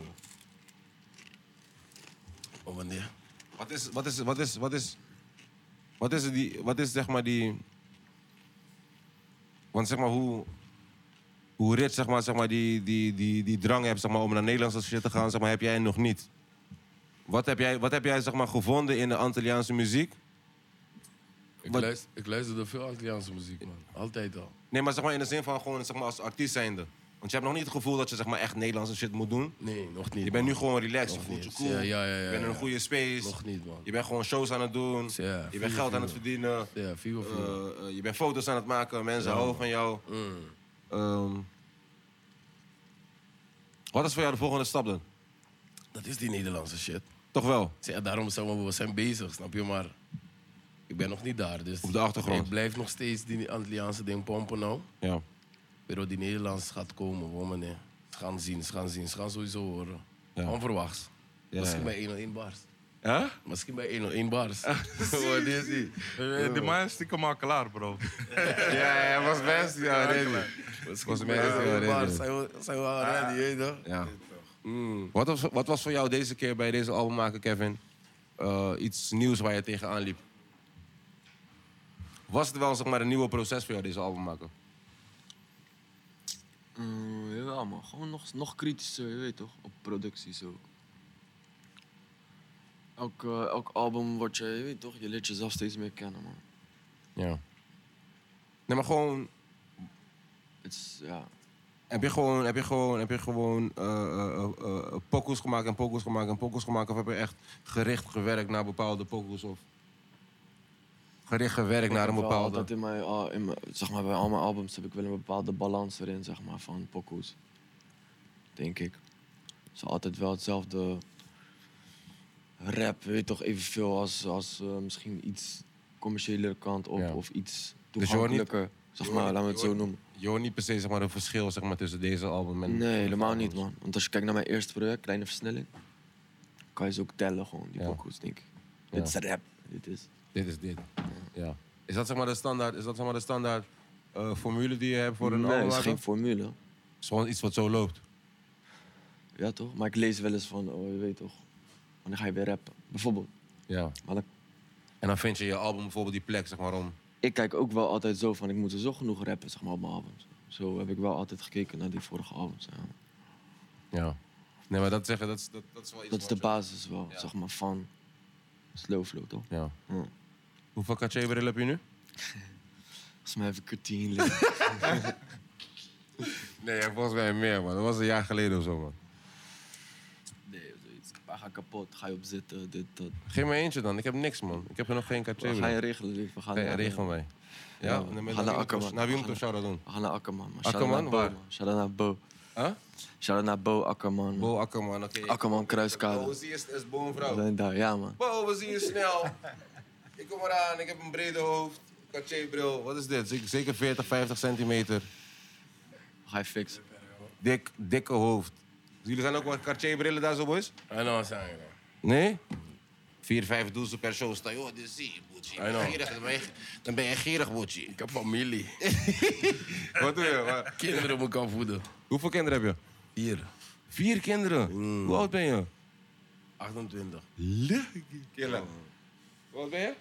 meneer. Wat is zeg maar die... Want zeg maar hoe Rich zeg maar die drang hebt zeg maar, om naar Nederlandse shit te gaan, zeg maar, heb jij nog niet. Wat heb jij zeg maar, gevonden in de Antilliaanse muziek? Ik luisterde veel Antilliaanse muziek, man. Altijd al. Nee, maar zeg maar in de zin van gewoon zeg maar, als artiest zijnde. Want je hebt nog niet het gevoel dat je zeg maar, echt Nederlandse shit moet doen. Nee, nog niet. Je bent nu gewoon relaxed, je Nog voelt je niet. cool. Ja. Je bent in een goede space. Nog niet, man. Je bent gewoon shows aan het doen. Ja, je bent geld aan het verdienen. Ja, 4 of 4. Je bent foto's aan het maken. Mensen houden van jou. Wat is voor jou de volgende stap dan? Dat is die Nederlandse shit. Toch wel? Ja, daarom zijn we zijn bezig, snap je? Maar ik ben nog niet daar. Dus Op de achtergrond. Ik blijf nog steeds die Antilliaanse ding pompen nou. Ja. Weer wat die Nederlands gaat komen, hoor meneer. Ze gaan zien. Ze gaan sowieso horen. Ja. Onverwachts. Ja, Misschien ja. bij 101 bars. Ja? Misschien bij 101 bars. Wat is die? Die man is stiekem al klaar, bro. Ja, was best. Ja, nee. Misschien mij bij is het wel 101 bars. ready. Zijn we al ready, je weet toch? Ja. Wat was voor jou deze keer bij deze album maken, Kevin? Iets nieuws waar je tegenaan liep? Was het wel zeg maar, een nieuwe proces voor jou, deze album maken? Jawel man, gewoon nog kritischer, je weet toch, op producties ook. Elk album wordt je weet toch, je leert jezelf steeds meer kennen man. Ja. Nee, maar gewoon... Ja. Heb je gewoon pokoes gemaakt en pokoes gemaakt en pokoes gemaakt? Of heb je echt gericht gewerkt naar bepaalde pokoes? Of gericht gewerkt naar een Ik heb wel bepaalde... altijd zeg maar, bij al mijn albums heb ik wel een bepaalde balans erin, zeg maar, van pokoes. Denk ik. Het is altijd wel hetzelfde rap, weet je toch, evenveel als misschien iets commerciëlere kant op Ja. of iets Dus je hoort niet- toegankelijker. Zeg maar, laten we het zo noemen. Je hoort niet per se zeg maar, een verschil zeg maar, tussen deze album en... Nee, helemaal niet, man. Want als je kijkt naar mijn eerste project, Kleine Versnelling, kan je ze ook tellen, gewoon, die Ja. pokoes, denk ik. Ja. Dit is rap, dit is... Dit is dit. Ja. Is dat zeg maar de standaard formule die je hebt voor een Nee, album het is maken? geen formule. Het is gewoon iets wat zo loopt. Ja, toch? Maar ik lees wel eens van, oh, je weet toch, wanneer ga je weer rappen? Bijvoorbeeld. Ja. Maar dan- En dan vind je je album bijvoorbeeld die plek zeg maar om... ik kijk ook wel altijd zo van, ik moet er zo genoeg rappen, zeg maar, op mijn albums. Zo heb ik wel altijd gekeken naar die vorige albums. Ja. Ja. Nee, maar dat zeggen, dat is wel iets Dat is wat de je- basis wel, Ja. zeg maar, van Slow Flow, toch? Ja. Ja. Hoeveel Cartier-bril heb je nu? Volgens mij heb ik er 10 liggen. Nee, volgens mij meer, man. Dat was een jaar geleden of zo, man. Nee, zoiets. Een paar gaan kapot, ga je op zitten, dit, dat. Geef me eentje dan. Ik heb niks, man. Ik heb er nog geen Wat Cartier-bril. ga je regelen, lief? We gaan Ga je naar- regel mij. Ja? Ja, Nee, maar we gaan naar naar wie Akkerman. moet- Naar wie We moet ik gaan shout-out doen? We gaan naar Akkerman, man. Akkerman? Shout-out naar Waar? Bo, man. Shout-out naar Bo. Huh? Shout-out naar Bo Akkerman. Bo Akkerman, oké. Akkerman Kruiskade. Bo, we zien je, is Bo een We vrouw. zijn daar, ja, man. Bo, we zien je snel. Ik kom eraan, ik heb een brede hoofd. Cartier-bril. Wat is dit? Zeker 40, 50 centimeter. Ga je fixen. Dikke hoofd. Jullie zijn ook wel Cartier-brillen daar zo, boys? I know, zijn Nee? 4, 5 doezel per show. Sta je, oh, dit zie je, Boetje. I know. Dan ben je gierig, Boetje. Ik heb familie. Wat doe je? Wat? Kinderen moet ik al voeden. Hoeveel kinderen heb je? 4, 4 kinderen. Hoe oud ben je? 28. Killa. Hoe oud ben je?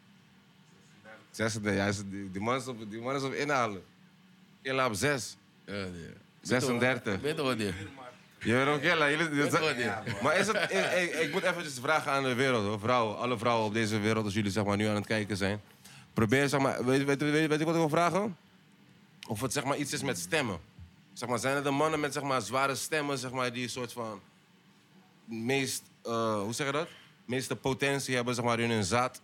36. Ja, die man is op inhalen. Killa op 6. Ja, nee. 36. Weet je wat die? Je bent ook Killa. Weet je wat die? Maar is het, ik moet eventjes vragen aan de wereld, hoor. Vrouwen, alle vrouwen op deze wereld, als jullie zeg maar, nu aan het kijken zijn. Probeer, zeg maar, weet je wat ik wil vragen? Of het zeg maar, iets is met stemmen. Zeg maar, zijn er de mannen met zeg maar, zware stemmen, zeg maar, die een soort van meest, hoe zeg je dat? Meeste potentie hebben zeg maar, in hun zaad?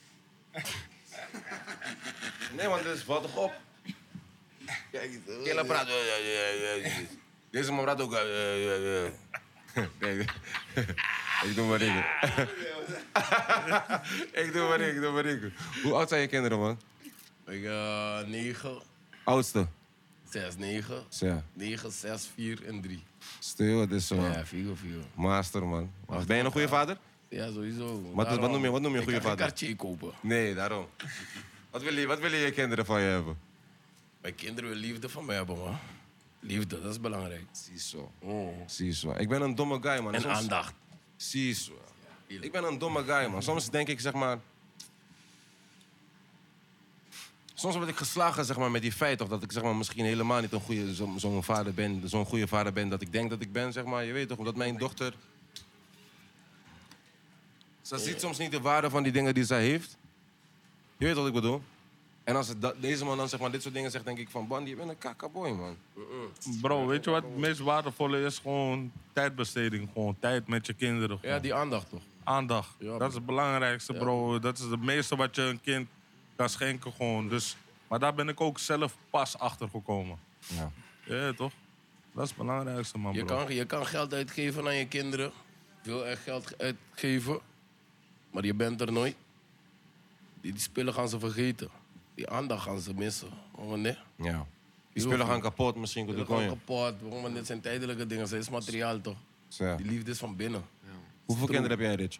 Nee, want het valt toch op? Killa praat. Deze man praat ook. Kijk, ik doe maar dingen. Ik doe maar dingen. Hoe oud zijn je kinderen, man? Ik 9, Oudste? 6, 9. Ja. 9, 6, 4 en 3. Stil, het is zo. Ja, 4. Master, man. Ben je een goede vader? Ja, sowieso. Wat noem je een goede Ik ga geen vader? Cartier kopen. Nee, daarom. Wat willen je kinderen van je hebben? Mijn kinderen willen liefde van mij hebben, man. Liefde, dat is belangrijk. Ziezo. Oh. Ziezo. Ik ben een domme guy, man. En Soms- aandacht. Ziezo. Ik ben een domme guy, man. Soms denk ik, zeg maar... Soms word ik geslagen zeg maar, met die feit toch, dat ik zeg maar, misschien helemaal niet een goede zo'n vader ben, zo'n goede vader ben dat ik denk dat ik ben, zeg maar. Je weet toch, omdat mijn dochter... Ze ziet soms niet de waarde van die dingen die zij heeft. Je weet wat ik bedoel? En als deze man dan zeg maar dit soort dingen zegt, denk ik van... Bandy, je bent een kakaboy, man. Bro, weet je wat het meest waardevolle is? Gewoon tijdbesteding. Gewoon tijd met je kinderen. Ja, die aandacht toch? Aandacht. Ja, Dat is het belangrijkste, bro. Dat is het meeste wat je een kind kan schenken, gewoon. Dus, maar daar ben ik ook zelf pas achter gekomen. Ja. Ja, toch? Dat is het belangrijkste, man, bro. Je kan geld uitgeven aan je kinderen. Veel echt geld uitgeven. Maar je bent er nooit. Die spullen gaan ze vergeten. Die aandacht gaan ze missen. Gewoon, nee. Ja. Die spullen gaan kapot, misschien Die goed gaan kon je. kapot. Want dit zijn tijdelijke dingen. Het is materiaal toch? Ja. Die liefde is van binnen. Hoeveel kinderen heb jij, Rich?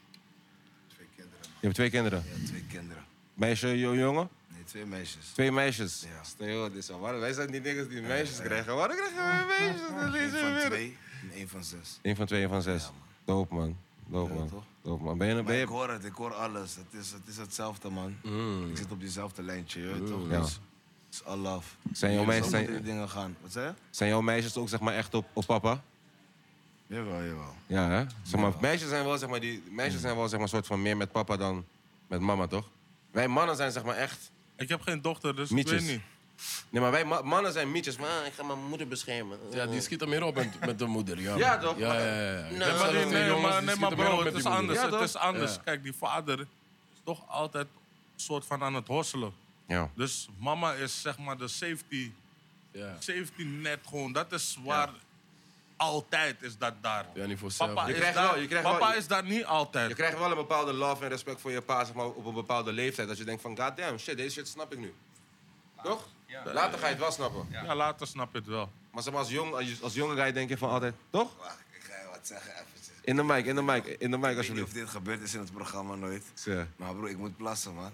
2 kinderen. Je hebt 2 kinderen. Ja, 2 kinderen. Meisje, jongen? Nee, 2 meisjes. 2 meisjes. Ja. Stel, dit is al. Wij zijn die niggas die meisjes krijgen. Waarom krijgen we meisjes? Dat Eén lezen we van weer. 2 en 1 van 6. 1 van 2 en van 6. Ja, man. Doop, man. Doop, Ja, man. toch? Doop, man. Ben je... Maar ik hoor het, ik hoor alles. Het is hetzelfde, man. Ik zit op diezelfde lijntje, je weet toch? Ja. Dus, het is all love. Zijn jouw Zo meisjes... moeten die Zijn, dingen gaan. Wat zei je? zijn jouw meisjes ook zeg maar echt op papa? Jawel, jawel. Ja, hè? Zeg maar, meisjes zijn wel zeg maar een soort van meer met papa dan met mama, toch? Wij mannen zijn zeg maar echt... Ik heb geen dochter, dus Mietjes. ik weet niet. Nee, maar wij mannen zijn mietjes. Maar ik ga mijn moeder beschermen. Ja, die schiet er meer op met de moeder. Ja, Ja, toch? Ja. Nou, Ik heb Nee, zelf maar, twee jongens, die nee, schieten maar meer op bro, met het is die moeder. anders. Ja, Het toch? is anders. Ja. Kijk, die vader is toch altijd soort van aan het hosselen. Ja. Dus mama is zeg maar de safety Ja. net gewoon. Dat is waar altijd is dat daar. Ja, niet voor Papa, zelf. Je is, krijgt daar, wel- je krijgt papa wel- is daar niet altijd. Je krijgt wel een bepaalde love en respect voor je pa zeg maar, op een bepaalde leeftijd. Dat je denkt van, goddamn, shit, deze shit snap ik nu. Toch? Later ga je het wel snappen. Ja, later snap je het wel. Maar zeg maar, als jonge guy denk je van altijd, toch? Wacht, ik ga je wat zeggen eventjes. In de mic, Ik weet niet of alsjeblieft. dit gebeurd is in het programma nooit. Zo. Maar bro, ik moet plassen, man.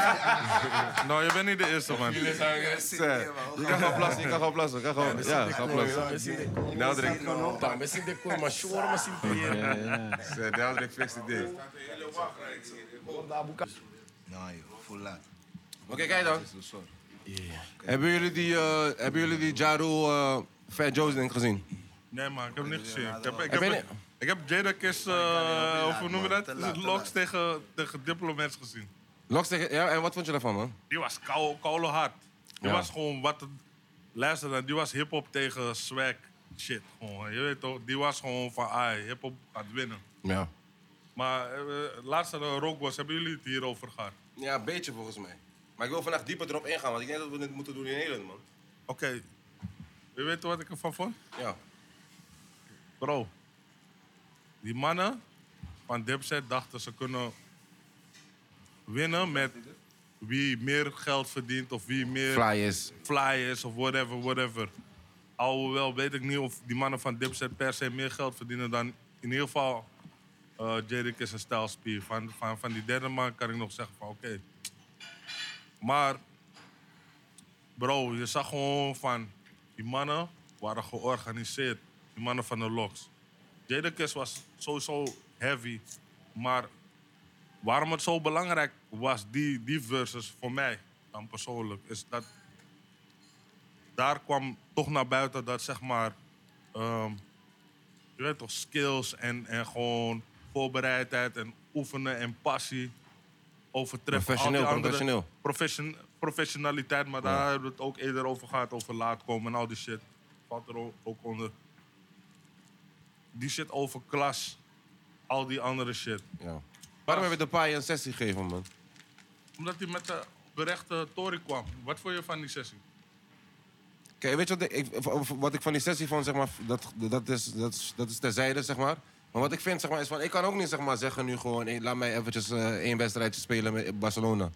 Nou, je bent niet de eerste, man. Je kan gewoon plassen, je kan gewoon plassen. Ga gewoon plassen. Nou, drink. Ja, misschien de kooi, maar sure, maar zien Nou, drink fix die ding. Nou joh, full laat. Oké, kijk dan. Hebben jullie die Ja Rule Fat Joe's ding gezien? Nee, man, ik heb het niet gezien. Heb je niet? Ik heb Jadakiss, hoe noem je dat? te laat. Loks tegen Diplomats gezien. Loks tegen... Ja, en wat vond je daarvan, man? Die was koude hard. Die Ja. was gewoon wat... Luister dan, die was hip-hop tegen swag shit. Gewoon, je weet toch? Die was gewoon van, hip-hop gaat winnen. Ja. Maar laatste Rookbos, hebben jullie het hierover gehad? Ja, een beetje volgens mij. Maar ik wil vandaag dieper erop ingaan, want ik denk dat we dit moeten doen in Nederland, man. Oké. Je weet wat ik ervan vond? Ja. Bro, die mannen van Dipset dachten ze kunnen winnen met wie meer geld verdient of wie meer fly is of whatever. Alhoewel weet ik niet of die mannen van Dipset per se meer geld verdienen dan in ieder geval Jadakiss en Styles P. Van die derde man kan ik nog zeggen van oké. Maar bro, je zag gewoon van die mannen waren georganiseerd. Die mannen van de Loks. Jadakiss was sowieso heavy. Maar waarom het zo belangrijk was, die versus voor mij dan persoonlijk, is dat daar kwam toch naar buiten dat zeg maar, je weet toch, skills en gewoon voorbereidheid en oefenen en passie overtreffen. al die andere- professionaliteit, maar daar hebben we het ook eerder over gehad, over laat komen en al die shit. Valt er ook onder. Die shit over klas, al die andere shit. Ja. Waarom heb je de paai een sessie gegeven, man? Omdat hij met de berechte Tory kwam. Wat vond je van die sessie? Kijk, weet je wat ik van die sessie vond, zeg maar, dat is terzijde, zeg maar. Maar wat ik vind, zeg maar, is van, ik kan ook niet zeg maar, zeggen nu gewoon, hey, laat mij eventjes 1 wedstrijdje spelen met Barcelona.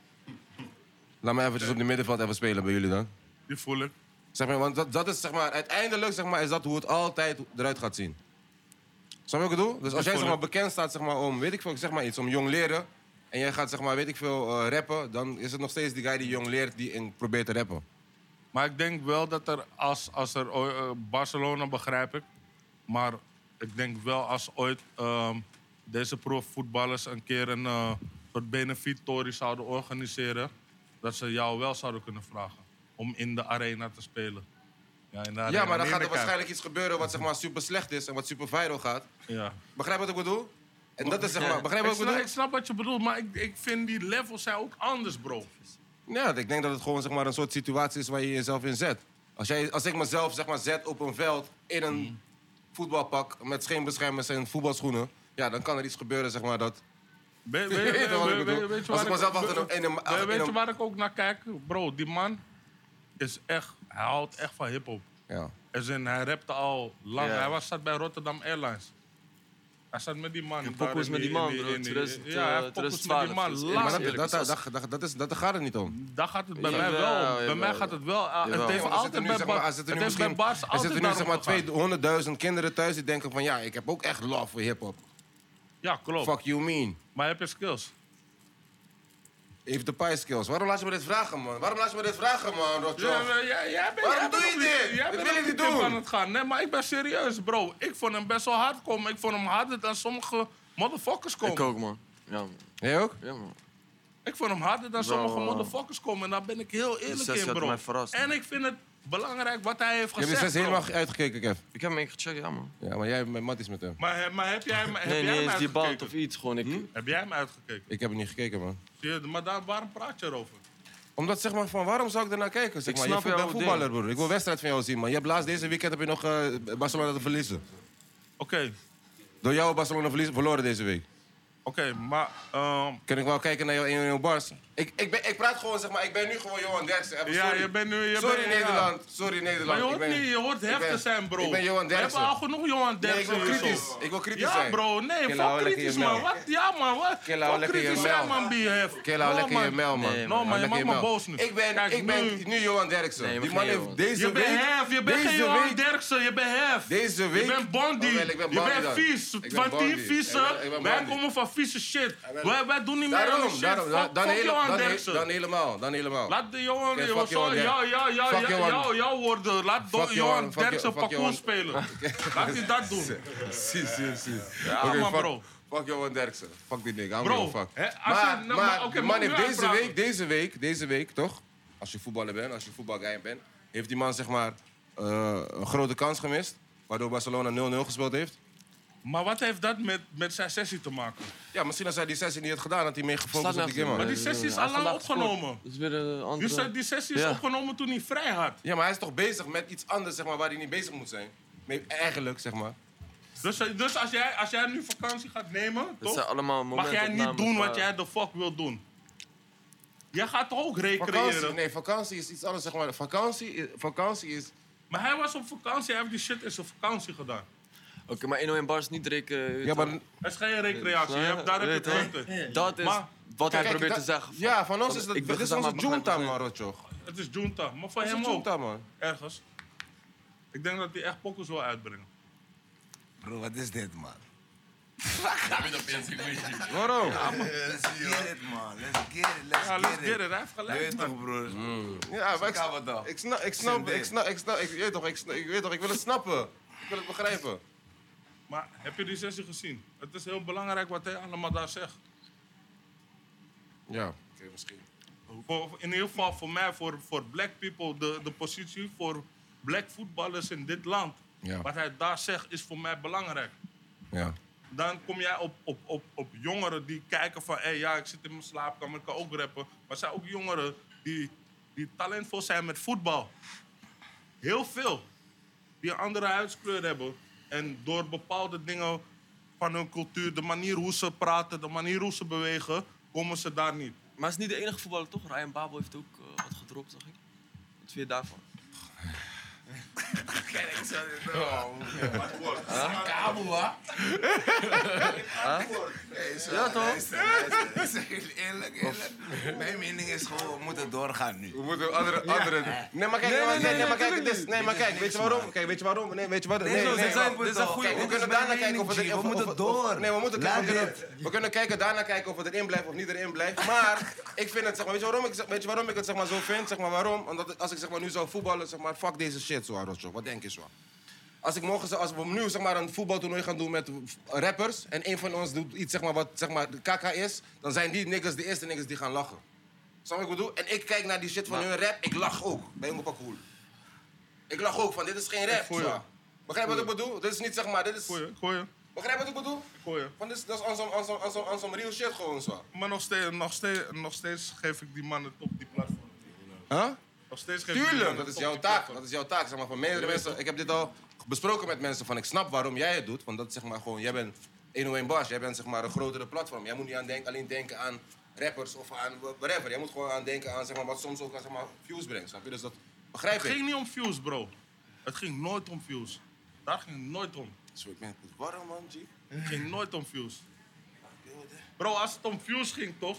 Laat mij eventjes op de middenveld even spelen bij jullie dan. Die voel ik. Zeg maar, want dat is zeg maar, uiteindelijk zeg maar, is dat hoe het altijd eruit gaat zien. Snap je wat ik bedoel? Dus als jij zeg maar, bekend staat zeg maar, om, weet ik veel, ik zeg maar iets, om jong leren. En jij gaat zeg maar, weet ik veel, rappen, dan is het nog steeds die guy die jong leert die probeert te rappen. Maar ik denk wel dat er, als er Barcelona begrijp ik, maar ik denk wel als ooit deze profvoetballers een keer een soort benefiet-tory zouden organiseren, dat ze jou wel zouden kunnen vragen om in de arena te spelen. Ja, in de arena. Ja, maar dan Nee, gaat er in de waarschijnlijk iets gebeuren wat zeg maar, super slecht is en wat super viral gaat. Ja. Begrijp wat ik bedoel? En dat is zeg maar, begrijp je wat ik bedoel? Ik snap wat je bedoelt, maar ik vind die levels zijn ook anders, bro. Ja, ik denk dat het gewoon zeg maar, een soort situatie is waar je jezelf in zet. Als ik mezelf zeg maar, zet op een veld in een voetbalpak met scheenbeschermers en voetbalschoenen, ja, dan kan er iets gebeuren zeg maar, dat... Weet Als ik mezelf achter je waar ik ook naar kijk? Bro, die man is echt... Hij houdt echt van hiphop. Ja. Hij rapte al lang. Ja. Hij zat bij Rotterdam Airlines. Hij zat met die man. Je pokoes met die man, bro. Ja, hij pokoes met die man. Maar Lang. dat gaat het niet om. Daar gaat het bij mij Jawel, wel om. Bij jawel. mij gaat het wel. Het Jawel. heeft Er altijd bij Bas. Het heeft bij Bas er altijd zitten nu daarom zeg maar gegaan. 200.000 kinderen thuis die denken van ja, ik heb ook echt love voor hip-hop. Ja, klopt. Fuck you mean. Maar heb je skills? Even de pie skills. Waarom laat je me dit vragen, man? Rotjoch? Waarom doe je dit? Jij Dat bent wil ik ook niet diep doen. aan het gaan. Nee, maar ik ben serieus, bro. Ik vond hem best wel hard komen. Ik vond hem harder dan sommige motherfuckers komen. Ik ook, man. Ja, man. Jij ook? Ja, man. Ik vond hem harder dan Bro, sommige motherfuckers komen. En daar ben ik heel eerlijk sessie in, had bro. mij verrast, En man. ik vind het belangrijk wat hij heeft Je hebt gezegd, de 6 bro. helemaal uitgekeken, Kev. Ik heb hem één keer gecheckt, ja, man. Ja, maar jij hebt met matties met hem. Maar heb jij hem Nee, niet eens die band uitgekeken? of iets, gewoon. Heb jij hem uitgekeken? Ik heb er niet gekeken, man. Zie je, maar waarom praat je erover? Omdat zeg maar van, waarom zou ik ernaar kijken? Zeg Ik maar, snap je bent jouw voetballer, broer. Ik wil wedstrijd van jou zien, man. Je hebt laatst deze weekend heb je nog Barcelona te verliezen. Oké, Door jou Barcelona verloren deze week. maar... Kan ik wel kijken naar jouw 1-0 Bars? Ik praat gewoon, zeg maar, ik ben nu gewoon Johan Derksen. Even ja, sorry. je bent nu... Sorry Nederland, sorry Nederland. Maar je hoort, Ik ben- niet, je hoort heftig ben- zijn, bro. Ik ben Johan We hebben Derksen. al genoeg Johan Nee, ik Derksen. wil hier kritisch. zo. Ik wil kritisch Ja, zijn. bro, nee, Kill, hou fuck lekker kritisch, je man. mel. Wat? Ja, man, wat? Kill, hou Fuck lekker je kritisch mel. zijn, man, BF. Kill, hou lekker je mel, man. Nee, No, man, je Hou maakt lekker me mel. boos nu. Ik ben Kijk, nu Johan Derksen. Nee, je Die bent man geen heeft Johan. deze Je bent week... hef, je bent geen deze Johan week- Derksen, je bent hef. Deze week... Je bent Bondi. Oh, wel, ik ben Je Bondi bent dan. vies. Ik ben Van Bondi. die vieze. Ik ben Wij Bondi. komen van vieze shit. Wij doen niet meer aan Daarom, die shit. dan Fuck Johan dan Derksen. helemaal. Laat de Johan... Oké, fuck Johan Derksen. Fuck Johan. Jouw woorden. Laat Fuck Johan fuck Derksen fuck Johan. parcours spelen. Laat hij dat doen. Zie. Ja, Oké, man, fuck- bro. Fuck Johan Derksen. Fuck die nigga. Bro, Bro, fuck. hè, als je- nou, maar oké, die mag man ik nu heeft uitpraten? deze week, toch? Als je voetballer bent, als je voetbalguy bent, heeft die man zeg maar een grote kans gemist. Waardoor Barcelona 0-0 gespeeld heeft. Maar wat heeft dat met zijn sessie te maken? Ja, misschien als hij die sessie niet had gedaan, had hij meer gefocust Staat op die game. nergens, man. Maar die sessie is Hij al lang vandaag gescoord. opgenomen. Dat is weer een andere... Die sessie is Ja. opgenomen toen hij vrij had. Ja, maar hij is toch bezig met iets anders zeg maar, waar hij niet bezig moet zijn. Eigenlijk, zeg maar. Dus als jij nu vakantie gaat nemen, Dat zijn toch? allemaal Mag jij niet momentopnames doen wat waar- jij de fuck wil doen. Jij gaat toch ook recreëren? Vakantie is iets anders, zeg maar. Vakantie is... Maar hij was op vakantie, hij heeft die shit in zijn vakantie gedaan. Oké, maar 101 bars niet rekenen. Ja, maar... Het is geen recreatie, daar heb je Weet punten. Dat is Maar- wat hij Kijk, probeert dat- te zeggen. Ja, van ons is dat... Ik Dit ben is gezegd, onze maar begrijp junta, het man, niet. Rotjoch. Het is junta, maar voor Dat is hem een ook. junta, man. Ergens. Ik denk dat hij echt pokkers wil uitbrengen. Bro, wat is dit, man? Waarom? Let's get it, man. Let's get it. Ja, let's get it, hij heeft Je gelijk. weet man. toch, broer? Ja, maar Kan wat dan? ik wil het snappen. Ik wil het begrijpen. Maar heb je die sessie gezien? Het is heel belangrijk wat hij allemaal daar zegt. Ja, oké, misschien. In ieder geval voor mij, voor black people, de positie voor black voetballers in dit land. Ja. Wat hij daar zegt is voor mij belangrijk. Ja. Dan kom jij op jongeren die kijken van... Hey, ja, ik zit in mijn slaapkamer, ik kan ook rappen. Maar er zijn ook jongeren die talentvol zijn met voetbal. Heel veel. Die een andere huidskleur hebben. En door bepaalde dingen van hun cultuur... de manier hoe ze praten, de manier hoe ze bewegen... komen ze daar niet. Maar het is niet de enige voetballer, toch? Ryan Babel heeft ook wat gedropt, zag ik. Wat vind je daarvan? Ja, toch? Ik zeg jullie eerlijk. Mijn mening is gewoon, we moeten doorgaan nu. We moeten andere... Nee, maar kijk, weet je waarom? Kijk, weet je waarom? Nee, weet je wat? Nee, Kijk, we kunnen daarna kijken of het erin... We moeten door. Nee, Laat dit. we kunnen daarna kijken of het erin blijft of niet erin blijft. Maar ik vind het, zeg maar, weet je waarom ik het zeg maar, zo vind? Zeg maar, waarom? Omdat als ik zeg maar, nu zou voetballen, zeg maar, fuck deze shit, zo, Rotjoch. Wat denk je zo? Als we nu zeg maar, een voetbaltoernooi gaan doen met rappers en een van ons doet iets zeg maar, wat zeg maar, de kaka is, dan zijn die niggas de eerste niggas die gaan lachen. Snap je wat ik bedoel? En ik kijk naar die shit van hun rap, ik lach ook. Bij Jonge Pak Cool. Ik lach ook van, dit is geen rap. voel je. zo. Begrijp je wat ik bedoel? Dit is niet zeg maar, dit is... Goeie. Begrijp wat ik bedoel? Ik hoor je. Want dat is aan zo'n real shit gewoon zo. Maar nog steeds geef ik die mannen toch die platform. Huh? Nog steeds geef ik die Tuurlijk, mannen dat is toch jouw die taak. platform. Dat is jouw taak, zeg maar, van meerdere mensen. Ik heb dit al besproken met mensen van, ik snap waarom jij het doet. Want dat is zeg maar gewoon, jij bent 101 Bars, jij bent zeg maar een grotere platform. Jij moet niet alleen denken aan rappers of aan whatever. Jij moet gewoon aan denken aan zeg maar, wat soms ook zeg maar, views brengt, snap je? Dus dat begrijp Het ik. ging niet om views, bro. Het ging nooit om views. Daar ging het nooit om. Zo, ik ben warm, man, G. Het ging nooit om views. Bro, als het om views ging, toch?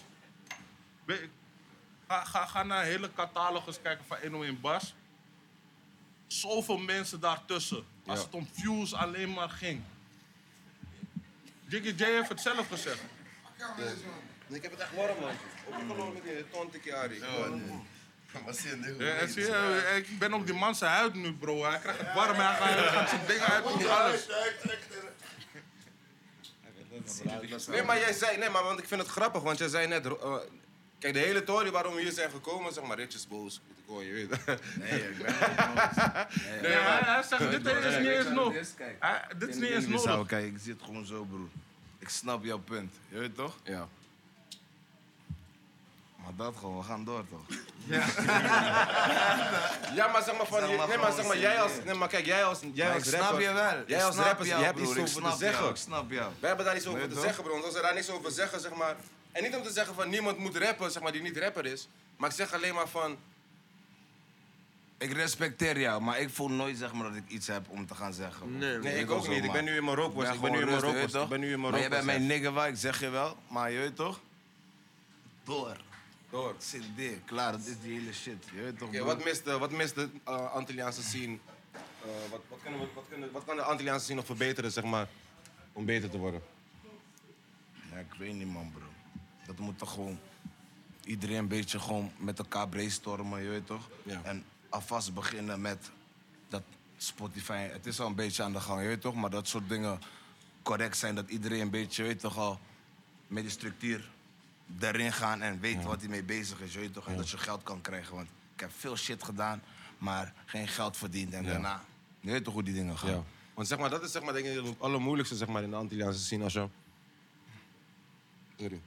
Ga naar een hele catalogus kijken van 101 Bars. Zoveel mensen daartussen. Als Ja. het om views alleen maar ging. Jiggy J heeft het zelf gezegd. Ik heb het echt warm, man. Opgelopen met die tontekjari. Ja, zie je, ik ben op die man zijn huid nu, bro. Hij krijgt het warm, hij gaat zijn dingen uit en alles. Nee, maar jij zei, nee, maar want ik vind het grappig, want jij zei net, kijk, de hele tory waarom we hier zijn gekomen, zeg maar, Rich is boos. Ik hoor je, weet je. Nee, ik ben niet boos. Nee, hij zegt, dit is niet eens nog. Dit is niet eens nodig. Kijk, ik zie het gewoon zo, broer. Ik snap jouw punt. Je weet toch? Ja. Maar dat gewoon, we gaan door toch? Ja, maar zeg maar van, Zeg maar nee, maar zeg gewoon maar, jij als, serieus. nee, maar kijk, jij als Maar ik rapper. snap je wel. Jij Ik als snap rapper, jou, je hebt broer. iets Ik over te snap zeggen. jou, ik snap jou. Wij hebben daar iets over Weet te toch? zeggen, bro. Want als we daar niks over zeggen, zeg maar. En niet om te zeggen van niemand moet rappen, zeg maar, die niet rapper is. Maar ik zeg alleen maar van. Ik respecteer jou, maar ik voel nooit zeg maar, dat ik iets heb om te gaan zeggen. Nee, Nee, ik wil ook zo, niet. Ik man. ben nu in mijn rookworst. Ik ben nu in gewoon mijn rustig, rookworst. Ik ben nu in mijn Maar je bent rookworst. mijn nigger, waar, ik zeg je wel. Maar je weet toch? Door. Door. Zit dit, klaar, dat is die hele shit. Je weet toch, Oké, broer? wat mist de Antilliaanse scene? Wat kan de Antilliaanse scene nog verbeteren, zeg maar, om beter te worden? Ja, ik weet niet, man, bro. Dat moet toch gewoon... Iedereen een beetje gewoon met elkaar brainstormen, je weet toch? Ja. En alvast beginnen met dat Spotify... Het is al een beetje aan de gang, je weet toch? Maar dat soort dingen correct zijn, dat iedereen een beetje, je weet toch al... met die structuur erin gaan en weet wat hij mee bezig is, je weet toch? En dat je geld kan krijgen, want ik heb veel shit gedaan, maar geen geld verdiend. En daarna, je weet toch hoe die dingen gaan? Ja. Want zeg maar, dat is zeg maar, denk ik, het allermoeilijkste zeg maar, in de Antilliaanse scene als je... Sorry.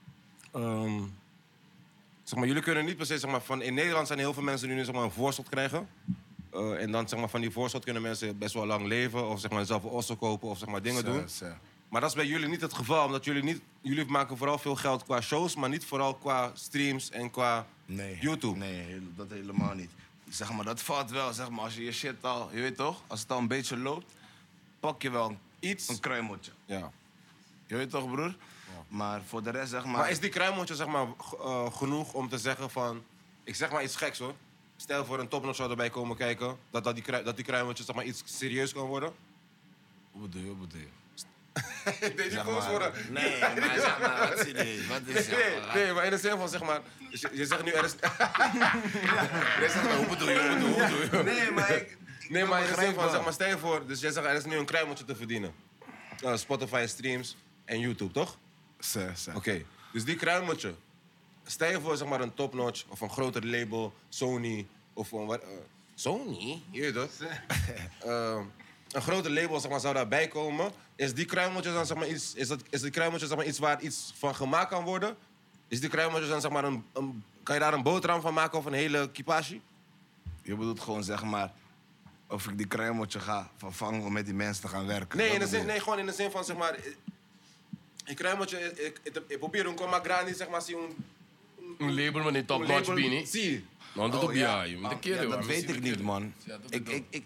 Zeg maar, jullie kunnen niet per se, zeg maar, van... In Nederland zijn er heel veel mensen die nu zeg maar, een voorschot krijgen. En dan zeg maar, van die voorschot kunnen mensen best wel lang leven. Of zeg maar, zelf een osso kopen of zeg maar, dingen doen. Maar dat is bij jullie niet het geval, omdat jullie maken vooral veel geld qua shows, maar niet vooral qua streams en qua YouTube. Nee, dat helemaal niet. Zeg maar, dat valt wel, zeg maar, als je je shit al, je weet toch, als het al een beetje loopt, pak je wel een kruimeltje. Ja. Je weet toch, broer? Maar voor de rest, zeg maar... Maar is die kruimeltje zeg maar, genoeg om te zeggen van... Ik zeg maar iets geks hoor. Stel voor een topnotch zou erbij komen kijken, dat die kruimeltje zeg maar, iets serieus kan worden. Hoe bedoel je? Deze Zeg goals maar, worden... nee, maar zeg maar, wat serieus? Wat is Nee, maar in de zin van zeg maar... Je zegt nu er is... Jij zegt maar, hoe bedoel je? Nee, maar ik... Nee, maar in de zin van, begrijpen. zeg maar, stel je voor, dus jij zegt er is nu een kruimeltje te verdienen. Spotify streams en YouTube, toch? Oké, dus die kruimeltje. Stel je voor, zeg maar, een topnotch of een groter label, Sony of een... Sony? Je weet het. Een groter label, zeg maar, zou daarbij komen. Is die kruimeltje dan, zeg maar, iets... Is die kruimeltje, zeg maar, iets waar iets van gemaakt kan worden? Is die kruimeltje dan, zeg maar, kan je daar een boterham van maken of een hele kipashi? Je bedoelt gewoon, zeg maar, of ik die kruimeltje ga vervangen om met die mensen te gaan werken. Nee, Dat bedoel je? gewoon in de zin van, zeg maar... Ik kruimeltje, ik probeer een coma grandi, zeg maar, zie Een label met een top-notch bini. Zie. Nou, dat op ja. je moet een keer Ja, dat weet ik niet, man. Ja, dat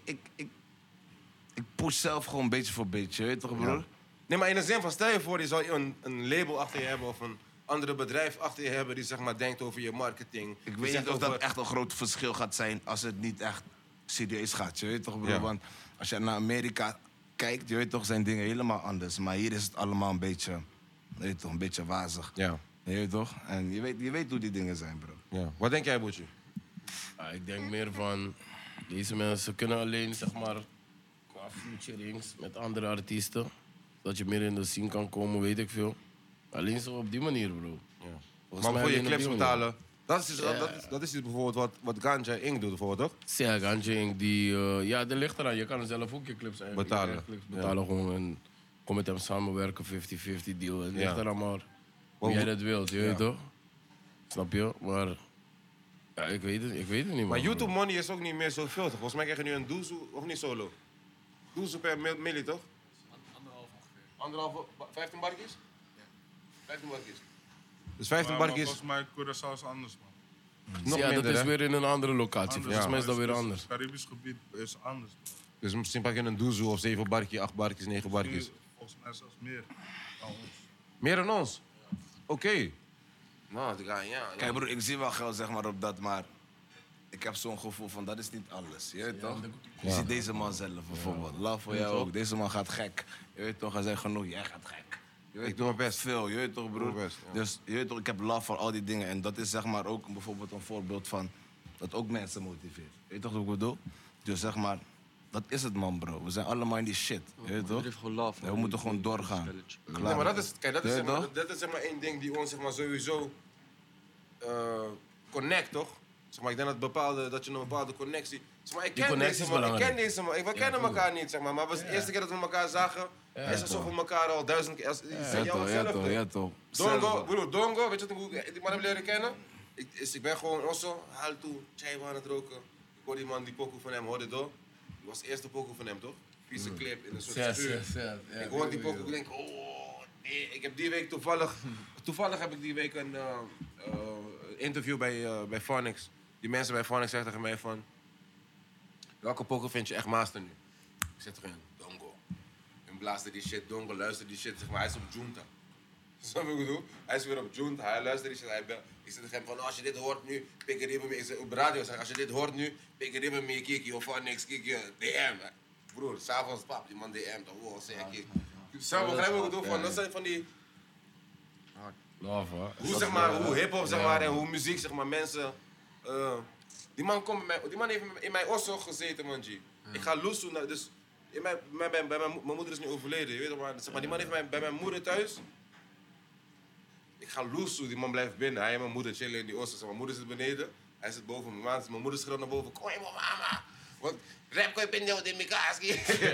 Ik push zelf gewoon een beetje voor beetje, weet je toch, broer? Nee, maar in de zin van, stel je voor, je zou een label achter je hebben of een andere bedrijf achter je hebben die, zeg maar, denkt over je marketing. Ik Die weet zegt niet of dat over- echt een groot verschil gaat zijn als het niet echt serieus gaat, je weet toch, broer? Ja. Want als je naar Amerika kijkt, je weet toch, zijn dingen helemaal anders. Maar hier is het allemaal een beetje, weet je toch, een beetje wazig. Ja. Je weet toch? En je weet hoe die dingen zijn, bro. Ja. Wat denk jij, Boetje? Ja, ik denk meer van, deze mensen kunnen alleen, zeg maar, qua featurings met andere artiesten, dat je meer in de scene kan komen, weet ik veel. Alleen zo op die manier, bro. Maar voor je alleen op clips die manier. betalen, dat is dus bijvoorbeeld wat Ganja Inc. doet, bijvoorbeeld, toch? Zeg, Antje, die, ja, dat ligt eraan. Je kan zelf ook je clips eigenlijk Betalen. je clips betalen gewoon. En Kom met hem samenwerken, 50-50 deal. Het ligt Ja. er allemaal hoe jij dat wilt, je weet toch? Snap je? Maar ja, ik weet het niet, man. Maar YouTube money is ook niet meer zoveel, toch? Volgens mij krijg je nu een doezoe, of niet solo? Doezoe per milli, toch? 15 barkjes? Ja. 15 barkjes. Dus 15 Maar barkjes, volgens mij Curaçao is anders, man. nog ja, dat minder, is hè? weer in een andere locatie. Volgens mij is dat weer anders. Het Caribisch gebied is anders. Dus misschien pak je een doezoe of 7 barkjes, 8 barkjes, 9 barkjes. Volgens mij zelfs meer dan ons. Meer dan ons? Oké. Nou, ja. Kijk broer, ik zie wel geld zeg maar op dat, maar ik heb zo'n gevoel van dat is niet alles. Je weet toch? Je ziet deze man zelf bijvoorbeeld. Love voor jou ook. Deze man gaat gek. Je weet toch, hij zegt genoeg, jij gaat gek. Je weet Ik doe mijn best. Veel, je weet toch broer? Ik doe mijn best, ja. Dus je weet toch, ik heb love voor al die dingen. En dat is zeg maar ook bijvoorbeeld een voorbeeld van dat ook mensen motiveert. Je weet toch wat ik bedoel? Dus zeg maar, dat is het man bro. We zijn allemaal in die shit. Je weet toch? Er heeft gewoon love. Ja, we moeten gewoon doorgaan. Spelletje. Klaar. Nee, maar dat is, kijk, dat is, Ja, zeg maar, toch? dat is zeg maar één ding die ons zeg maar, sowieso connect, toch? Zeg maar, ik denk dat je een bepaalde connectie... Zeg maar, ik Die ken connectie deze is man, ik belangrijk. ken deze man. We kennen elkaar niet, zeg maar het was de eerste keer dat we elkaar zagen. Is alsof we elkaar al 1000 keer... Ja toch, ja toch, ja toch. Dongo, broer, Dongo, weet je hoe ik die man heb leren kennen? Ik ben gewoon also, haal toe, chai aan het roken. Ik hoor die man, die pokoe van hem, hoorde door. Dat was de eerste pokoe van hem, toch? Vieze clip in een soort stuur. Ik hoor die pokoe, ik denk, oh nee, ik heb die week toevallig heb ik die week een interview bij Phonics. Die mensen bij Phonics zeggen tegen mij van, welke pokoe vind je echt master nu? Ik zeg tegen hen, Dongo. En blaasde die shit, Dongo, luister die shit, zeg maar, hij is op Junta. Snap je wat ik bedoel? Hij is weer op Junta, hij luistert die shit, hij belt. Ik zeg tegen hem van, als je dit hoort nu, pik er even mee. Ik zeg op de radio, zeg, als je dit hoort nu, pik er even mee, kiki of Phonics, kiki, DM. Broer, s'avonds pap, die man DM, toch, wow, zeg ik. Snap je wat ik bedoel? Van, dat zijn van die... Love, hoor. Hoe, zeg maar, hoe hip-hop zeg maar, en hoe muziek, zeg maar, mensen. Die man heeft in mijn osso gezeten, man, G. Ik ga loes doen, dus. Mijn moeder is nu overleden, je weet toch, maar, zeg maar die man heeft bij mijn moeder thuis. Ik ga loes doen, die man blijft binnen. Hij en mijn moeder chillen in die osso. Zeg, mijn moeder zit beneden, hij zit boven. Mijn moeder schreeuwt naar boven: kom je, mama. Want rap kan je pinnen in mijn kaski.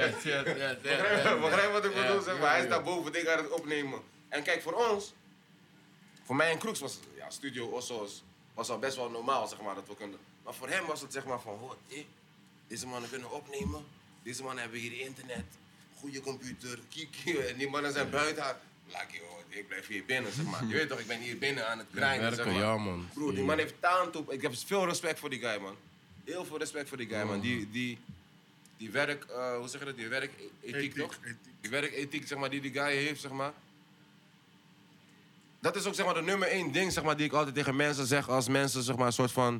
Begrijp wat ik bedoel, zeg maar. Hij is daar boven dingen aan het opnemen. En kijk, voor ons. Voor mij en Kroeks was Studio Osso's was al best wel normaal, zeg maar, dat we kunnen. Maar voor hem was het zeg maar van, hoor, deze mannen kunnen opnemen, deze mannen hebben hier internet, goede computer, kiki, en die mannen zijn buiten. Lucky, hoor, ik blijf hier binnen, zeg maar. Je weet toch, ik ben hier binnen aan het grinden, werken, zeg maar. ja, man. Broer, die man heeft taantoep. Ik heb veel respect voor die guy, man. Heel veel respect voor die guy, man. Die werk, hoe zeg je dat, die werkethiek, toch? Die werkethiek, zeg maar, die guy heeft, zeg maar. Dat is ook zeg maar de nummer 1 ding zeg maar, die ik altijd tegen mensen zeg als mensen zeg maar, een soort van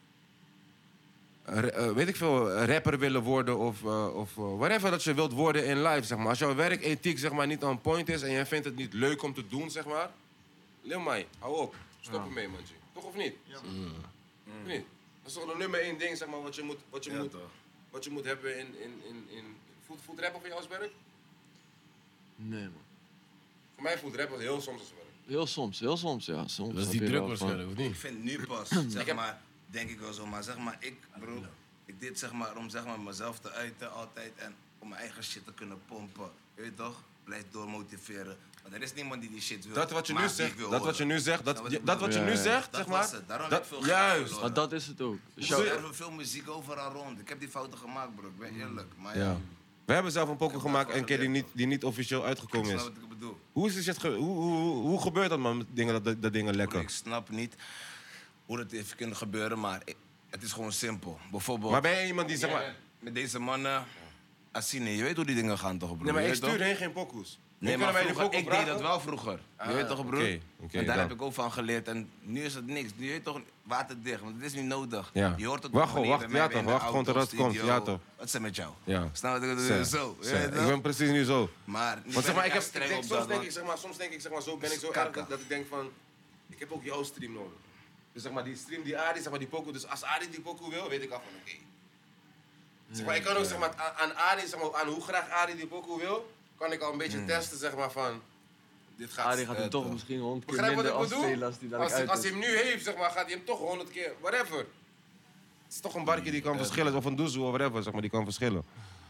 weet ik veel, rapper willen worden of whatever dat je wilt worden in life. Zeg maar. Als jouw werkethiek zeg maar, niet on point is en je vindt het niet leuk om te doen, zeg maar. Lil mij, hou op. Stop ermee, man. Toch of niet? Ja. Of niet? Dat is toch de nummer 1 ding zeg maar, wat je moet hebben in voelt rappen voor jou als werk? Nee, man. Voor mij voelt rappen heel soms als werk. Heel soms, ja. Soms Dat is heb die je druk wel van- waarschijnlijk, of Ik niet? vind nu pas, zeg maar, denk ik wel zo, maar zeg maar, ik, bro, ik deed zeg maar om zeg maar mezelf te uiten altijd en om mijn eigen shit te kunnen pompen. Je weet toch? Blijf doormotiveren. Want er is niemand die shit wil. Dat wat je maar nu die zegt, ik wil dat wat je horen. nu zegt, Snap wat ik dat wat je bedoel? nu zegt, Dat zeg was maar. het. Daarom dat- heb ik veel juist. geld Maar dat is het ook. Dus Er jou- is veel muziek overal rond. Ik heb die fouten gemaakt, bro. Ik ben eerlijk. Maar Ja. We hebben zelf een poker heb gemaakt daarvan een keer geleerd, die niet officieel ik uitgekomen snap is. wat ik bedoel. Hoe is die shit hoe gebeurt dat man, met dingen, dat dingen Bro, lekker? ik snap niet hoe dat heeft kunnen gebeuren, maar het is gewoon simpel. Bijvoorbeeld, Maar ben je iemand die zeg maar... met deze mannen, Assine, je weet hoe die dingen gaan toch, bro? Nee, maar Je ik weet toch? stuur heen geen pokoes. Nee, Nu maar kunnen wij die vroeger, ik pokoe deed dat vragen. wel vroeger. Je weet toch, broer? oké, En daar dan. heb ik ook van geleerd. En nu is het niks. Nu weet je toch waterdicht, want het is niet nodig. Ja. Je hoort het Wacht ook wanneer wacht, bij mij ja weer in toch, de wacht gewoon totdat het auto, komt. studio. Ja toch. Wat is er met jou? Ja. Snap je wat ik bedoel? Zeg, Zo. je zeg. weet Ik toch? ben precies nu zo. Maar nu Want zeg maar, ben ik echt heb, streng op soms dat, denk man. ik zeg maar, zo ben ik zo Kakken. erg dat ik denk van, ik heb ook jouw stream nodig. Dus zeg maar, die stream die Adi, zeg maar, die pokoe, dus als Adi die pokoe wil, weet ik al van oké. Zeg maar, ik kan ook zeg maar, aan Adi, zeg maar, aan hoe graag Adi die pokoe wil, kan ik al een beetje testen zeg maar van, dit gaat... die gaat hem toch misschien 100 keer Begrijp wat minder ik bedoel? afspelen als die dadelijk uit Als is. hij hem nu heeft, zeg maar, gaat hij hem toch 100 keer, whatever. Het is toch een barkie die kan verschillen, of een doezoe of whatever, zeg maar, die kan verschillen.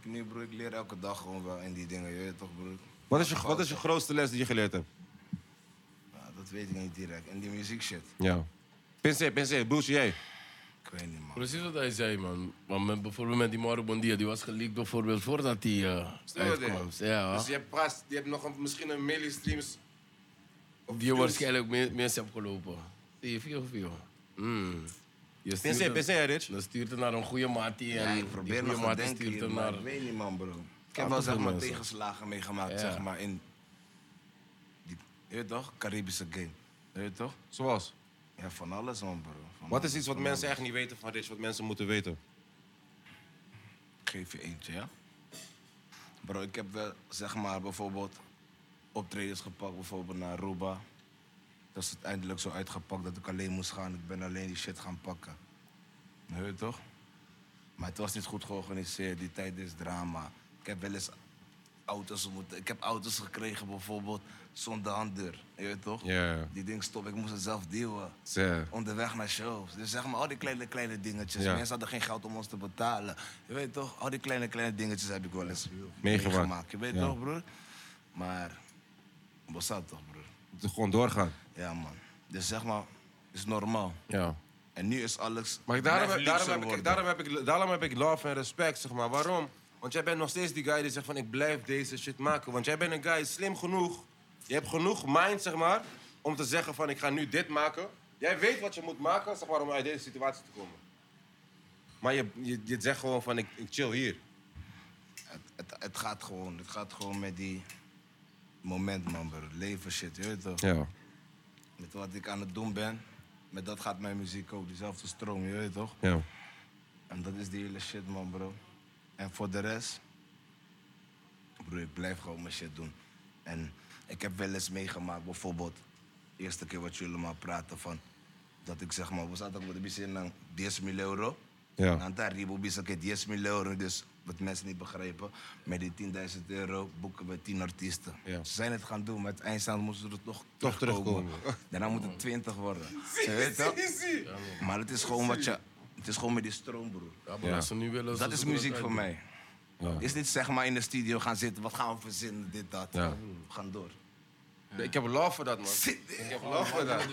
nu, broer, ik leer elke dag gewoon wel in die dingen, je weet toch, broer. Wat is je grootste les die je geleerd hebt? Ja, dat weet ik niet direct. En die muziek shit, Ja. Pensé, broertje, jij? ik weet niet, man. Precies wat hij zei, man. Want bijvoorbeeld met die Mario Bondia, die was geleakt bijvoorbeeld voordat hij uitkwam. Ja, Dus je hebt nog misschien een miljoen streams. die je waarschijnlijk mensen hebt gelopen. Zie je, veel. Pensé, Rich? Dan stuurt het naar een goede matie. Ja, En ik probeer die nog goede te matie denken stuurt hier, hem maar naar... ik weet niet, man, bro. Ik heb Ja, wel, te zeg veel maar, mensen. tegenslagen meegemaakt, Ja. zeg maar, in die, je weet toch, Caribische game. Je weet toch? Zoals? Ja, van alles, man, bro. Van Wat is alles, iets wat van mensen alles. echt niet weten van Rich, wat mensen moeten weten? Ik geef je eentje, ja? Bro, ik heb wel, zeg maar, bijvoorbeeld optredens gepakt, bijvoorbeeld naar Aruba. Dat is uiteindelijk zo uitgepakt dat ik alleen moest gaan. Ik ben alleen die shit gaan pakken. Je weet toch? Maar het was niet goed georganiseerd, die tijd is drama. Ik heb wel eens ik heb auto's gekregen bijvoorbeeld zonder handdeur. Je weet toch? Ja. Die ding stop, ik moest het zelf duwen. Zeg. Onderweg naar shows. Dus zeg maar, al die kleine dingetjes. Ja. Mensen hadden geen geld om ons te betalen. Je weet toch? Al die kleine dingetjes heb ik wel eens Meegemaakt. Je weet Ja. toch, broer? Maar, wat zat toch, broer? Moet gewoon doorgaan. Ja, man. Dus zeg maar, is normaal. Ja. En nu is alles... Maar blijft luxer worden. daarom heb ik love en respect, zeg maar. Waarom? Want jij bent nog steeds die guy die zegt van ik blijf deze shit maken. Want jij bent een guy slim genoeg. Je hebt genoeg mind, zeg maar, om te zeggen van ik ga nu dit maken. Jij weet wat je moet maken, zeg maar, om uit deze situatie te komen. Maar je zegt gewoon van ik chill hier. Het gaat gewoon met die moment, man, bro. Leven shit, je weet toch? Ja. Met wat ik aan het doen ben, met dat gaat mijn muziek ook. Diezelfde stroom, je weet toch? Ja. En dat is die hele shit, man, bro. En voor de rest, bro, ik blijf gewoon mijn shit doen. En ik heb wel eens meegemaakt, bijvoorbeeld, de eerste keer wat jullie maar praten van, dat ik zeg maar, we zaten ook met de bezin aan 10.000 euro. Ja. En daar riep ik 10.000 euro, dus wat mensen niet begrijpen, met die 10.000 euro boeken we 10 artiesten. Ja. Ze zijn het gaan doen, maar het eindstand moesten ze er toch terugkomen. Daarna moet het 20 worden. Je weet toch? Maar het is gewoon het is gewoon met die stroom, broer. Ja, maar als ze nu willen... Dat ze is zullen muziek het voor uitdoen. mij. Ja. Is niet zeg maar in de studio gaan zitten, wat gaan we verzinnen, dit, dat. Ja. We gaan door. Ik heb love voor dat, man. Ik heb love voor dat.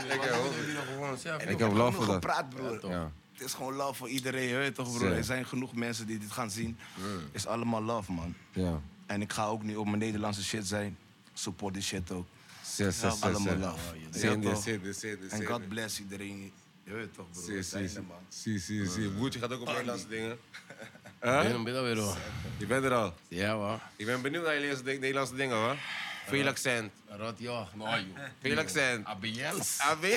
En Ik ik heb love genoeg voor dat. gepraat, broer. Ja. Het is gewoon love voor iedereen, je weet toch, broer? Zeker. Er zijn genoeg mensen die dit gaan zien. Is allemaal love, man. Ja. En ik ga ook niet op mijn Nederlandse shit zijn. Support die shit ook. Zes. Allemaal love. Zin toch? dit. En God bless iedereen. Je weet toch, broer? We zijn er, man. Zie. Broertje gaat ook op Nederlandse dingen. Ben je weer hoor. Je bent er al. Ja, hoor. Ik ben benieuwd naar je Nederlandse dingen, hoor. Veel accent. Rot, ja. Nou, joh. Veel accent. Abiyels. Abi?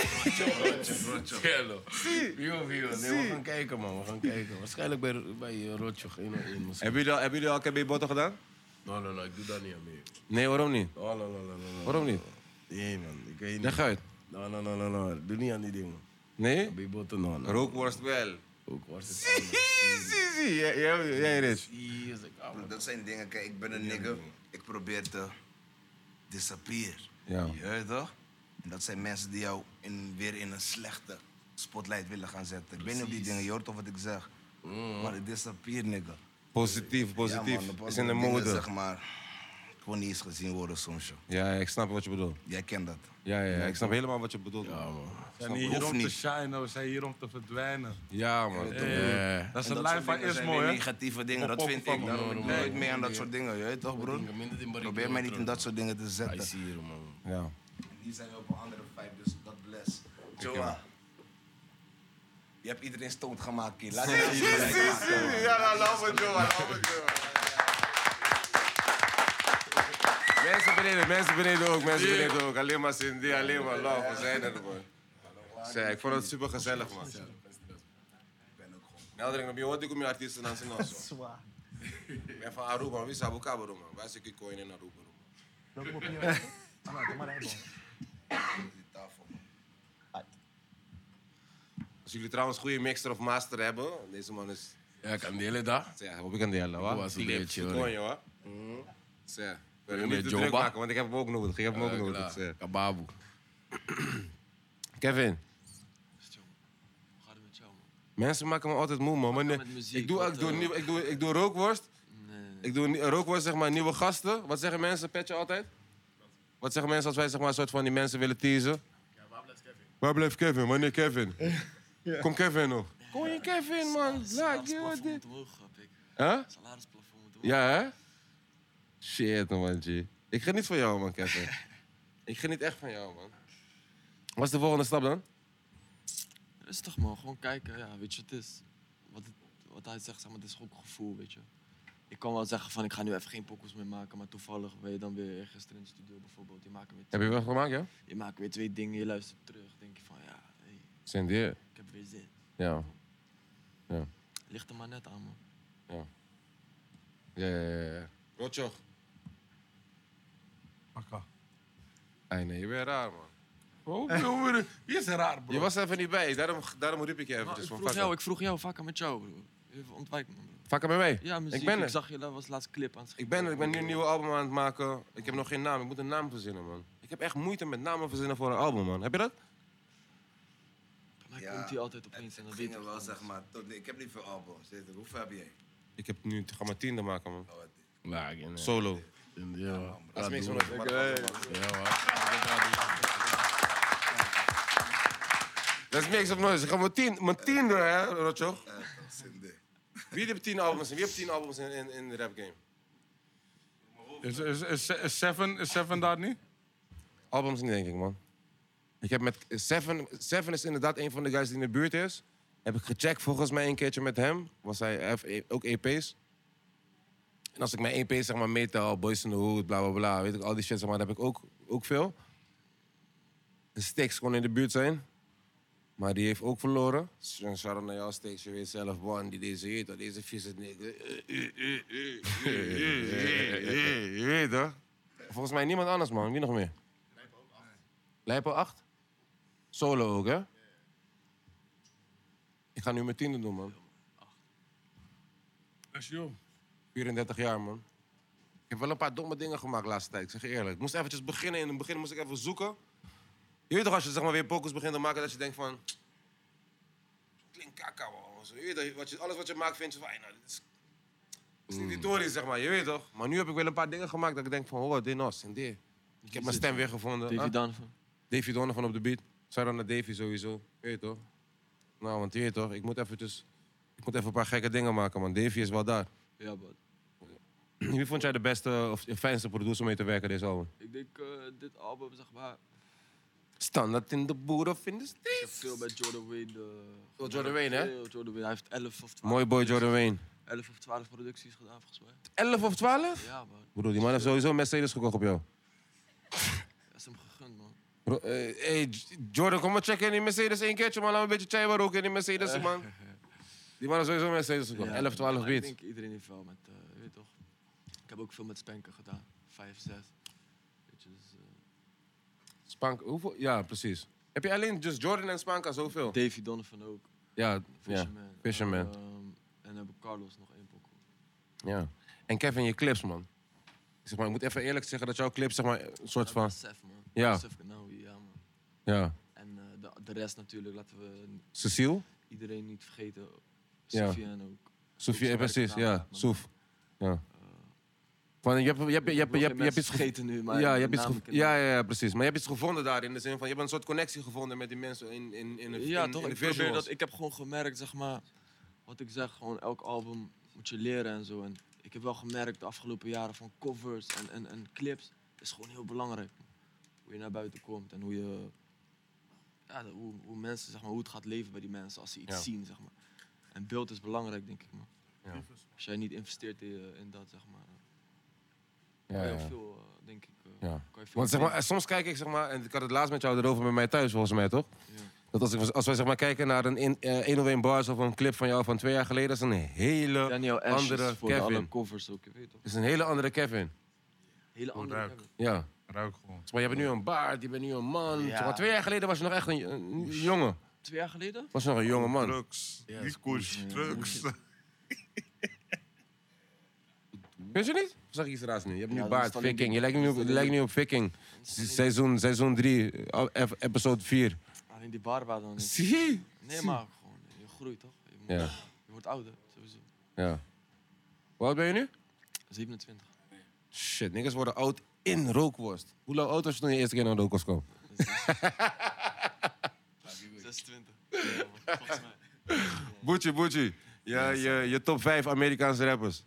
Cielo. Vio. Nee, we gaan kijken, man. We gaan kijken. Waarschijnlijk bij Rotjoch 101 misschien. Hebben jullie al KB Botten gedaan? Nee, ik doe dat niet aan mee. Nee, waarom niet? Nee. Waarom niet? Nee, man. Ik weet niet. Leg uit. Nee. Doe niet aan die dingen. Nee? Bibotten, no. Rookworst wel. Ook was het Zie. Jij Rich. Dat zijn dingen, kijk, ik ben een nigger. Ik probeer te disappear. Ja. Je weet toch? En dat zijn mensen die jou weer in een slechte spotlight willen gaan zetten. Ik weet niet of die dingen, je hoort of wat ik zeg. Maar ik disappear, nigger. Positief. Ja, man, Is in de dingen, mode. zeg maar, ik wil niet eens gezien worden soms, joh. Ja, ik snap wat je bedoelt. Jij kent dat. Ja, ik snap helemaal wat je bedoelt. Ja, man. We zijn niet hier Hoeft om te niet. shinen, we zijn hier om te verdwijnen. Ja, man. Dat is En een dat lijn soort van dingen zijn Ismo, weer hè? negatieve dingen, dat Poppen vind ik. van Daarom me. ik doe nooit mee aan dat soort dingen, je weet toch, broer? Probeer mij niet in dat soort dingen te Hij zetten. is hier, man. Ja. Hier zijn we op een andere vibe, dus dat bless. Joa. Je hebt iedereen stoned gemaakt, hier. Laat je iedereen maken. Ja, love it, Joe. Mensen beneden ook. Alleen maar Cindy, alleen maar love. We zijn er, man. Zeg, ik vond het super gezellig, man. Nou, ik ben ook met artiesten aan zijn nos. Ik ben van Aruba, wie is Abu Kabaro, man? Waar zit ik coin in Aruba? Als jullie trouwens goede mixer of master hebben, deze man is... Ja, kan delen daar. Zeg, wat ik aan delen, hoor. was een beetje, hoor. Coin, hoor. Zeg, ik wil hem Met niet te druk Joba. maken, want ik heb hem ook nodig. Ik heb hem ook nodig. Zeg. Kababu. Kevin, Hoe gaat het met jou, man? mensen maken me altijd moe, man. Maar nee, met muziek, ik doe wat, rookworst. Nee. Ik doe Rookworst, zeg maar, nieuwe gasten. Wat zeggen mensen, Petje, altijd? Wat zeggen mensen als wij zeg maar, een soort van die mensen willen teasen? Ja, waar blijft Kevin? Waar blijft Kevin? Wanneer Kevin? Kom Kevin nog. Kom je Kevin, man. Laat je wat Salarisplafond dit. moet omhoog, pik. Huh? Salarisplafond moet omhoog. Ja, hè? Shit, man, G. Ik geniet van jou, man, Kevin. Ik geniet echt van jou, man. Wat is de volgende stap dan? Rustig, man. Gewoon kijken. Ja, weet je wat het is? Wat hij zegt, zeg maar, het is gewoon een gevoel, weet je. Ik kan wel zeggen van, ik ga nu even geen pokoes meer maken, maar toevallig ben je dan weer gisteren in de studio bijvoorbeeld. Heb je wel gemaakt, ja? Je maakt weer 2 dingen, je luistert terug. Denk je van, ja, hey, Sendeer. ik heb weer zin. Ja. Ja. Ligt er maar net aan, man. Ja. Rotjoch. Akka. Ai, nee, je bent raar, man. Wie is raar, bro? Je was er even niet bij, daarom riep ik je eventjes. Ik vroeg jou vaker met jou, bro. Even ontwijken, man, bro. Vakker met mij? Ja, muziek. Ik ben er. Ik zag je, dat was de laatste clip aan het Ik ben nu een nieuwe album aan het maken. Ik heb nog geen naam. Ik moet een naam verzinnen, man. Ik heb echt moeite met namen verzinnen voor een album, man. Heb je dat? Bij mij komt hij altijd opeens en dan Het weet ging ik er wel, gewoon. zeg maar. Ik heb niet veel albums. Hoeveel heb jij? Ik heb nu, ga maar 10 maken, man. Oh, wat Ja, ik weet Solo. Ja, Dat is niks van Dat is niks op nooit. Ik ga mijn 10 door, hè, Rotjoch. Sinde. Wie heeft 10 albums? Wie heeft 10 albums in de rap game? Is Seven daar niet? Albums niet, denk ik, man. Ik heb met Seven is inderdaad een van de guys die in de buurt is. Heb ik gecheckt volgens mij een keertje met hem. Hij heeft ook EP's. En als ik mijn EP's zeg maar meetel, Boys in the Hood, bla bla bla, weet ik, al die shit, zeg maar, dan heb ik ook veel. De Sticks kon in de buurt zijn. Maar die heeft ook verloren. Shout-out naar jou, Sticks. Je weet zelf, man, die deze vieze nigger. Je weet toch? Volgens mij niemand anders, man. Wie nog meer? Lijpo 8? Solo ook, hè? Ik ga nu mijn 10e doen, man. Dat is jong. 34 jaar, man. Ik heb wel een paar domme dingen gemaakt de laatste tijd, ik zeg je eerlijk. Ik moest eventjes beginnen. In het begin moest ik even zoeken. Je weet toch als je zeg maar, weer pokers begint te maken, dat je denkt van... Klinkt kaka, man. Zo, je weet toch, alles wat je maakt vind je van... Nou, dit is niet die Tory, zeg maar. Je weet toch? Maar nu heb ik wel een paar dingen gemaakt dat ik denk van... Oh, dit nos en dit. Ik heb mijn stem weer gevonden. Davy Donovan. Davy Donovan op de beat. Shout-out naar Davy sowieso. Je weet toch? Nou, want je weet toch, ik moet even een paar gekke dingen maken, man. Davy is wel daar. Ja, man. Wie vond jij de beste of de fijnste producer om mee te werken deze album? Ik denk dit album, zeg maar... Standaard in de boer of in de Ik heb streets. veel bij Jordan Wayne. Jordan Wayne, hè? Veel Jordan Wayne. Hij heeft 11 of 12... Mooi boy Jordan Wayne. 11 of 12 producties gedaan, volgens mij. 11 of 12? Ja, man. Broer, die man heeft sowieso een Mercedes gekocht op jou. Dat is hem gegund, man. Bro, hey, Jordan, kom maar checken in die Mercedes één keertje, man. Laat me een beetje chai roken in die Mercedes, man. Die man heeft sowieso een Mercedes gekocht. Ja, 11, 12 maar beats. Ik denk iedereen heeft wel met, je weet toch. Ik heb ook veel met Spanker gedaan. 5, 6. Weet je, dus... Spank, hoeveel? Ja, precies. Heb je alleen just Jordan en Spanka zoveel? Davy Donovan ook. Ja, Fisherman. Fisherman. En dan heb ik Carlos nog 1 pokoe. Ja. En Kevin, je clips, man. Zeg maar, ik moet even eerlijk zeggen dat jouw clips, zeg maar, een soort van... Sef, man. Ja. Sef Kanawi, ja, man. Ja. En de rest natuurlijk, laten we Cecile? iedereen niet vergeten. Ja. Sofiane ook. Sofie, Ook precies, zo waar ik ja. gedaan heb, Soef. Ja. Van, je hebt iets vergeten nu, maar ja, je hebt de iets namen ja, precies. Maar je hebt iets gevonden daar in de zin van, je hebt een soort connectie gevonden met die mensen in de Ja, in, toch? in de Ik probeer visuals. dat. Ik heb gewoon gemerkt, zeg maar, wat ik zeg, gewoon elk album moet je leren en zo. En ik heb wel gemerkt de afgelopen jaren van covers en clips is gewoon heel belangrijk. Hoe je naar buiten komt en hoe je, ja, hoe mensen, zeg maar, hoe het gaat leven bij die mensen als ze iets zien, zeg maar. En beeld is belangrijk, denk ik, man. Ja. Als jij niet investeert in dat, zeg maar, Ja, kan je ja. ook veel, denk ik, Ja. kan je veel Want zeg maar, bereiken. soms kijk ik, zeg maar, en ik had het laatst met jou erover met mij thuis, volgens mij, toch? Ja. Dat als wij zeg maar, kijken naar een 101 bars of een clip van jou van 2 jaar geleden, dat is een hele Daniel Ashes andere voor alle Kevin. covers ook, je weet toch? Dat is een hele andere Kevin. Hele andere ruik. Kevin. Ja. Ruik gewoon. Zeg maar, je bent nu een baard, je bent nu een man. Ja. Zeg maar, 2 jaar geleden was je nog echt een jongen. 2 jaar geleden? Was je nog een jonge man. Drugs. Ja, Niet koers. Drugs. Weet je niet? Of zeg ik iets raars nu? Je hebt nu Ja, dat baard, is dan Viking. niet- Je lijkt nu op Viking. Seizoen 3, episode 4. Alleen die bar waar dan niet. Zie? Nee, maar gewoon, je groeit toch? Ja. Je wordt ouder, sowieso. Ja. Hoe oud ben je nu? 27. Shit, niggas worden oud in rookworst. Hoe lang oud was je toen je eerste keer naar de rookworst kwam? 26. Ja, man, volgens mij. Boetje. Ja, je top 5 Amerikaanse rappers.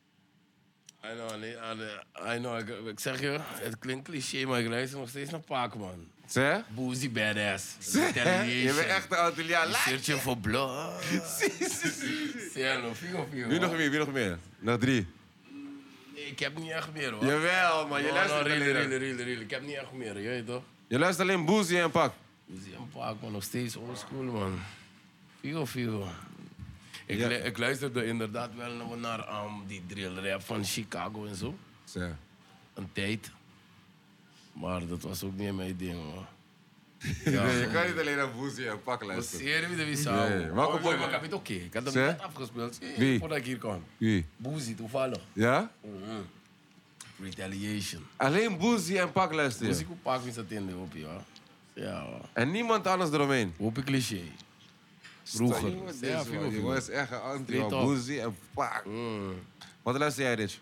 I know. Ik zeg je, het klinkt cliché, maar ik luister nog steeds naar Pac, man. Zeg? Boozy Badass. Je bent echt een Antilliaan. Searching for blood. Cielo, figo. Wie nog meer? Nog 3. Nee, ik heb niet echt meer, hoor. Jawel, man. Je luistert alleen. Real. Ik heb niet echt meer, je weet toch? Je luistert alleen Boozy en Pac. Boozy en Pac, man. Nog steeds oldschool, man. Figo. Ik luisterde inderdaad wel naar die drill rap van Chicago en zo. Zeg. Een tijd. Maar dat was ook niet mijn ding, hoor. Nee, je kan niet alleen naar Boozy en Pac luisteren. Serie wie zou. Nee. Welke Maar ik heb het oké. Ik had hem Zeg? net afgespeeld. Wie? Voordat ik hier kwam. Wie? Boozy, toevallig. Ja? Retaliation. Alleen Boozy en Pac luisteren. Boozy ko Pac is dat in de hoop, ja. Ja, hoor. En niemand anders eromheen. Hoop ik cliché. Vroeger. Ja, Figo. je was echt een anti Weet van toch? Boozy en Pac. Wat luister jij, Rich?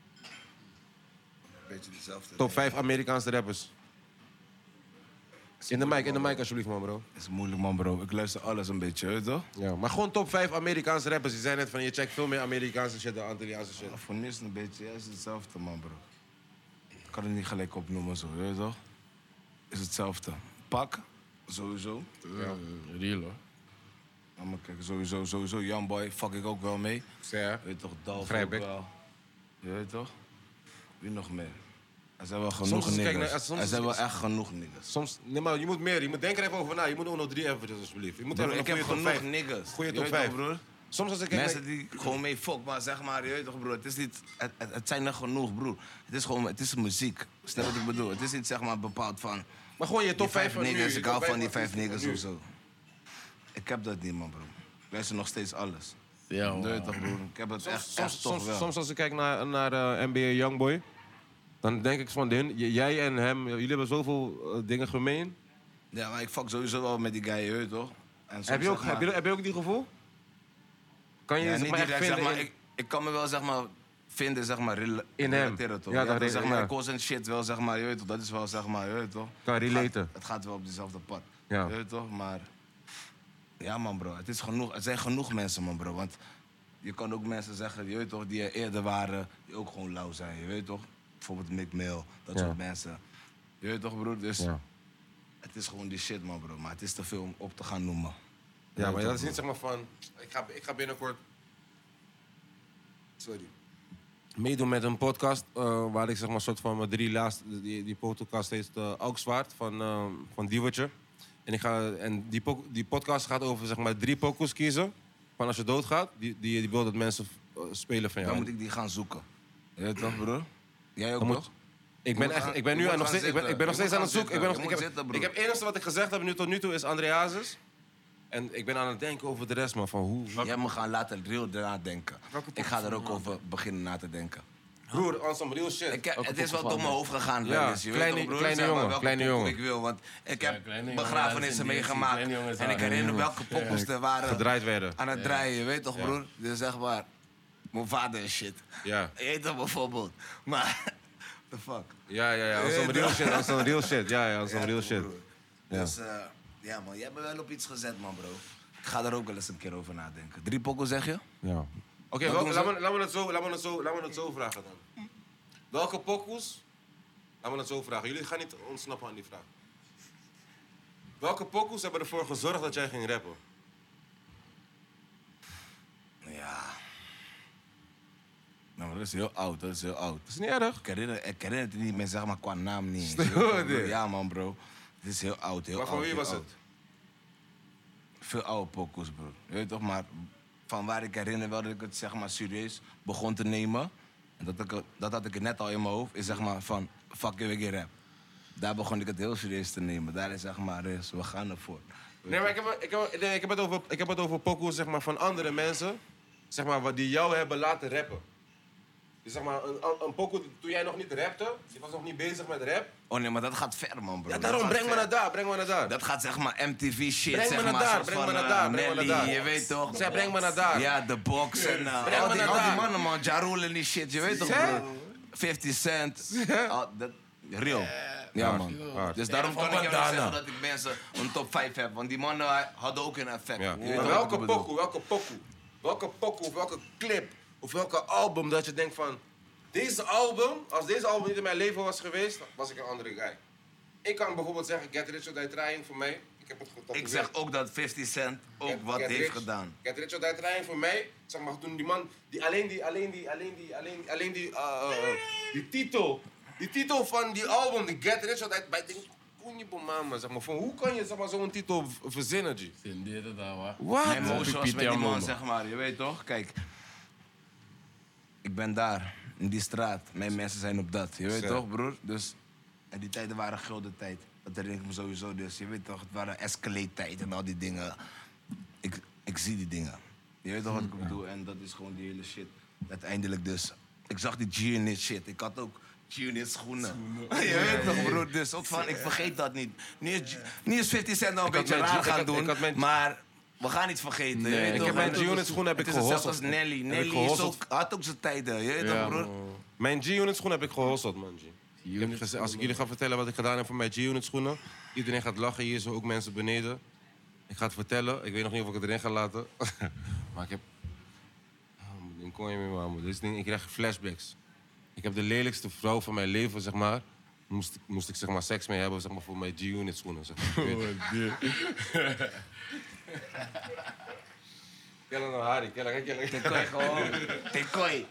Beetje dezelfde. Top 5 Amerikaanse rappers. In de mic alsjeblieft, man, bro. Is moeilijk, man, bro. Ik luister alles een beetje, weet je toch? Ja, maar gewoon top 5 Amerikaanse rappers. Je zei net van je checkt veel meer Amerikaanse shit dan Antilliaanse shit. Ja, voor niets een beetje, ja, is hetzelfde, man, bro. Ik kan het niet gelijk opnoemen, zo, weet je toch? Is hetzelfde. Pak, sowieso. Real, hoor. Ja, maar kijk, sowieso. Youngboy, fuck ik ook wel mee. Zeg. Weet je toch, Dolph Begrijp ook ik. wel. Je weet toch? Wie nog meer? Er zijn wel Soms genoeg is- kijk, niggas. nee, soms Er is- zijn wel echt genoeg niggas. Soms, nee, maar je moet meer. Je moet denken er even over na. Je moet ook nog 3 eventjes, alsjeblieft. Je moet Bro, even ik een heb goede top genoeg 5. niggas. Goeie Je top weet toch, 5. broer? Soms als ik kijk... Mensen die gewoon mee fuck, maar zeg maar, je weet toch, broer. Het is niet, het zijn er genoeg, broer. Het is gewoon, het is muziek. Snap wat ik bedoel? Het is niet zeg maar bepaald van. Maar gewoon je Die top 5 5 niggas, ik hou van die 5 niggas of of zo. Ik heb dat niet, man, bro. Ik luister nog steeds alles. Ja, Je hoor. weet toch, broer? Ik heb het echt toch wel. Soms als ik kijk naar NBA Youngboy, dan denk ik van jij en hem, jullie hebben zoveel dingen gemeen. Ja, maar ik fuck sowieso wel met die guy, je weet toch? En soms, Heb je, ook, zeg maar- heb je ook die gevoel? Kan je Ja, zeg niet maar echt direct, vinden zeg maar. in- Ik kan me wel, zeg maar, vinden, zeg maar, In hem. relateren, toch? Ja, Ja, dat toch, zeg maar, ja. ik koos en shit wel, zeg maar, je weet toch? Dat is wel, zeg maar, je weet toch? Kan relaten. Het gaat wel op dezelfde pad. Ja. Je weet toch? Maar, ja, man, bro. Het zijn genoeg mensen, man, bro. Want je kan ook mensen zeggen, je weet toch, die er eerder waren, die ook gewoon lauw zijn, je weet toch? Bijvoorbeeld Mick Mill, dat Ja. soort mensen. Je weet toch, broer? Dus Ja. het is gewoon die shit, man, bro. Maar het is te veel om op te gaan noemen. Ja, maar toch, dat is bro? niet zeg maar van. Ik ga binnenkort. Sorry. Meedoen met een podcast. Waar ik zeg maar soort van mijn 3 laatste. Die podcast heet Augswaard van Diewertje. En die podcast gaat over zeg maar 3 pokus kiezen. Van als je doodgaat. Die wil dat mensen spelen van jou. Dan moet ik die gaan zoeken. Je weet toch, broer? Jij ook, Dan moet- toch? Ik ben nu nog steeds aan het zoeken. Ik heb het enige wat ik gezegd heb tot nu toe is André Hazes. En ik ben aan het denken over de rest, maar van hoe... Jij hebt me gaan laten real nadenken. Ik ga er ook over beginnen na te denken. Broer, on some real shit. Het is wel door mijn hoofd gegaan. Ja, wel eens, je weet kleine- toch, broer? kleine Zeg maar jongen, welke kleine pokoe jongen. ik wil, want ik heb kleine jongen, begrafenissen ja, dat is meegemaakt. kleine jongens, En ik ja. herinner welke pokoes er waren Gedraaid werden. aan het draaien, je weet toch, broer? Dus zeg maar, mijn vader en shit. Ja. Je weet toch bijvoorbeeld. Maar, the fuck. Ja, on some real shit, on some real shit. Ja, on some real toch, shit. broer. Dus ja, man, jij hebt me wel op iets gezet, man, bro. Ik ga er ook wel eens een keer over nadenken. 3 pokoes zeg je? Ja. Oké, Wat doen ze? laten we het zo vragen dan. Welke pokoes? Laten we het zo vragen. Jullie gaan niet ontsnappen aan die vraag. Welke pokoes hebben ervoor gezorgd dat jij ging rappen? Ja. Nou, maar dat is heel oud, dat is heel oud. Dat is niet erg. Ik herinner het niet meer, zeg maar, qua naam niet eens. Stil, dit. Ja, man, bro. Het is heel oud, heel Maar oud. van wie heel was oud. het? Veel oude pokoes, bro. Je weet toch, maar van waar ik herinner wel dat ik het, zeg maar, serieus begon te nemen. En dat had ik het net al in mijn hoofd, is zeg maar van, fuck you, ik rap. Daar begon ik het heel serieus te nemen. Daar is, zeg maar, we gaan ervoor. Nee, maar ik heb het over pokoes zeg maar, van andere mensen. Zeg maar, wat die jou hebben laten rappen. Dus zeg maar, een pokoe, toen jij nog niet rapte, je was nog niet bezig met rap. Oh nee, maar dat gaat ver, man, bro. Ja, Dat daarom, gaat breng me ver. naar daar. Dat gaat zeg maar MTV shit, Breng me zeg naar maar. daar, soort breng me van, naar daar, breng me Nelly, naar daar. je weet toch? Zij, breng me naar daar. Ja, de box en Breng al me die naar daar. mannen, man. Ja Rule en die shit, je weet toch, Zij? bro? 50 Cent. Real. Ja, man. hard. Dus daarom kan ik jou niet Bandana. zeggen dat ik mensen een top 5 heb. Want die mannen hadden ook een effect. Ja. Je weet Maar toch wat ik welke bedoel? pokoe, welke pokoe of welke clip of welke album dat je denkt van... Deze album, als deze album niet in mijn leven was geweest, was ik een andere guy. Ik kan bijvoorbeeld zeggen, Get Rich or Die Trying voor mij. Ik heb het getatoeëerd. Ik zeg ook dat 50 Cent ook wat Get heeft Rich. gedaan. Get Rich or Die Trying voor mij. Zeg maar, toen die man, die titel van die album, die Get Rich or Die, bij denk mama, zeg maar, van hoe kan je zeg maar zo'n titel verzinnen, G? Dit en dat, hoor. Wat? Mijn moes was met die man, Piet zeg maar. Je weet toch? Kijk. Ik ben daar, in die straat. Mijn mensen zijn op dat. Je weet Zo. toch, broer? Dus... En die tijden waren gulden tijd. Dat herinner ik me sowieso. Dus je weet toch, het waren Escalade-tijd en al die dingen. Ik zie die dingen. Je weet toch wat ik bedoel? En dat is gewoon die hele shit. Uiteindelijk dus. Ik zag die G-Unit shit. Ik had ook G-Unit schoenen. Je weet toch, broer? Dus ook van, ik vergeet dat niet. Nu is 50 Cent nou een Ik had beetje mijn raar G- ik gaan had- doen. ik had mijn- Maar we gaan niet vergeten. je weet ik toch? heb mijn Want het G-Unit is- schoenen heb ik Het is hetzelfde als gehosseld. Nelly. Heb ik Nelly is gehosseld. ook, had ook zijn tijden. Je weet Ja. toch, broer? Mijn G-Unit schoenen heb ik gehosseld, man, G. Ik heb gezegd, als ik jullie ga vertellen wat ik gedaan heb voor mijn G-Unit schoenen, iedereen gaat lachen, hier zo ook mensen beneden. Ik ga het vertellen, ik weet nog niet of ik het erin ga laten. Maar ik heb... Oh, ik kon je mee, man. Dit ding, ik krijg flashbacks. Ik heb de lelijkste vrouw van mijn leven, zeg maar. Moest ik zeg maar seks mee hebben, zeg maar, voor mijn G-Unit schoenen. Zeg maar. Kijk naar Harry, kijk. Tekoi gewoon. Tekoi.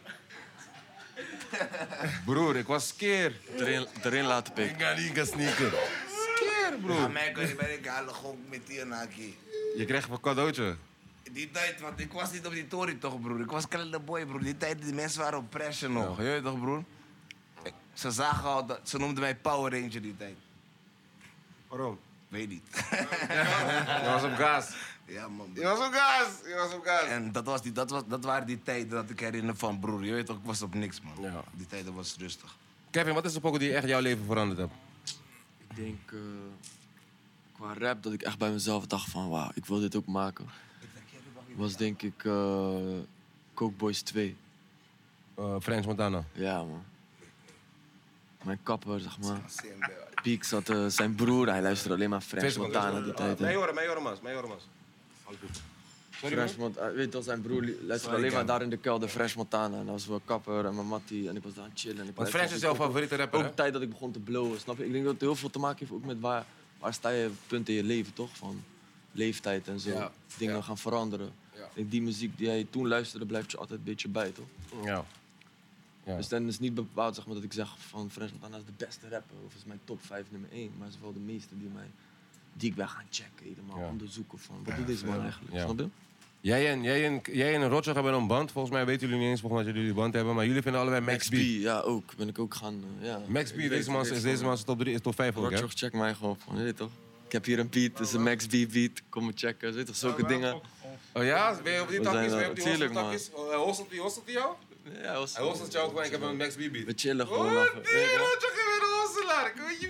Broer, ik was skeer. Erin laten pikken. Ik ga niet sneaker. Skeer, broer. Ja, mij kon je bij de halen gewoon met die naki. Je krijgt een cadeautje. Die tijd, want ik was niet op die tory toch, broer. Ik was kleine boy, broer. Die tijd, die mensen waren op pressure nog. Je weet toch, broer? Ze zagen al, ze noemden mij Power Ranger die tijd. Waarom? Weet niet. Je was op gas. Ja, man. Je was op gas. En dat waren die tijden dat ik herinner van, broer. Je weet toch, ik was op niks, man. Ja. Die tijden was rustig. Kevin, wat is de pokoe die echt jouw leven veranderd heeft? Ik denk qua rap dat ik echt bij mezelf dacht van wauw, ik wil dit ook maken. Was denk ik Coke Boys 2. French Montana. Ja man. Mijn kapper, zeg maar. Peaks had zijn broer, hij luisterde alleen maar French Montana die tijd. hè. Mij horen, mas. Sorry, Fresh man. Montana, weet je wel, zijn broer luisterde alleen maar daar in de kelder Fresh Montana. En dat was wel kapper en mijn mattie en ik was daar aan het chillen. En ik Want luisterde French is jouw die pokoe. favoriete rapper, Ook hè? de tijd dat ik begon te blowen, snap je? Ik denk dat het heel veel te maken heeft ook met waar sta je punt in je leven, toch? Van leeftijd en zo. Ja, Dingen ja. gaan veranderen. Ja. Ik denk, die muziek die jij toen luisterde, blijft je altijd een beetje bij, toch? Ja. Ja. Dus dan is het niet bepaald zeg maar, dat ik zeg van Fresh Montana is de beste rapper. Of is mijn top 5 nummer 1. Maar het is wel de meeste die ik ben gaan checken, helemaal Ja. onderzoeken van wat doet deze man eigenlijk, Ja. snap je? Jij en Rotjoch hebben een band. Volgens mij weten jullie niet eens volgens mij dat jullie een band hebben. Maar jullie vinden allebei Max B. ja ook. Ben ik ook gaan, ja. Max B, Ik weet deze man het is deze man is top 3, is top 5 ook, hè? Rotjoch, check mij gewoon van, je weet toch? Ik heb hier een beat, het is een Max B beat. Kom maar checken, weet toch? Zulke dingen. Oh ja? Ben je op die We takkies? zijn Ben je op die tuurlijk, takkies? Hosselt hij jou? Ja, was Hij hosselt jou gewoon, ik heb een Max B beat. We chillen Oh, gewoon nee, even. weet je wel. Rotjoch is weer een hosselaar. Ik weet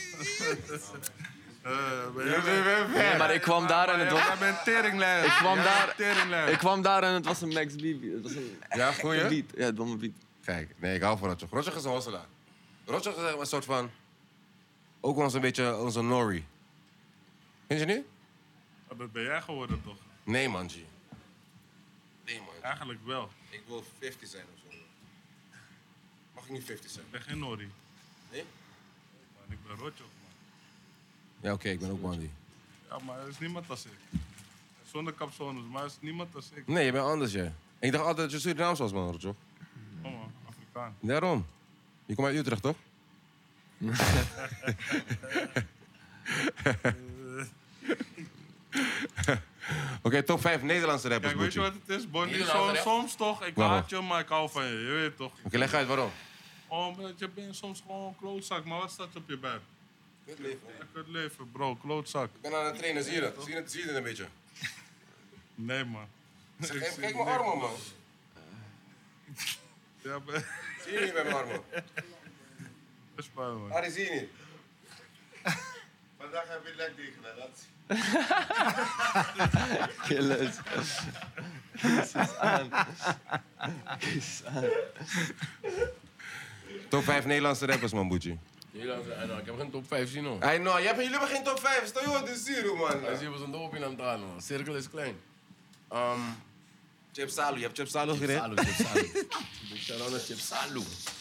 je. Nee, maar ik kwam daar en het was... Jij bent teringlijn. Ik kwam daar en het was een Max B beat. Het was een Ja, goeie? echte beat. Ja, domme beat. Kijk, nee, ik hou van Rotjoch. Rotjoch is een hosselaar. Rotjoch is echt een soort van... Ook een beetje onze Nori. Vind je niet? Dat ben jij geworden toch? Nee, man, G. Nee, man. Eigenlijk wel. Ik wil 50 zijn of zo. Mag ik niet 50 zijn? Ik ben geen Nori. Nee? Man, ik ben Rotjoch, man. Ja, oké, ik ben ook Mandy. Ja, maar er is niemand als ik. Zonder capsones, maar er is niemand als ik. Nee, je bent anders, jij. Ik dacht altijd dat je Surinaams was, man, Rotjoch. Oh man, Afrikaan. Daarom. Je komt uit Utrecht, toch? Oké, top 5 Nederlandse rappers, Kijk, weet je Gucci. wat het is, Bonnie? Nederlandse rap? Soms toch, ik Waarom? haat je, maar ik hou van je. Je weet toch? Oké, leg uit waarom. Omdat je bent soms gewoon een klootzak, maar wat staat je op je buik? Ik het leven, bro, klootzak. Ik ben aan het trainen, zie je dat? Zie je het een beetje? Nee, man. Kijk mijn armen, man. Ja, Zie je niet bij Marmo? Dat is fijn, man. Harry, zie je niet? Vandaag heb je lek tegen me, dat. Killers. Jezus aan. Jezus aan. Top 5 Nederlandse rappers, man, Boetje. Nederlandse, ik heb geen top 5 zien, hoor. Hey, no, jullie hebben geen top 5. Stel je wat te zien, man. Hij ziet we zijn doop in aan het halen, man. Cirkel is klein. Chip Salu, je hebt Chip Salu gereden? Salu, Chip Salu. Shout-out naar Chip Salu.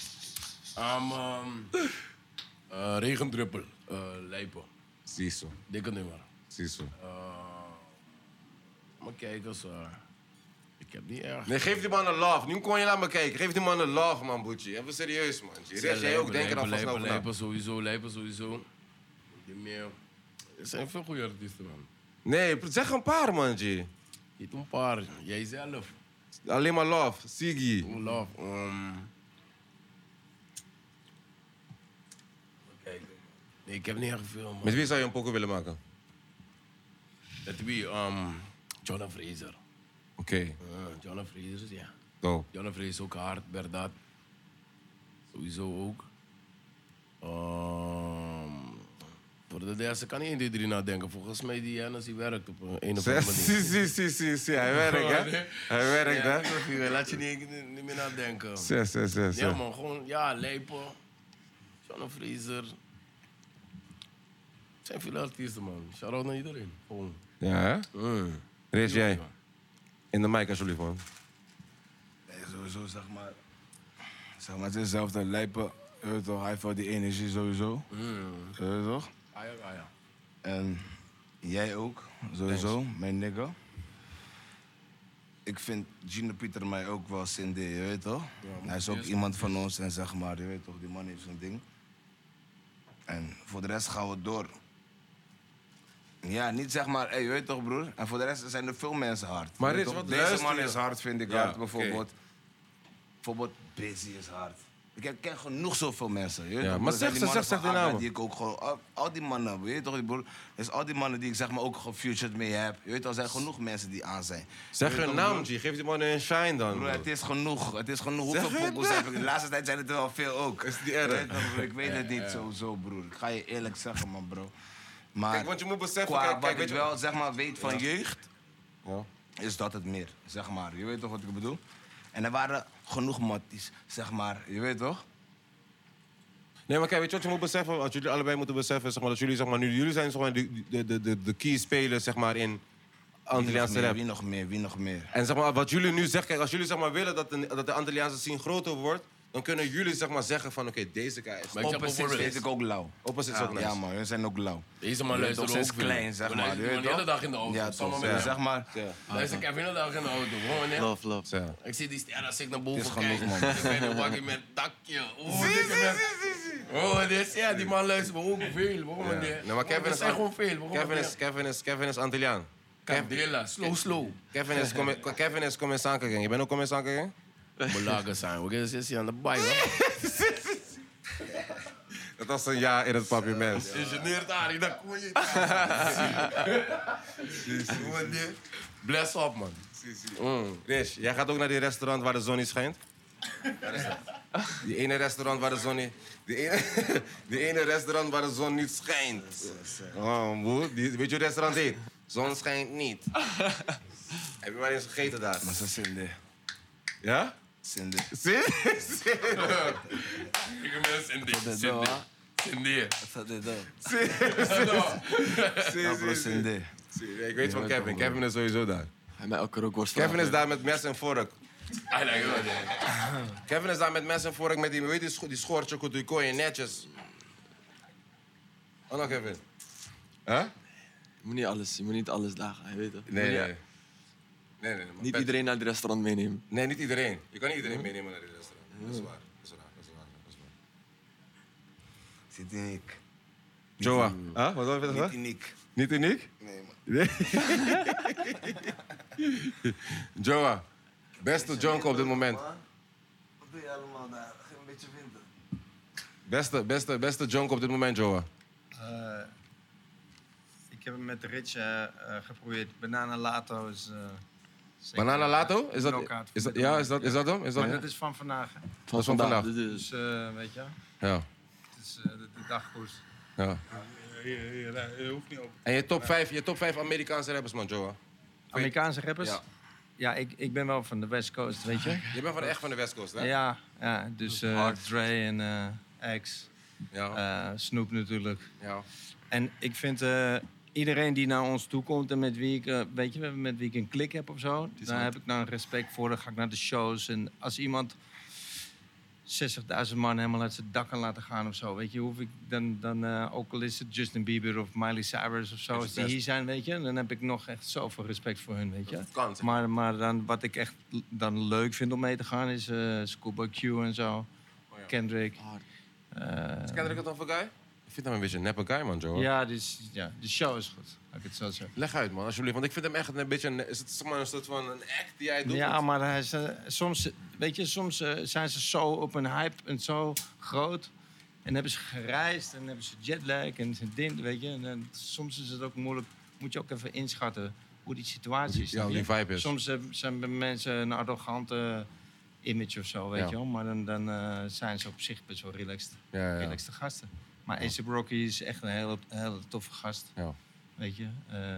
Regendruppel, Lijpen. Ziezo, Dikke nummer. ziezo. Maar kijk eens, ik heb niet erg. Nee, geef die man een love. Nu kon je laten me kijken. Geef die man een love, man, Boetje. Even serieus, man. Rest jij ook denken dan vast over na. Lijpen sowieso. Niet meer. Er zijn veel goede artiesten, man. Nee, zeg een paar, man, G. Niet een paar, jijzelf. Alleen maar love. Siggy. Love. Kijk. Nee, ik heb niet erg veel, man. Met wie zou je een poker willen maken? Met wie? Jonah Fraser. Oké, Jonah Fraser, ja. dope. Jonah Fraser ook hard, Berdad. Sowieso ook. Voor de derde kan niet 1, 2, 3 nadenken. Volgens mij die Hennessy werkt op een of andere manier. Zie. Hij werkt, hè? Hij werkt, hè? Ja, laat je niet meer nadenken. Zes. Ja, man, gewoon, ja, Lijpen. Jonah Fraser. Er zijn veel artiesten, man. Shout-out naar iedereen. Gewoon. Ja, hè? Rees jij. In de mic, alsjeblieft, man. Nee, sowieso, zeg maar. Zeg maar, het is hetzelfde lijpen. Je weet toch, hij heeft wel die energie sowieso. Je weet toch? Ja. En jij ook, sowieso, mijn nigga. Ik vind Gino Pieter mij ook wel Cindy, je weet toch? Hij is ook iemand van ons en zeg maar, je weet toch, die man heeft zo'n ding. En voor de rest gaan we door. Ja, niet zeg maar, hey, je weet toch, broer? En voor de rest zijn er veel mensen hard. Maar Je weet Rich, toch? wat Deze luister man je? is hard, vind ik Ja, hard. Bijvoorbeeld Busy is hard. Ik ken genoeg zoveel mensen. Je weet Ja, toch, maar er zijn zeg die ze, mannen zeg van die Aga namen. Die ik ook gewoon, al die mannen, weet je toch, broer? Dus al die mannen die ik zeg maar ook gefeatured mee heb. Je weet toch, er zijn genoeg mensen die aan zijn. Zeg Je weet hun toch, naam, broer? G. Geef die man een shine dan. Broer, bro. het is genoeg. Het is genoeg. Zeg Hoeveel het, pokoes man. heb ik? De laatste tijd zijn het er wel veel ook. Is het niet erg? Je weet toch, broer, ik weet het niet zo, broer. Ik ga je eerlijk zeggen, man, bro. Maar Kijk, want je moet beseffen, qua kijk, wat weet ik je- wel zeg maar weet van jeugd, Ja. is dat het meer, zeg maar. Je weet toch wat ik bedoel? En er waren genoeg matties, zeg maar. Je weet toch? Nee, maar kijk, weet je wat je moet beseffen? Wat jullie allebei moeten beseffen, zeg maar, dat jullie, zeg maar, nu, jullie zijn zeg maar, de key spelers, zeg maar, in Antilliaanse rap. Wie nog meer? En zeg maar, wat jullie nu zeggen, kijk, als jullie zeg maar, willen dat de Antilliaanse scene groter wordt, dan kunnen jullie zeg maar, zeggen van, oké, deze guy is... Maar ik zeg Opposites bijvoorbeeld- vind ik ook lauw. Opposites is ook nice. Ja, man, hun zijn ook lauw. Deze man Je weet luistert toch, ook ze is veel. klein, zeg We maar. luisteren Je weet de hele toch? dag in de auto. Ja, Samen toch. met Zeg maar, Luister, ik heb de hele dag in de auto. Gewoon, hè. Love. Ja. Ik zie die sterren als ik naar boven Het is kijk. genoeg, man. Ik ben een wakkie met dakje. Ja, die man luistert me ook veel. Waarom Ja. niet? Nee, maar Kevin Er is zijn aan- gewoon veel. Waarom Kevin is Antilliaan. Candela, slow. Kevin is Comensaan gegaan. Je bent ook Comensaan gegaan? Belagen zijn. We gaan zitten aan de bij, hoor. Dat was een jaar in het papiermens. Ingenieur daar, dat kon je niet. Bless up, man. Rich, jij gaat ook naar die restaurant waar de zon niet schijnt? Die ene restaurant waar de zon niet... Die ene restaurant waar de zon niet schijnt. Oh, boer. Weet je hoe het restaurant heet? Zon schijnt niet. Heb je maar eens gegeten daar? maar ze Cindy. Ja? Cindy. Zie? Ik ben Cindy. Dat is dat. Zie, bro, Cindy. Ik weet van Kevin. Kevin is sowieso daar. Hij mij elke keer ook worst Kevin is daar met mes en vork. I like it. Kevin is daar met mes en vork met die, weet je, die schoortje, die kooi netjes. Oh, nou Kevin. Huh? Je moet niet alles dagen, je weet het. Je moet niet- Nee. Niet iedereen naar het restaurant meenemen. Nee, niet iedereen. Je kan niet iedereen meenemen naar dit restaurant. Dat is waar. Zit uniek. Joa. Huh? Wat wil je Niet zeggen? uniek. Niet uniek? Nee, man. Nee. Joa. Beste jonko op dit moment. Wat doe je allemaal daar? Ga je een beetje vinden? Beste jonko op dit moment, Joa. Ik heb hem met Rich geprobeerd. Banana Lato is... zeker- Banana Lato? Is dat, knockout is dat, voor ja, de is dat hem? Is dat Maar hem? dat is van vandaag. Hè? Dat is van vandaag. Dus weet je, Ja. het is de dagkoers. Ja. Je hoeft niet op. En je top 5 Amerikaanse rappers, man, Joa. Amerikaanse rappers? Ja. Ja, ik ben wel van de West Coast, weet je. Je bent van de West Coast, hè? Ja, dus Dre en X, Ja. Snoop natuurlijk. Ja. En ik vind iedereen die naar ons toe komt en met wie ik, met wie ik een klik heb of zo, daar heb ik nou respect voor. Dan ga ik naar de shows. En als iemand 60.000 man helemaal uit zijn dak kan laten gaan of zo, weet je, hoef ik dan ook al is het Justin Bieber of Miley Cyrus of zo, als die hier zijn, weet je, dan heb ik nog echt zoveel respect voor hun, weet je. Dat kan, zeg. Maar dan, wat ik echt dan leuk vind om mee te gaan is Schoolboy Q en zo, ja. Kendrick. Is Kendrick het dan voor guy? Ik vind hem een beetje een neppe guy, man, Joe. Ja, de show is goed, laat ik het zo zeggen. Leg uit, man, alsjeblieft. Want ik vind hem echt een beetje... Is het zeg maar een soort van een act die jij doet? Ja, maar hij is, soms, weet je, soms zijn ze zo op een hype en zo groot. En hebben ze gereisd en hebben ze jetlag en zijn ding, weet je. En soms is het ook moeilijk, moet je ook even inschatten hoe die situatie is. Ja, hoe die vibe is. Soms zijn mensen een arrogante image of zo, weet je wel. Maar dan zijn ze op zich best wel relaxed, relaxed gasten. Maar A$AP Rocky is echt een hele toffe gast. Ja. Weet je.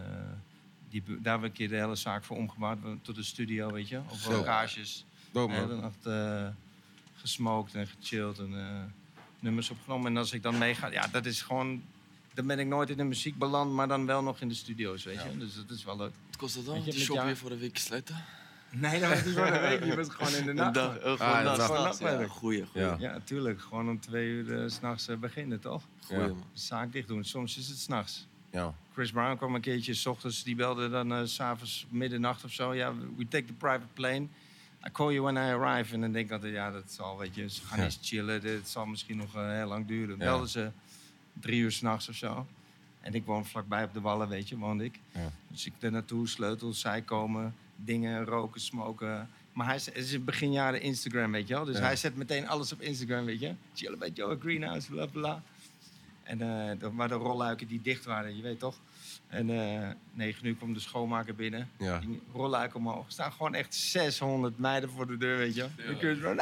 Daar hebben we een keer de hele zaak voor omgebouwd. Tot een studio, weet je. Of Zo. locages. Dope, De man. hele nacht gesmoked en gechilled en nummers opgenomen. En als ik dan meega, ja, dat is gewoon... Dan ben ik nooit in de muziek beland, maar dan wel nog in de studio's, weet je. Dus dat is wel leuk. Wat kost dat dan? Weet je, De met shop jou- weer voor een week sluiten? Nee, dat was niet voor de week. Je bent gewoon in de nacht. man. Gewoon dat nacht. gewoon Ja, nachtwerk. goeie. Ja. Ja, tuurlijk. Gewoon om 2 uur 's nachts beginnen, toch? Goeie, Ja. man. De zaak dicht doen. Soms is het 's nachts. Ja. Chris Brown kwam een keertje 's ochtends, die belde dan 's avonds middernacht of zo. Ja, we take the private plane. I call you when I arrive. En dan denk ik altijd, ja, dat zal, weet je, ze gaan eens chillen. Dit zal misschien nog heel lang duren. Ja. Belden ze 3 uur 's nachts of zo. En ik woon vlakbij op de Wallen, weet je, woonde ik. Ja. Dus ik er naartoe, sleutels, zij komen, dingen, roken, smoken. Maar het is begin jaren Instagram, weet je wel. Dus hij zet meteen alles op Instagram, weet je. Chillen bij Joe Greenhouse, bla bla. En maar de rolluiken die dicht waren, je weet toch. En 9 uur kwam de schoonmaker binnen. Ja. Die rolluiken omhoog. Er staan gewoon echt 600 meiden voor de deur, weet je. Dan kun je zo...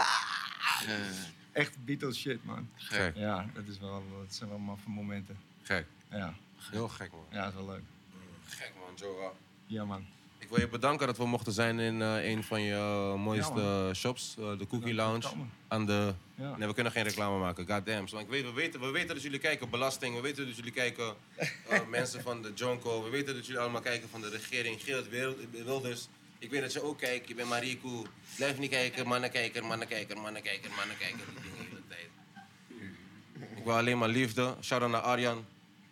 Echt Beatles shit, man. Gek. Ja, dat zijn wel maffe momenten. Gek. Ja, Heel gek, man. ja, dat is wel leuk. Gek, man, Joa. Ja, man. Ik wil je bedanken dat we mochten zijn in een van je mooiste shops, de Cookie Lounge. Aan de... Ja. Nee, we kunnen geen reclame maken, goddamn. So, we weten dat jullie kijken belasting, we weten dat jullie kijken mensen van de Jonko, we weten dat jullie allemaal kijken van de regering, Geert Wilders. Ik weet dat je ook kijkt, je bent Marico. Blijf niet kijken, mannen kijken, mannen kijken, mannen kijken, mannen kijken, die dingen de hele tijd. Ik wil alleen maar liefde. Shout-out naar Arjan.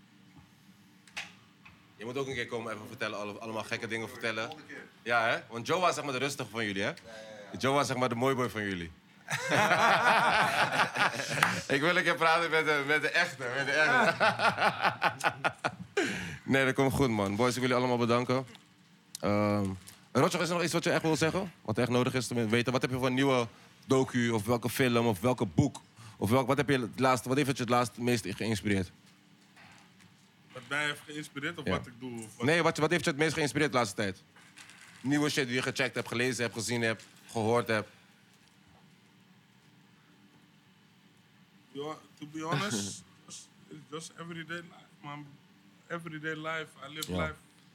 Je moet ook een keer komen even vertellen, allemaal gekke dingen vertellen. Ja, hè? Want Joe was zeg maar de rustige van jullie, hè? Joe was zeg maar de mooiboy van jullie. Ik wil een keer praten met de echte. Nee, dat komt goed, man. Boys, ik wil jullie allemaal bedanken. Rotjoch, is er nog iets wat je echt wil zeggen? Wat echt nodig is te weten? Wat heb je voor een nieuwe docu, of welke film, of welke boek? Of wat heeft je het laatst meest geïnspireerd? Wat mij heeft geïnspireerd of Ja. wat ik doe? Of wat... Nee, wat heeft je het meest geïnspireerd de laatste tijd? Nieuwe shit die je gecheckt hebt, gelezen hebt, gezien hebt, gehoord hebt. Ja, to be honest, it's just everyday life, man. Everyday life, I live Ja. life.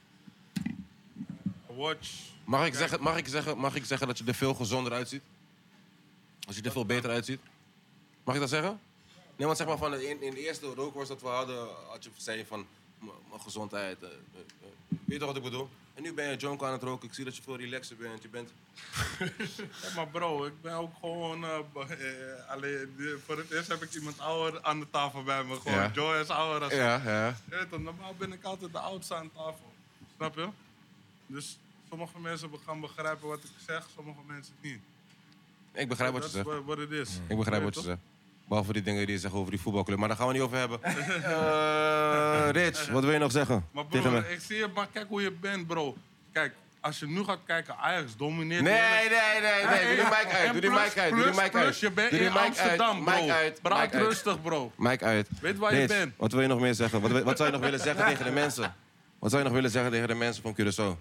I watch. Mag ik zeggen dat je er veel gezonder uitziet? Als je er veel beter uitziet? Mag ik dat zeggen? Nee, want zeg maar van in de eerste rookworst dat we hadden, had je zei je van mijn gezondheid. Weet je toch wat ik bedoel? En nu ben je jonko aan het roken. Ik zie dat je veel relaxer bent. Je bent... Ja, maar bro, ik ben ook gewoon... voor het eerst heb ik iemand ouder aan de tafel bij me. Gewoon, Ja. Joe is ouder dan Ja. Je weet toch, normaal ben ik altijd de oudste aan tafel. Snap je? Dus sommige mensen gaan begrijpen wat ik zeg, sommige mensen niet. Ik begrijp wat je Dat zegt. is wat het is. Ik begrijp wat je zegt. Behalve die dingen die je zegt over die voetbalclub. Maar daar gaan we niet over hebben. Rich, wat wil je nog zeggen? Maar tegen bro, me? ik zie je, maar kijk hoe je bent, bro. Kijk, als je nu gaat kijken, Ajax domineert. Nee. En Doe die mic uit. Doe die mic uit. Doe die mic uit. Je bent Doe die in mic Amsterdam, uit. bro. Mic uit. Praat Mic uit. rustig, bro. Mic uit. Weet waar je Rich, bent. wat wil je nog meer zeggen? Wat zou je nog willen zeggen tegen de mensen? Wat zou je nog willen zeggen tegen de mensen van Curaçao?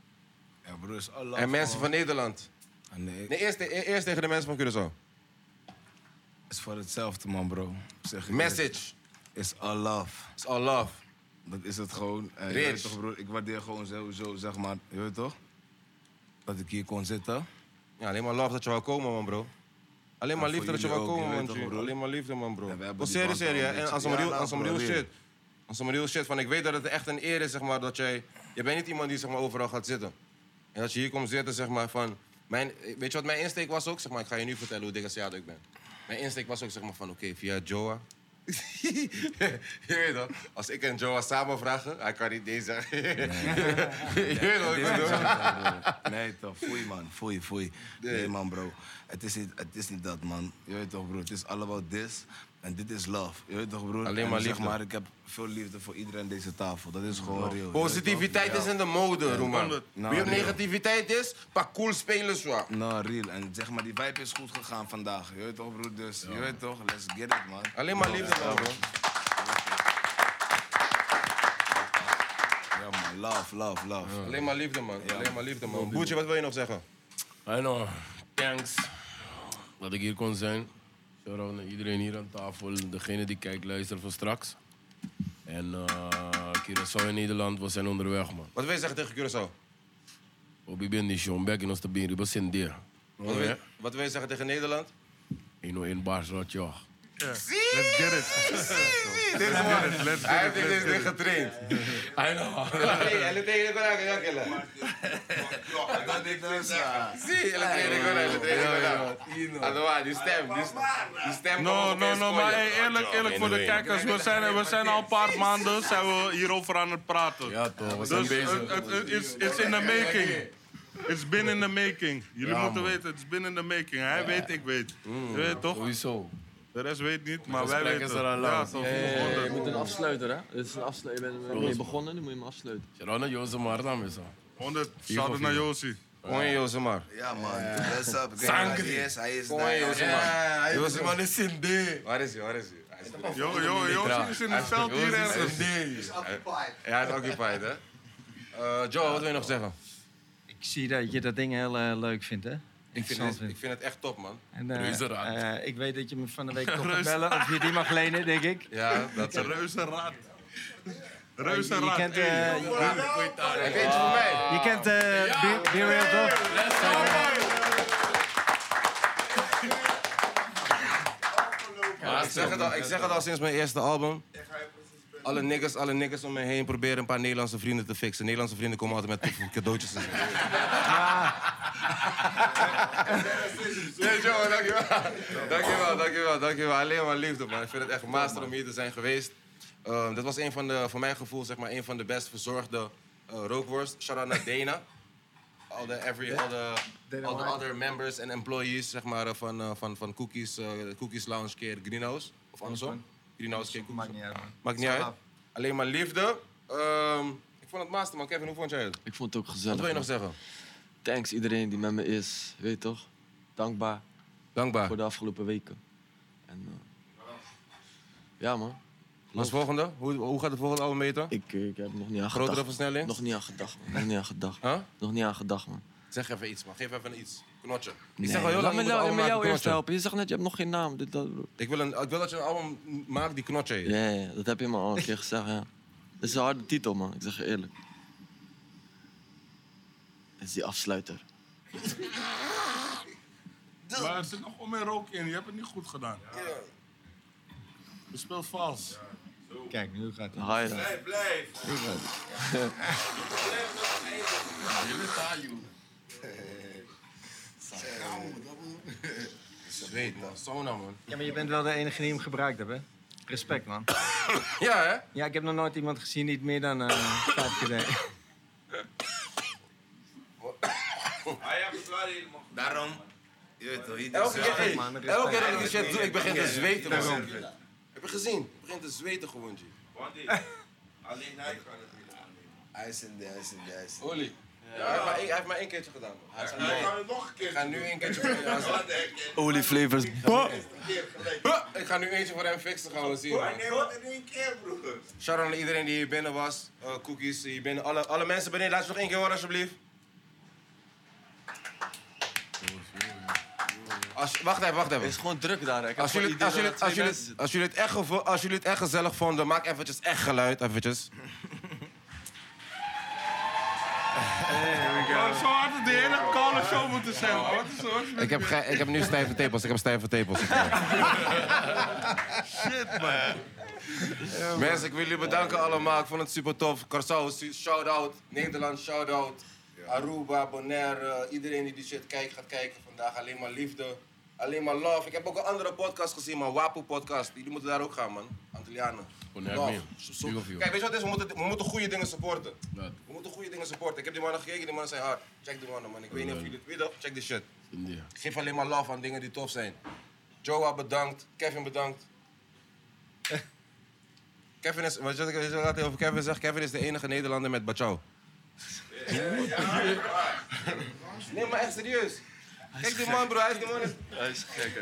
Ja, broers, Allah. En mensen van Nederland? Nee, Nee, eerst tegen de mensen van Curaçao. Is voor hetzelfde, man, bro. Zeg ik Message. Is all love. It's all love. Dat is het gewoon. Je Rich. weet toch, bro, ik waardeer gewoon sowieso, zeg maar, je weet toch? Dat ik hier kon zitten. Ja, alleen maar love dat je wou komen, man, bro. Alleen maar Ja, liefde voor dat je wou jullie ook, komen, je man, weet toch, G. bro. Alleen maar liefde, man, bro. Ja, we hebben Oh, die serie, band al serie, hè. een En beetje- als een ja, real bro, shit. Als een real shit. Van, ik weet dat het echt een eer is, zeg maar, dat jij... Je bent niet iemand die, zeg maar, overal gaat zitten. En als je hier komt zitten, zeg maar, van... Weet je wat mijn insteek was ook? Zeg maar, ik ga je nu vertellen hoe dik als ik ben. Mijn insteek was ook, zeg maar, van, oké, via Joa... je weet toch, als ik en Joa samen vragen, hij kan niet nee zeggen. Je weet wat ik bedoel? Nee, toch, foei, man. Foei. Nee, man, bro. Het is niet dat, man. Je weet toch, bro. Het is all about this. En dit is love. Je weet toch, bro. Alleen maar En zeg liefde. maar, ik heb veel liefde voor iedereen aan deze tafel. Dat is gewoon real. Positiviteit is in de mode, Roeman. Nou, Wie op real. negativiteit is, pak cool spelen zo. Nou, real. En zeg maar, die vibe is goed gegaan vandaag. Je weet toch, bro. Dus, je weet toch, let's get it, man. Alleen maar liefde, man, bro. Ja, man. Love. Alleen maar liefde, man. Ja. Alleen maar liefde, man. Boetje, wat wil je nog zeggen? I know. Thanks dat ik hier kon zijn. Shout-out naar iedereen hier aan tafel. Degene die kijkt, luistert voor straks. En Curaçao in Nederland, we zijn onderweg, man. Wat wil je zeggen tegen Curaçao? Obi ben die show, back in ons te binnen, we zijn daar. Wat wil je zeggen tegen Nederland? 101 bars, wat joh. Let's get it. Let's Hij get heeft it. dit getraind. I know. Hij liet tegen de ja, killen. Dat ik dus, Zie, hij liet tegen de Hallo, die stem. Die stem. No, maar hey, eerlijk voor de kijkers. We zijn al een paar maanden zijn we hierover aan het praten. Ja toch, we zijn Dus bezig. it's in the making. It's been in the making. Jullie Ja, moeten man. weten, it's been in the making. Hij weet, ik weet. Je weet toch? Sowieso. De rest weet niet, maar wij gesprek weten. is er al lang. toch? Je moet een afsluiter, hè? Dit is een afsluiter. Je bent mee begonnen, nu moet je hem afsluiten. Shout-out naar Jozef Martam is 100. Shout-out naar Josie. Kom je, Jozemar. Ja, man. What's up? Sangri. Hij is Kom maar, Jozemar. Jozef is in D. Waar is hij? Hij is er. Josie is in het veld hier ergens. Ja, hij is occupied, hè? Joe, wat wil je nog zeggen? Ik zie dat je dat ding heel leuk vindt, hè? Ik vind het echt top, man. En, Reuzenrad. ik weet dat je me van de week toch gaat bellen of je die mag lenen, denk ik. Ja, dat is Een reuzenrad. Je Reuzenrad. kent, Heb je eentje voor mij? je kent Be Real, toch? Ik zeg het al sinds mijn eerste album. Alle niggas om me heen proberen een paar Nederlandse vrienden te fixen. Nederlandse vrienden komen altijd met cadeautjes. Nee, Joe, dankjewel. Alleen maar liefde, man. Ik vind het echt een master om hier te zijn geweest. Dat was voor mijn gevoel, zeg maar, een van de best verzorgde rookworst. Shout-out naar Dana. All the other members en employees, zeg maar, van Cookies Lounge keer Greenhouse. Of andersom. Greenhouse keer Cookies. Maakt niet uit, man. Maakt niet uit. Alleen maar liefde. Ik vond het master, man. Kevin, hoe vond jij het? Ik vond het ook gezellig. Wat wil je nog man. zeggen? Thanks iedereen die met me is. Weet je toch? Dankbaar Dankbaar. voor de afgelopen weken. En, ja, man. Wat is het volgende? Hoe gaat het volgende album meten? Ik heb nog niet aan Grotere gedacht. versnelling? Nog niet aan gedacht, man. Nog niet aan gedacht. Huh? Nog niet aan gedacht, man. Zeg even iets, man. Geef even iets. Knotje. Ik Nee, zeg al heel lang, laat je me moet een album jou maken, eerst knotje. helpen. Je zegt net, je hebt nog geen naam. Dit, dat, bro. Ik wil dat je een album maakt die knotje heet. Ja, dat heb je me al een keer gezegd, ja. Het is een harde titel, man. Ik zeg je eerlijk. Het is die afsluiter. Maar er zit nog om en rook in. Je hebt het niet goed gedaan. Je speelt vals. Kijk, nu gaat het. Dan ga je dan. Zweet, man. Sona, man. Ja, maar je bent wel de enige die hem gebruikt hebt, hè? Respect, man. Ja, hè? Ja, ik heb nog nooit iemand gezien die het meer dan 5 keer deed. Daarom, je weet toch, ieder Elke keer, hey, man, elke keer dat ik die shit doe, ik begin te zweten, man. Heb je gezien? Ik begin te zweten gewoon, G. Alleen hij kan het niet aan. Hij is in de. Olie. Ja, hij heeft maar één keertje gedaan, man. Hij gaat het nog een keer. Ik ga nu één keertje voor hem. Olie flavors. Ik ga nu eentje voor hem fixen, gaan we zien. Nee, wat in één keer, broer. Shout-out naar iedereen die hier binnen was. Cookies, hier binnen. Alle mensen beneden, laat je nog één keer horen, alsjeblieft. Wacht even. Het is gewoon druk daar. Hè. Ik heb Als gewoon jullie, idee als, jullie, dat er als, twee jullie, mensen zitten. als jullie het echt gezellig vonden, maak eventjes echt geluid. Eventjes. Zo had het de hele koude show moeten zijn. Wat is zo? Ik heb nu stijve tepels. Shit, man. Mensen, ik wil jullie bedanken allemaal. Ik vond het super tof. Curaçao, shout-out. Nederland, shout-out. Aruba, Bonaire. Iedereen die shit gaat kijken vandaag. Alleen maar liefde. Alleen maar love. Ik heb ook een andere podcast gezien, man. Wapu-podcast. Jullie moeten daar ook gaan, man. Antillianen. Bonaire Love. meer. Big of you. Kijk, weet je wat het is? We moeten goede dingen supporten. Ja. We moeten goede dingen supporten. Ik heb die mannen gekeken, die mannen zijn hard. Check die mannen, man. Ik weet niet of jullie het weten. Check die shit. Ja. Geef alleen maar love aan dingen die tof zijn. Joa bedankt. Kevin bedankt. Kevin is, wat je laat over Kevin zegt, Kevin is de enige Nederlander met Bachau. Nee, maar echt serieus. Kijk die man, bro, hij is die man. Hij is gek.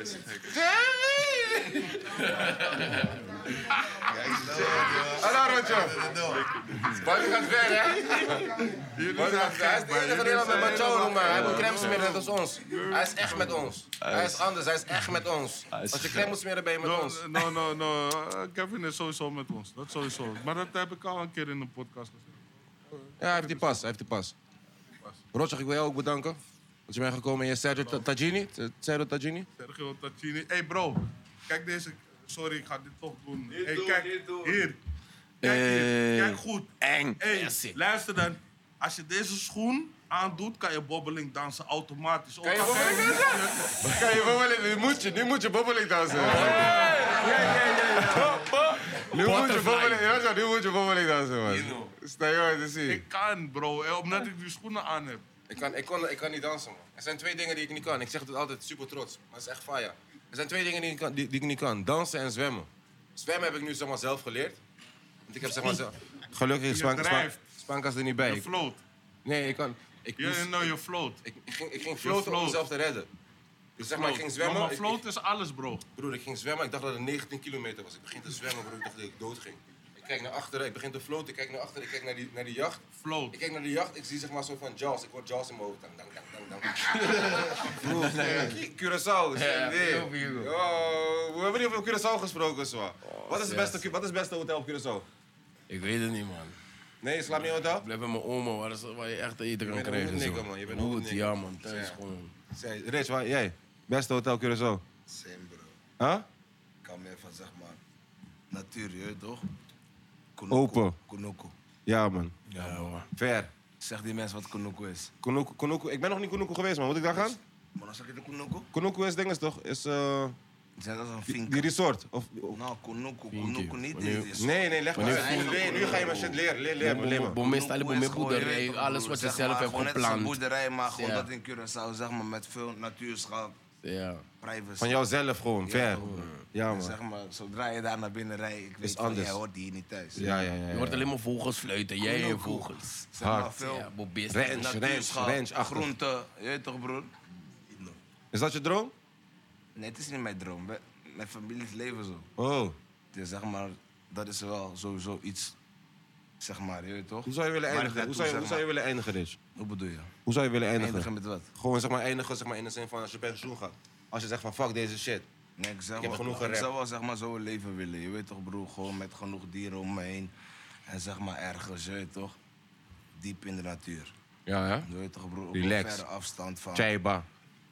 Hallo, Rotjo. Bobby gaat ver, hè? Bobby gaat ver. Hij is de enige Nederlander met Bachau, man. Hij moet crème smeren net als ons. Hij is echt met ons. Hij is anders, hij is echt met ons. Als je crème moet smeren, ben je met ons. No. Kevin is sowieso met ons. Dat sowieso. Maar dat heb ik al een keer in een podcast gezegd. Ja, hij heeft die pas. Rotjo, ik wil jou ook bedanken. Dat je bent gekomen in je Sergio Tagini. Sergio Tacchini. Hey bro, kijk deze. Sorry, ik ga dit toch doen. Hey, kijk, hier. Kijk hier. Kijk goed. Eng. Hey, luister dan. Als je deze schoen aandoet, kan je bobbeling dansen automatisch. Kan je bobbeling dansen? Kan je bobbeling? Nu moet je bobbeling dansen. Nu moet je bobbeling dansen, man. Sta je te zien. Ik kan, bro, omdat ik die schoenen aan heb. Ik kan niet dansen, man. Er zijn twee dingen die ik niet kan. Ik zeg het altijd super trots, maar het is echt fire. Er zijn twee dingen die ik niet kan. Dansen en zwemmen. Zwemmen heb ik nu zeg maar, zelf geleerd. Want ik heb zeg maar zelf... Gelukkig is Spankas er niet bij. Je float. Nee, ik kan... Je float. Ik ging floten om mezelf te redden. Dus zeg maar, ik ging zwemmen. Maar float is alles, bro. Broer, ik ging zwemmen. Ik dacht dat het 19 kilometer was. Ik begin te zwemmen, broer. Ik dacht dat ik dood ging. Ik kijk naar achteren, ik begin te floten. Ik kijk naar achteren, ik kijk naar die jacht. Float. Ik kijk naar die jacht, ik zie zeg maar zo van Jaws. Ik hoor Jaws in mijn hoofd. Dang. Broer, Curaçao. We hebben niet over Curaçao gesproken, zo. Wat is het beste hotel op Curaçao? Ik weet het niet, man. Nee, slaap niet in een hotel? Ik blijf bij mijn oma, waar je echt eten kan bent een krijgen. hoednikker, zo. man. Je bent een Goed, hoednikker. ja, man. Dat is Ja. gewoon... Rich, jij? Beste hotel Curaçao? Same, bro. Huh? Ik kan meer van, zeg maar, natuur, je weet toch? Open. Kunuku. Ja, man. Ja, hoor. Ver. Zeg die mensen wat Kunuku is. Kunuku. Ik ben nog niet Kunuku geweest, man. Moet ik daar gaan? Maar dan zeg je de Kunuku? Kunuku is dinges toch? Is Zijn dat een vink? die resort? Of, Nou, Kunuku Vinkie. niet. Wanneer- Dit is nee, leg maar Wanneer- uit. Nu ga je mijn shit leren. Bommeestal, Kunuku is gewoon, je boerderij, weet toch, alles broer, wat je zeg zelf maar, hebt gewoon net als een gepland. boerderij, maar gewoon Ja. dat in Curaçao, zeg maar, met veel natuurschap, Ja. privacy. Van jouzelf gewoon, ver. broer. Ja, En man. zeg maar, zodra je daar naar binnen rijdt, ik weet van, anders. jij hoort hier niet thuis. Ja. Je hoort alleen maar vogels fluiten, jij en Kunuku. vogels. Zeg maar, Hard. veel Ja, bobist. Ranch, achter. groenten, je weet toch, broer? Is dat je droom? Nee, het is niet mijn droom. Mijn families leven zo. Oh. Dus zeg maar, dat is wel sowieso iets, zeg maar, je weet toch? Hoe zou je willen Waar ik eindigen? naartoe, Hoe zeg zou je maar. willen eindigen, Rich? Hoe bedoel je? Hoe zou je willen eindigen? Eindigen met wat? Gewoon zeg maar eindigen zeg maar, in de zin van als je pensioen gaat. Als je zegt van fuck deze shit. Nee, ik zeg Ik heb wel, genoeg ik gerapt. zou wel zeg maar zo een leven willen. Je weet toch, broer, gewoon met genoeg dieren om me heen. En zeg maar ergens, je weet toch, diep in de natuur. Ja, hè? Je weet toch, broer, op Relax. een verre afstand van Chaiba.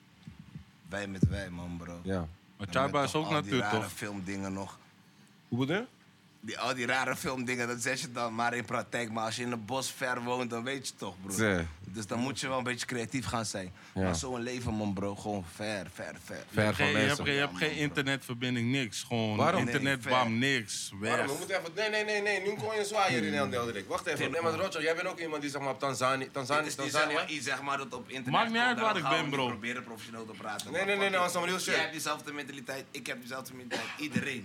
wij met wij, man, bro. Ja. Maar En Chaiba met is toch ook al die natuur, rare toch? filmdingen nog. Hoe bedoel je? Al die rare filmdingen, dat zeg je dan maar in praktijk. Maar als je in een bos ver woont, dan weet je toch, broer. Zee. Dus dan moet je wel een beetje creatief gaan zijn. Ja. Maar zo'n leven, man, bro, gewoon ver. Ver van Je mensen. hebt geen internetverbinding, niks. Gewoon Waarom? internet, Nee, bam, niks. Waarom? Weg. We moeten even... Nee. Nu kom je zwaar hier in Elderik. Wacht even. Nee, maar Roger, jij bent ook iemand die zeg maar op Tanzania... Het is niet zeg Tanzania? maar iets zeg maar, dat op internet Maakt niet komt, uit waar daarom ik gaan we ben, niet bro. proberen professioneel te praten. Nee, maar fuck on it. some real shit. Jij hebt diezelfde mentaliteit, ik heb diezelfde mentaliteit. Iedereen.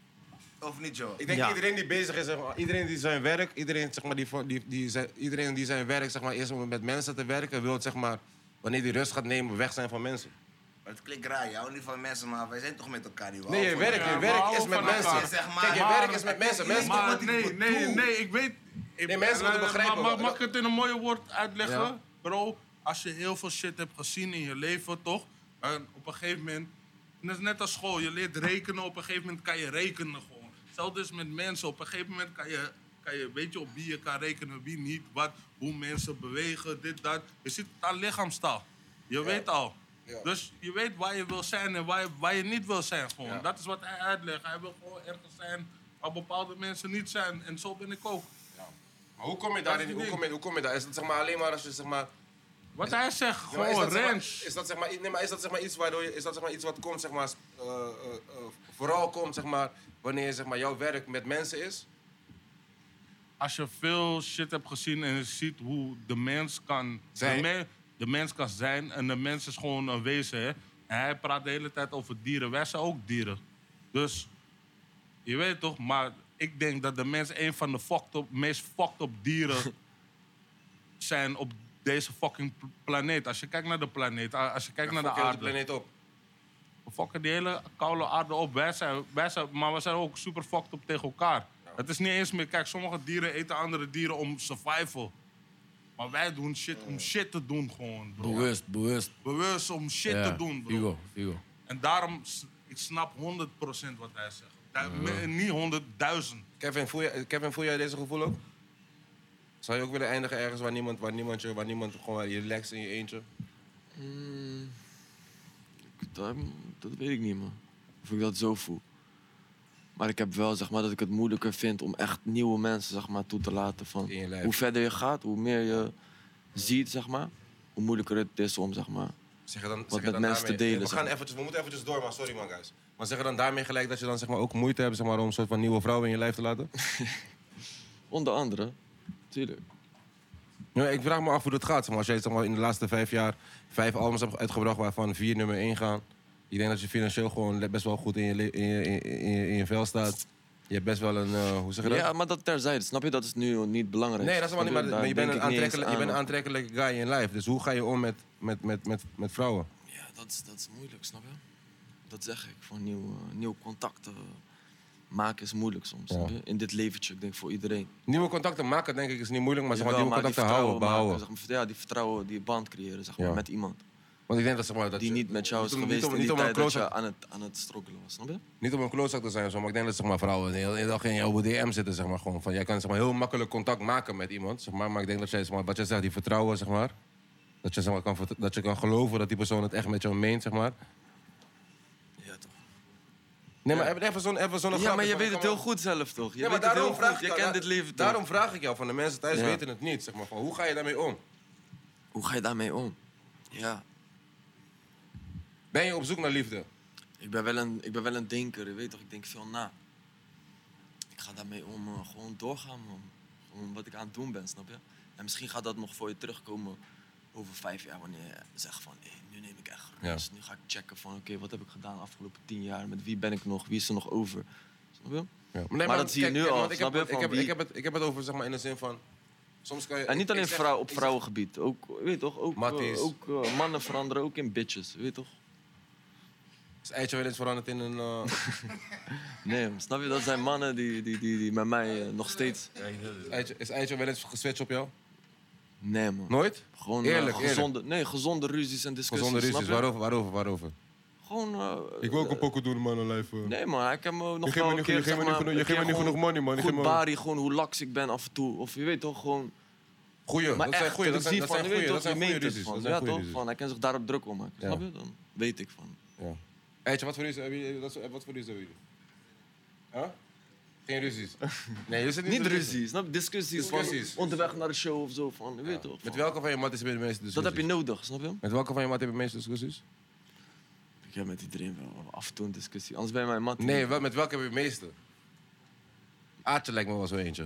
Of niet, Joe? Ik denk iedereen die bezig is, zeg maar, iedereen die zijn werk, iedereen, zeg maar, iedereen die zijn werk zeg maar, is om met mensen te werken, wil zeg maar, wanneer die rust gaat nemen, weg zijn van mensen. Maar het klinkt raar, je houdt niet van mensen, maar wij zijn toch met elkaar. Die Nee, je werk we is houden met van mensen. elkaar. Zeg maar. Kijk, je Maar- werk is met mensen. Mensen Maar- moeten wat ik Nee, bedoel. ik weet... Nee, mensen moeten begrijpen wat- Mag ik het in een mooie woord uitleggen? Ja. Bro, als je heel veel shit hebt gezien in je leven, toch? En op een gegeven moment, en dat is net als school, je leert rekenen, op een gegeven moment kan je rekenen gewoon. Hetzelfde is met mensen, op een gegeven moment kan je weet je op wie je kan rekenen, wie niet, hoe mensen bewegen, dit, dat. Je ziet het aan lichaamstaal. Je weet al. Ja. Dus je weet waar je wil zijn en waar je niet wil zijn gewoon. Ja. Dat is wat hij uitlegt. Hij wil gewoon ergens zijn waar bepaalde mensen niet zijn. En zo ben ik ook. Maar hoe kom je daarin? Dat is het Hoe kom je daar? Is het zeg maar alleen maar als je zeg maar... Wat hij zegt, Ja, maar gewoon range. is dat zeg maar, nee, maar is dat zeg maar iets waardoor je, is dat zeg maar iets wat komt zeg maar vooral komt zeg maar wanneer zeg maar jouw werk met mensen is? Als je veel shit hebt gezien en je ziet hoe de mens kan Zijn. de mens kan zijn en de mens is gewoon een wezen. Hè? En hij praat de hele tijd over dieren. Wij zijn ook dieren. Dus je weet toch, maar ik denk dat de mens een van de meest fucked up dieren zijn op deze fucking planeet. Als je kijkt naar de planeet, als je kijkt naar de Fuck heel aarde. planeet op. We fucken die hele koude aarde op. Maar we zijn ook super fucked up tegen elkaar. Het is niet eens meer... Kijk, sommige dieren eten andere dieren om survival. Maar wij doen shit om shit te doen gewoon, bro. Bewust. Bewust om shit Ja, te doen, bro. Figo. En daarom, ik snap 100% wat hij zegt. Niet 100.000. Kevin, voel jij deze gevoel ook? Zou je ook willen eindigen ergens waar niemand gewoon je relaxt in je eentje? Dat weet ik niet, man. Of ik dat zo voel. Maar ik heb wel, zeg maar, dat ik het moeilijker vind om echt nieuwe mensen, zeg maar, toe te laten. Van In je lijf. hoe verder je gaat, hoe meer je ziet, zeg maar, hoe moeilijker het is om, zeg maar... Zeg je dan, Wat zeg je met dan mensen daarmee- te delen, We, zeg gaan maar. eventjes, we moeten eventjes door, maar sorry man, guys. Maar zeg je dan daarmee gelijk dat je dan zeg maar, ook moeite hebt zeg maar, om een soort van nieuwe vrouw in je lijf te laten? Onder andere, tuurlijk. Ja, ik vraag me af hoe dat gaat. Zeg maar, als jij zeg maar, in de laatste 5 jaar 5 albums hebt uitgebracht waarvan 4 nummer 1 gaan. Ik denk dat je financieel gewoon best wel goed in je vel staat. Je hebt best wel een, hoe zeg je dat? Ja, maar dat terzijde, snap je? Dat is nu niet belangrijk. Nee, dat is helemaal niet, maar Daar je bent denk een ik niet eens aantrekkelijke, je bent een aan. aantrekkelijke guy in life. Dus hoe ga je om met vrouwen? Ja, dat is moeilijk, snap je? Dat zeg ik. Voor nieuw contacten maken is moeilijk soms. Ja. Snap je? In dit leventje, ik denk voor iedereen. Nieuwe contacten maken denk ik is niet moeilijk, maar zeg maar, Jawel, nieuwe maar die contacten vertrouwen behouden. maken, zeg maar, ja, die vertrouwen, die band creëren zeg maar, Ja. met iemand. Want ik denk dat, zeg maar, dat Die je, niet met jou is niet om- geweest niet om- in die niet om een tijd dat je close-up- aan het struggelen was, snap je? Niet om een klootzak te zijn, of zo, maar ik denk dat zeg maar, vrouwen in de dag in jouw DM zitten. Zeg maar, gewoon, van, jij kan zeg maar, heel makkelijk contact maken met iemand. Zeg maar ik denk dat jij, zeg maar, wat jij zegt, die vertrouwen, zeg maar, dat je, zeg maar, dat je kan geloven dat die persoon het echt met jou meent. Zeg maar. Ja, toch. Nee, maar even zo'n Ja, maar je weet het heel goed zelf, toch? Je Ja, maar weet het heel daarom vraag goed. ik Je jou, kent dit leven, toch? daarom vraag ik jou, van de mensen thuis Ja. weten het niet. Zeg maar, van, hoe ga je daarmee om? Hoe ga je daarmee om? Ja, Ben je op zoek naar liefde? ik ben wel een denker, je weet toch? Ik denk veel na. Ik ga daarmee om, gewoon doorgaan, man. Gewoon wat ik aan het doen ben, snap je? En misschien gaat dat nog voor je terugkomen over 5 jaar, wanneer je zegt van, hey, nu neem ik echt rust. Ja. Nu ga ik checken van, oké, wat heb ik gedaan de afgelopen 10 jaar? Met wie ben ik nog? Wie is er nog over? Snap je? Ja. Maar dat zie je nu al, want snap je, van wie- ik heb het over, zeg maar, in de zin van... Soms kan je, En niet alleen ik zeg- vrouw, op ik zeg- vrouwengebied. Ook, weet je toch? Matties. Ook mannen veranderen ook in bitches, weet je toch? Is eitje wel eens veranderd in een... Nee, man, snap je? Dat zijn mannen die met mij nog steeds... Is eitje wel eens geswitcht op jou? Nee, man. Nooit? Gewoon Eerlijk, gezonde ruzies en discussies. Gezonde snap ruzies. je? Waarover? Gewoon... Ik wil ook een pokoe doen, man, in life. Nee, man. Ik heb me nog Je geeft wel me een niet keer, genoeg- je geeft me zeg niet maar, genoeg- je een geeft me keer niet genoeg money, man. Je Goed geeft me- bari, gewoon hoe laks ik ben af en toe. Of je weet toch, gewoon... Goeie, Maar dat zijn echt, goeie, dat ik zijn zie van, je weet goeie, toch, dat zijn je goeie meent het ruzies. van. Dat zijn Ja, goeie toch? ruzies. Van, hij kan zich daarop druk om maken. Ja. Snap je? Dan weet ik van... Ja. Eitje, wat voor ruzies hebben jullie? Wat voor ruzies hebben jullie? Huh? Geen ruzies? Nee, je zit Niet te ruzie, snap je? Discussies van Discussies. onderweg naar de show of zo. Van, je weet toch? Met van- welke van je matties heb je de meeste Dat discussies? heb je nodig, snap je? Met welke van je matties heb je de meeste discussies? Ik heb met iedereen wel af en toe een discussie. Anders ben je mijn mat. Nee, met welke heb je de meeste? Aartje lijkt me wel zo eentje.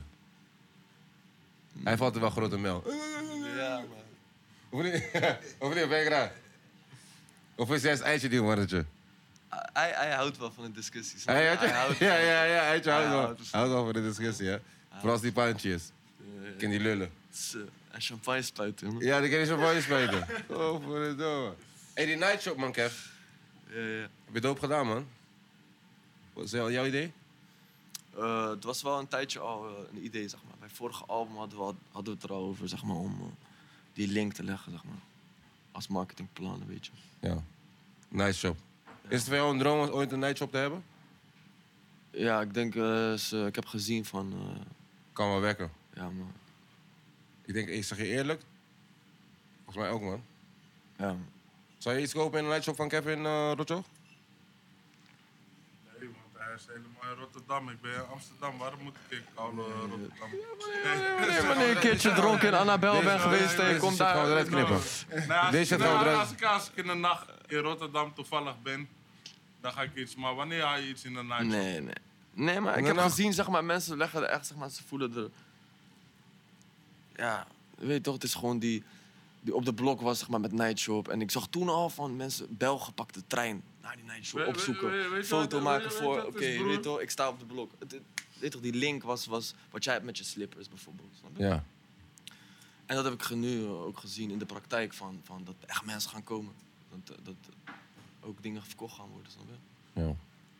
Hij valt er wel grote mel. Ja, man. Of niet? Of niet, ben je raar? Of is juist Eitje die mannetje? Hij houdt wel van een discussie. snap Hij je? houdt- Hij houdt Ja, Eitje Hij houdt wel. houdt Houdt wel van de discussie, hè? Vooral als die pantje is. Ken die lullen. En champagne spuiten, man. Ja, die ken je zo mooi spelen. Oh, voor de domme. Hé, die nightshop, man, Kev. Ja. Heb je doop gedaan, man? Wat is jouw idee? Het was wel een tijdje al een idee, zeg maar. Bij het vorige album hadden we het er al over, zeg maar, om die link te leggen, zeg maar. Als marketingplan, weet je. Ja. Nightshop. Is het voor jou een droom om ooit een nightshop te hebben? Ja, ik denk, ik heb gezien van... Kan wel werken. ja, man. Ik zeg je eerlijk. Volgens mij ook, man. Ja, man. Zou je iets kopen in een nightshop van Kevin Rotjoch? Nee, want hij is helemaal in Rotterdam. Ik ben in Amsterdam. Waarom moet ik in koude Rotterdam? Wanneer je een keertje dronken in Annabel bent geweest en je komt daar... Gaan we eruit knippen. Nee, gaan we eruit. als ik in de nacht in Rotterdam toevallig ben, dan ga ik iets. Maar wanneer haal je iets in de nacht? Nee, maar ik En heb dan- gezien, zeg maar, mensen leggen er echt, zeg maar, ze voelen er... Ja, weet je toch, het is gewoon die op de blok was, zeg maar, met Nightshop. En ik zag toen al van mensen, Belgen pakten de trein naar die Nightshop, opzoeken, weet je foto wat- maken weet je voor, wat oké, het is, je broer? weet toch, ik sta op de blok. Weet je toch, die link was wat jij hebt met je slippers, bijvoorbeeld. Snap je? Ja. En dat heb ik nu ook gezien in de praktijk, van dat echt mensen gaan komen. Dat ook dingen verkocht gaan worden, snap je? Ja.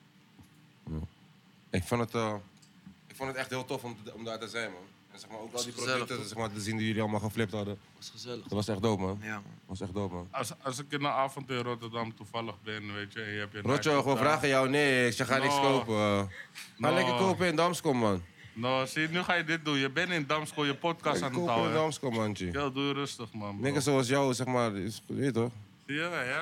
Ik vond het echt heel tof om daar te zijn, man. En zeg maar, ook al die gezellig, producten toch? zeg maar, te zien die jullie allemaal geflipt hadden. Dat was gezellig. Dat was echt dope, man. Ja, man. Dat was echt dope, man. Als ik in de avond in Rotterdam toevallig ben, weet je, en je hebt je Rotjoch, we vragen jou niks. Je gaat niks No. kopen. Ga No. lekker kopen in Damskom, man. Nou, zie je, nu ga je dit doen. Je bent in Damschool je podcast aan het Kopen in houden. Damskom, mantje. Ja, doe je rustig, man. bro. Niks zoals jou, zeg maar, is goed, weet je toch? Zie je, ja?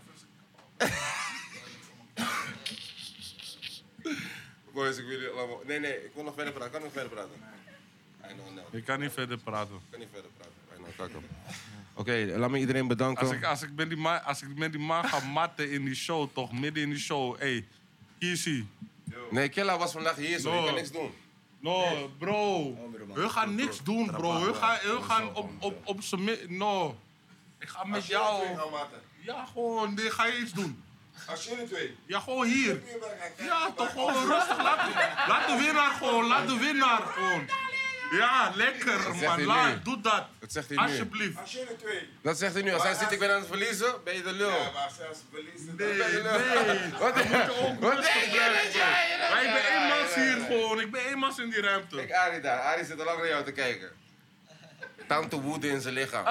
Boys, ik wil jullie allemaal... Nee, ik wil nog verder praten. Kan ik nog verder praten? I know, no. Ik kan niet verder praten. Ik kan niet verder praten. I know, kak hem. Oké, laat me iedereen bedanken. Als ik met die man ga matten in die show, toch, midden in die show, hé, Kiesie. Nee, Killa was vandaag hier zo, ik kan niks doen. No, bro. We gaan niks doen, bro. We gaan op z'n... No. Ik ga met jou... Ja, gewoon, nee, ga je iets doen. Als jullie twee. Ja, gewoon hier. Ja, toch gewoon rustig. Laat de winnaar gewoon. Ja, lekker, zegt man. hij Laat, nu. doe dat. Dat zegt hij nu. Alsjeblieft. Dat zegt hij nu. Als hij ziet ik ben aan het verliezen, ben je de lul. Nee. Wat Moet je ook Wat rustig denk je? blijven. Maar ik ben eenmaals hier gewoon. Ik ben eenmaals in die ruimte. Kijk Arie daar. Arie zit al lang naar jou te kijken. Tante woede in zijn lichaam.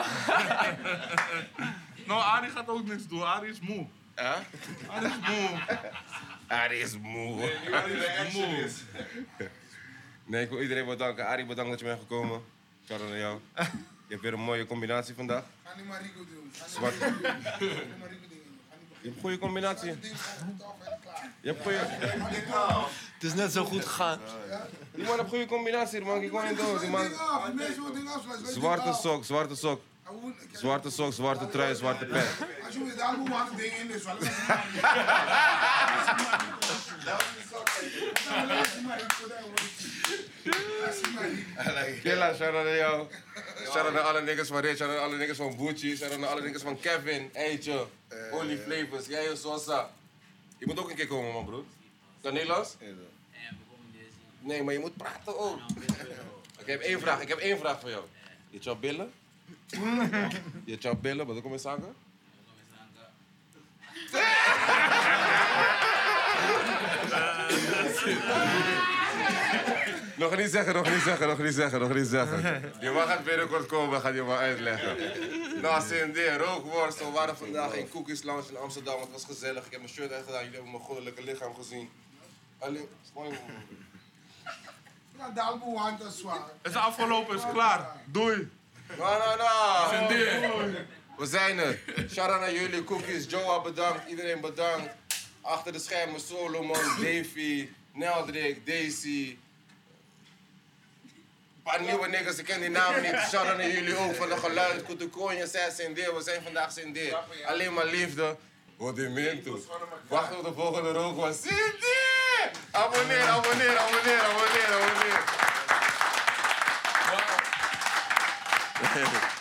Nou, Arie gaat ook niks doen. Arie is moe. Ja? Arie is moe. Arie is moe. Arie is moe. Nee, ik wil iedereen bedanken. Arie, bedankt dat je bent gekomen. Shout-out naar jou. Je hebt weer een mooie combinatie vandaag. Ga niet maar Rico doen. Zwart. Ga niet maar Rico dingen doen. Je hebt een goede combinatie. Ding gaat goed af en klaar. Je hebt goede... Het is net zo goed gegaan. Die man heeft een goede combinatie, man. Ik gewoon in dood. Die man... Ding af. Die mensen willen ding afsluiten. Zwarte sok, zwarte sok. Zwarte sok, zwarte trui, zwarte pen. Als je daar moet maken ding in dus. Killa, shout-out naar jou. Shout-out naar alle niggas van Rich, shout-out naar alle niggas van Gucci, shout-out naar alle niggas van Kevin, Eitje, Oli Flavors, jij en Sosa. Je moet ook een keer komen, man, broer. Kan Nederlands? Nee, maar je moet praten ook. Ik heb één vraag voor jou. Je hebt jouw billen? Je hebt jouw billen, wat kom je zaken? Nog niet zeggen. Je mag het binnenkort komen, gaat je maar uitleggen. Nou, CND, rookworst. We waren vandaag in Cookies Lounge in Amsterdam. Het was gezellig. Ik heb mijn shirt uitgedaan. Jullie hebben mijn goddelijke lichaam gezien. Alleen, Ja, daar moet hand en zwaar. Het is afgelopen, is klaar. Doei. Nou. We zijn er. Shout-out naar jullie, Cookies. Joa bedankt, iedereen bedankt. Achter de schermen Solomon, Davy, Neldrik, Daisy. Een paar nieuwe niggas, ik ken die namen niet. Shout-out naar jullie ook van de geluid. Kutukonje, zij CND, we zijn vandaag CND. Alleen maar liefde. Wat in Minto. Wacht op de volgende rook van CND! Abonneer.